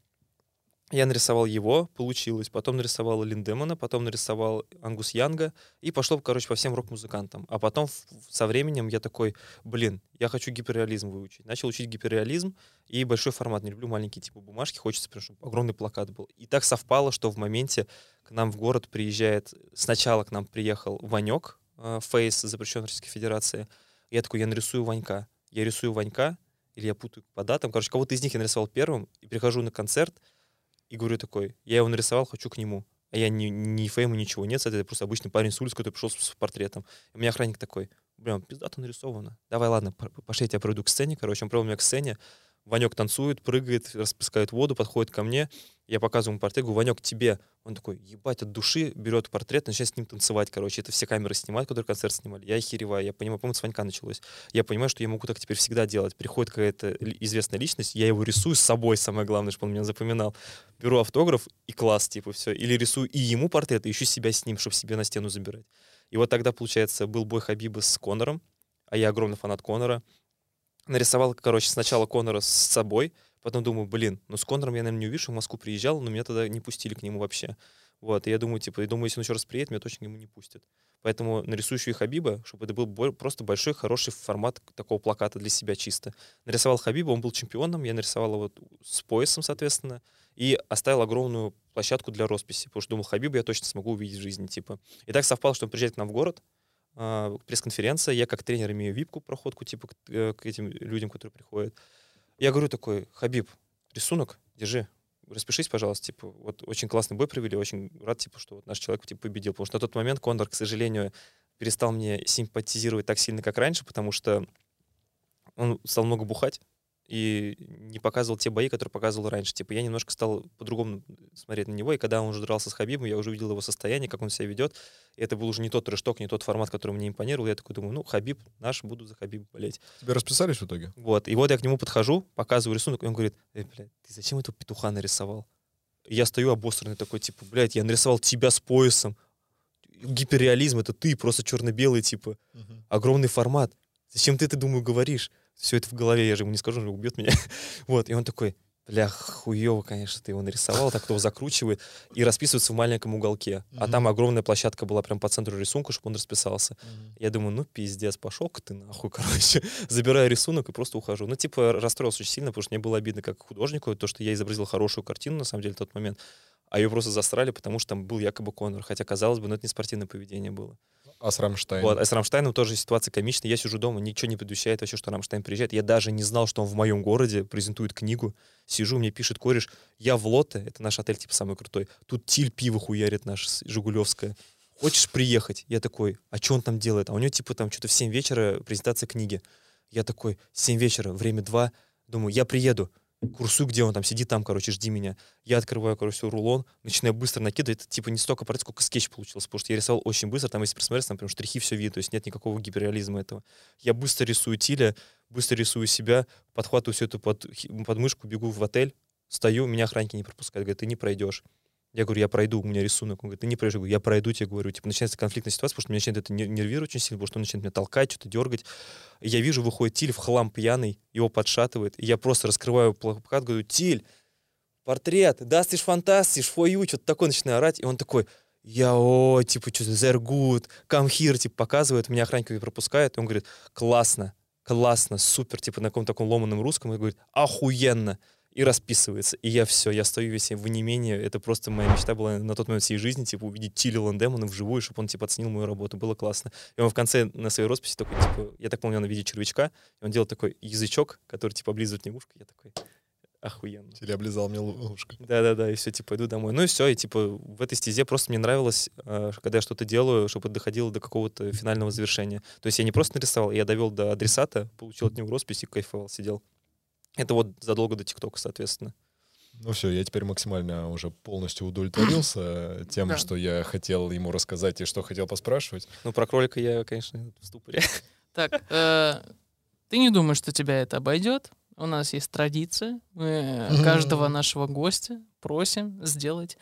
я нарисовал его, получилось, потом нарисовал Линдемона, потом нарисовал Ангус Янга, и пошло, короче, по всем рок-музыкантам. А потом со временем я такой, блин, я хочу гиперреализм выучить. Начал учить гиперреализм и большой формат. Не люблю маленькие типа бумажки, хочется, прям, чтобы огромный плакат был. И так совпало, что в моменте к нам в город приезжает, сначала к нам приехал Ванек, Фейс, запрещен Российской Федерации. Я такой, я нарисую Ванька. Я рисую Ванька, или я путаю по датам. Короче, кого-то из них я нарисовал первым, и прихожу на концерт, и говорю такой, я его нарисовал, хочу к нему. А я ни, ни фейма, ничего нет, это просто обычный парень с улицы, который пришел с, с портретом. И у меня охранник такой, блин, пиздато нарисовано. Давай, ладно, пошли, я тебя проведу к сцене. Короче, он провел меня к сцене. Ванек танцует, прыгает, распускает воду, подходит ко мне. Я показываю ему портрет, говорю, Ванек, тебе. Он такой, ебать, от души берет портрет, начинает с ним танцевать, короче. Это все камеры снимают, которые концерт снимали. Я охереваю, я понимаю, по-моему, с Ванька началось. Я понимаю, что я могу так теперь всегда делать. Приходит какая-то известная личность, я его рисую с собой, самое главное, чтобы он меня запоминал. Беру автограф и класс, типа, все. Или рисую и ему портрет, и ищу себя с ним, чтобы себе на стену забирать. И вот тогда, получается, был бой Хабиба с Конором, а я огромный фанат Конора. Нарисовал, короче, сначала Конора с собой, потом думаю, блин, ну с Конором я, наверное, не увижу, в Москву приезжал, но меня тогда не пустили к нему вообще. Вот, и я думаю, типа, я думаю, если он еще раз приедет, меня точно к нему не пустят. Поэтому нарисую еще и Хабиба, чтобы это был бо- просто большой, хороший формат такого плаката для себя чисто. Нарисовал Хабиба, он был чемпионом, я нарисовал его с поясом, соответственно, и оставил огромную площадку для росписи, потому что думал, Хабиба я точно смогу увидеть в жизни, типа. И так совпало, что он приезжает к нам в город, пресс-конференция, я как тренер имею випку, проходку, типа, к, к этим людям, которые приходят. Я говорю такой, Хабиб, рисунок, держи, распишись, пожалуйста, типа, вот очень классный бой провели, очень рад, типа, что вот наш человек, типа, победил, потому что на тот момент Конор, к сожалению, перестал мне симпатизировать так сильно, как раньше, потому что он стал много бухать и не показывал те бои, которые показывал раньше. Типа, я немножко стал по-другому смотреть на него, и когда он уже дрался с Хабибом, я уже увидел его состояние, как он себя ведет, и это был уже не тот трэш-ток, не тот формат, который мне импонировал. Я такой думаю, ну, Хабиб наш, буду за Хабиба болеть. Тебя расписались в итоге? Вот, и вот я к нему подхожу, показываю рисунок, и он говорит, эй, блядь, ты зачем этого петуха нарисовал? И я стою обосранный такой, типа, блядь, я нарисовал тебя с поясом. Гиперреализм, это ты, просто черно-белый, типа, uh-huh. огромный формат. Зачем ты это, думаю, говоришь? Все это в голове, я же ему не скажу, он убьет меня. Вот, и он такой, бля, хуёво, конечно, ты его нарисовал, так кто его закручивает, и расписывается в маленьком уголке. Mm-hmm. А там огромная площадка была прям по центру рисунка, чтобы он расписался. Mm-hmm. Я думаю, ну, пиздец, пошел-ка ты нахуй, короче. Забираю рисунок и просто ухожу. Ну, типа, расстроился очень сильно, потому что мне было обидно как художнику, то, что я изобразил хорошую картину, на самом деле, в тот момент, а ее просто засрали, потому что там был якобы Конор. Хотя, казалось бы, ну, это не спортивное поведение было. А с Рамштайном? Вот, а с Рамштайном тоже ситуация комичная. Я сижу дома, ничего не предвещает вообще, что Рамштайн приезжает. Я даже не знал, что он в моем городе презентует книгу. Сижу, мне пишет кореш, я в Лотте, это наш отель, типа, самый крутой. Тут Тиль пиво хуярит наш, Жигулевская. Хочешь приехать? Я такой, а что он там делает? А у него, типа, там что-то в семь вечера презентация книги. Я такой, семь вечера, время два. Думаю, я приеду. Курсу, где он там сидит, там, короче, жди меня. Я открываю, короче, рулон, начинаю быстро накидывать. Это, типа, не столько портрет, сколько скетч получился, потому что я рисовал очень быстро, там, если присмотреться, там прям штрихи все видно, то есть нет никакого гиперреализма этого. Я быстро рисую Тиля, быстро рисую себя, подхватываю всю эту под, подмышку, бегу в отель, стою, меня охранники не пропускают, говорят, ты не пройдешь. Я говорю, я пройду, у меня рисунок. Он говорит, ты не пройдешь. Я говорю, я пройду, тебе говорю. Типа, начинается конфликтная ситуация, потому что меня начинает это нервировать очень сильно, потому что он начинает меня толкать, что-то дергать. И я вижу, выходит Тиль в хлам пьяный, его подшатывает. И я просто раскрываю плакат, говорю, Тиль, портрет, дастиш фантастиш, фою, что-то такое, начинаю орать. И он такой, я, о, типа, что-то, they're good, come here, типа, показывает. Меня охранник пропускает, и он говорит, классно, классно, супер, типа, на каком-то таком ломаном русском. И говорит, охуенно. И расписывается. И я все, я стою весь в онемении. Это просто моя мечта была на тот момент всей жизни, типа, увидеть Тиля Линдемона вживую, чтобы он, типа, оценил мою работу. Было классно. И он в конце на своей росписи такой, типа, я так помню, на виде червячка, и он делал такой язычок, который, типа, облизывает мне ушко. Я такой, охуенно. Или облизал мне ушко. Да-да-да, и все, типа, иду домой. Ну и все, и типа в этой стезе просто мне нравилось, э, когда я что-то делаю, чтобы это доходило до какого-то финального завершения. То есть я не просто нарисовал, я довел до адресата, получил от него роспись и кайфовал, сидел. Это вот задолго до ТикТока, соответственно. Ну все, я теперь максимально уже полностью удовлетворился тем, Да. что я хотел ему рассказать и что хотел поспрашивать. Ну, про кролика я, конечно, в ступоре. Так, э, ты не думаешь, что тебя это обойдет? У нас есть традиция. Мы каждого нашего гостя просим сделать...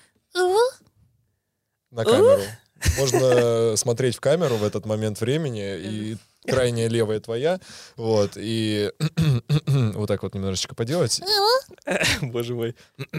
На камеру. Можно смотреть в камеру в этот момент времени, и крайняя левая твоя, вот, и вот так вот немножечко поделать. Боже мой.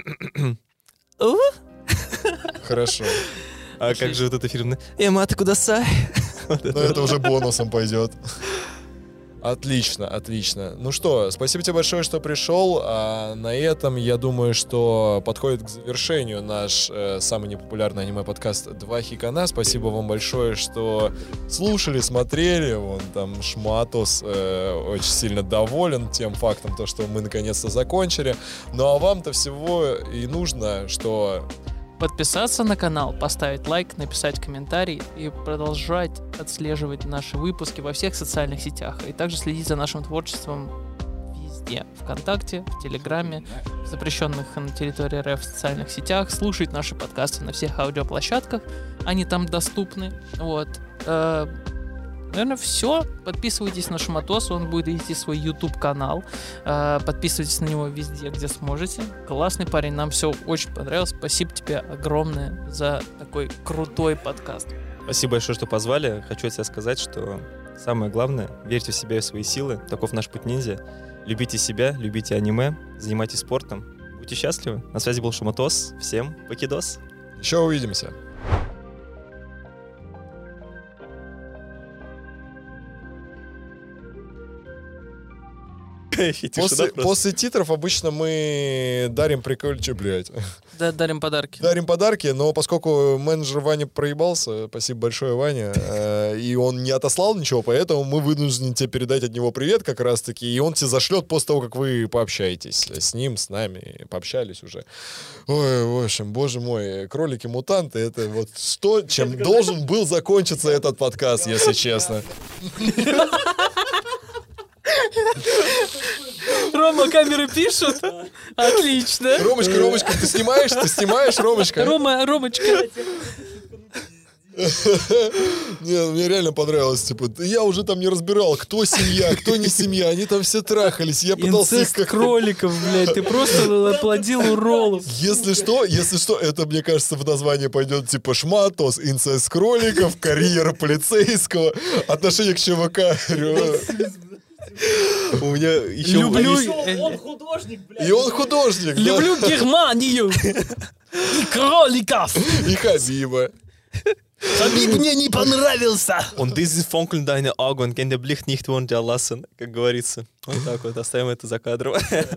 Хорошо. А как же вот это фирменное «Ямато кудасай»? Но это уже бонусом пойдет. Отлично, отлично. Ну что, спасибо тебе большое, что пришел. А на этом, я думаю, что подходит к завершению наш э, самый непопулярный аниме-подкаст «Два Хикана». Спасибо вам большое, что слушали, смотрели. Вон там Шматос э, очень сильно доволен тем фактом, то, что мы наконец-то закончили. Ну а вам-то всего и нужно, что... Подписаться на канал, поставить лайк, написать комментарий и продолжать отслеживать наши выпуски во всех социальных сетях. И также следить за нашим творчеством везде. ВКонтакте, в Телеграме, в запрещенных на территории РФ социальных сетях. Слушать наши подкасты на всех аудиоплощадках. Они там доступны. Вот. Э, Наверное, все. Подписывайтесь на Шматос, он будет вести свой YouTube-канал. Э, подписывайтесь на него везде, где сможете. Классный парень, нам все очень понравилось. Спасибо тебе огромное за такой крутой подкаст. Спасибо большое, что позвали. Хочу от себя сказать, что самое главное — верьте в себя и в свои силы. Таков наш путь ниндзя. Любите себя, любите аниме, занимайтесь спортом. Будьте счастливы. На связи был Шматос. Всем покидос. Еще увидимся. После, после титров обычно мы дарим прикольче, блядь. Да, дарим подарки. Дарим подарки, но поскольку менеджер Ваня проебался, спасибо большое, Ваня, э, и он не отослал ничего, поэтому мы вынуждены тебе передать от него привет как раз-таки, и он тебе зашлет после того, как вы пообщаетесь с ним, с нами, пообщались уже. Ой, в общем, боже мой, кролики-мутанты, это вот то, чем должен был закончиться этот подкаст, если честно. Рома, камеры пишут? Отлично. Ромочка, Ромочка, ты снимаешь? Ты снимаешь, Ромочка? Рома, Ромочка. Не, мне реально понравилось, типа, я уже там не разбирал, кто семья, кто не семья, они там все трахались, я пытался их Инцест как-то... кроликов, блядь, ты просто аплодил уролов. Если что, если что, это, мне кажется, в название пойдет, типа, Шматос, инцест кроликов, карьера полицейского, отношение к ЧВК. У меня еще... Люблю... Он художник, блядь. И он художник, да. Люблю Германию и кроликов. И Хабиба. Хабиб мне не понравился. Und diese funkeln deine Augen, kann der Blick nicht runterlassen, как говорится. Вот так вот, оставим это за кадром.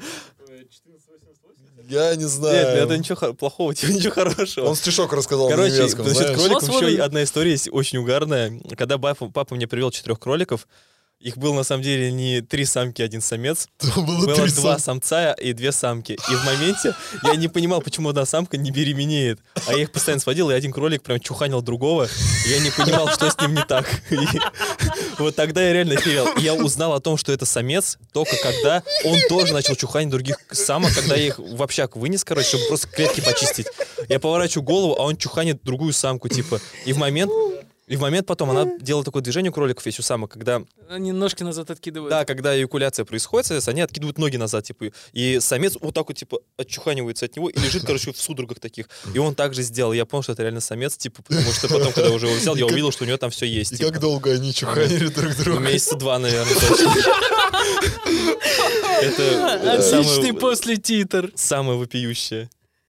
Я не Нет, знаю. это ничего хо- плохого, типа ничего хорошего. Он стишок рассказал на Короче, немецком, насчет знаешь. кроликов Посмотрим. еще одна история есть очень угарная. Когда папа, папа мне привел четырех кроликов, их было на самом деле не три самки, один самец. Там было Было три два сам- самца и две самки. И в моменте я не понимал, почему одна самка не беременеет. А я их постоянно сводил, и один кролик прям чуханил другого. И я не понимал, что с ним не так. И вот тогда я реально охерел. И я узнал о том, что это самец, только когда он тоже начал чуханить других самок, когда я их в общак вынес, короче, чтобы просто клетки почистить. Я поворачиваю голову, а он чуханит другую самку, типа. И в момент... И в момент потом она делала такое движение у кроликов есть у самок, когда... Они ножки назад откидывают. Да, когда эякуляция происходит, соответственно, они откидывают ноги назад, типа, и самец вот так вот, типа, отчуханивается от него и лежит, короче, в судорогах таких. И он так же сделал. Я понял, что это реально самец, типа, потому что потом, когда я уже его взял, я увидел, что у него там все есть. И типа. как долго они чуханили друг Ну, друга? месяца два, наверное, точно. Это Отличный самое, после титр. самое вопиющее.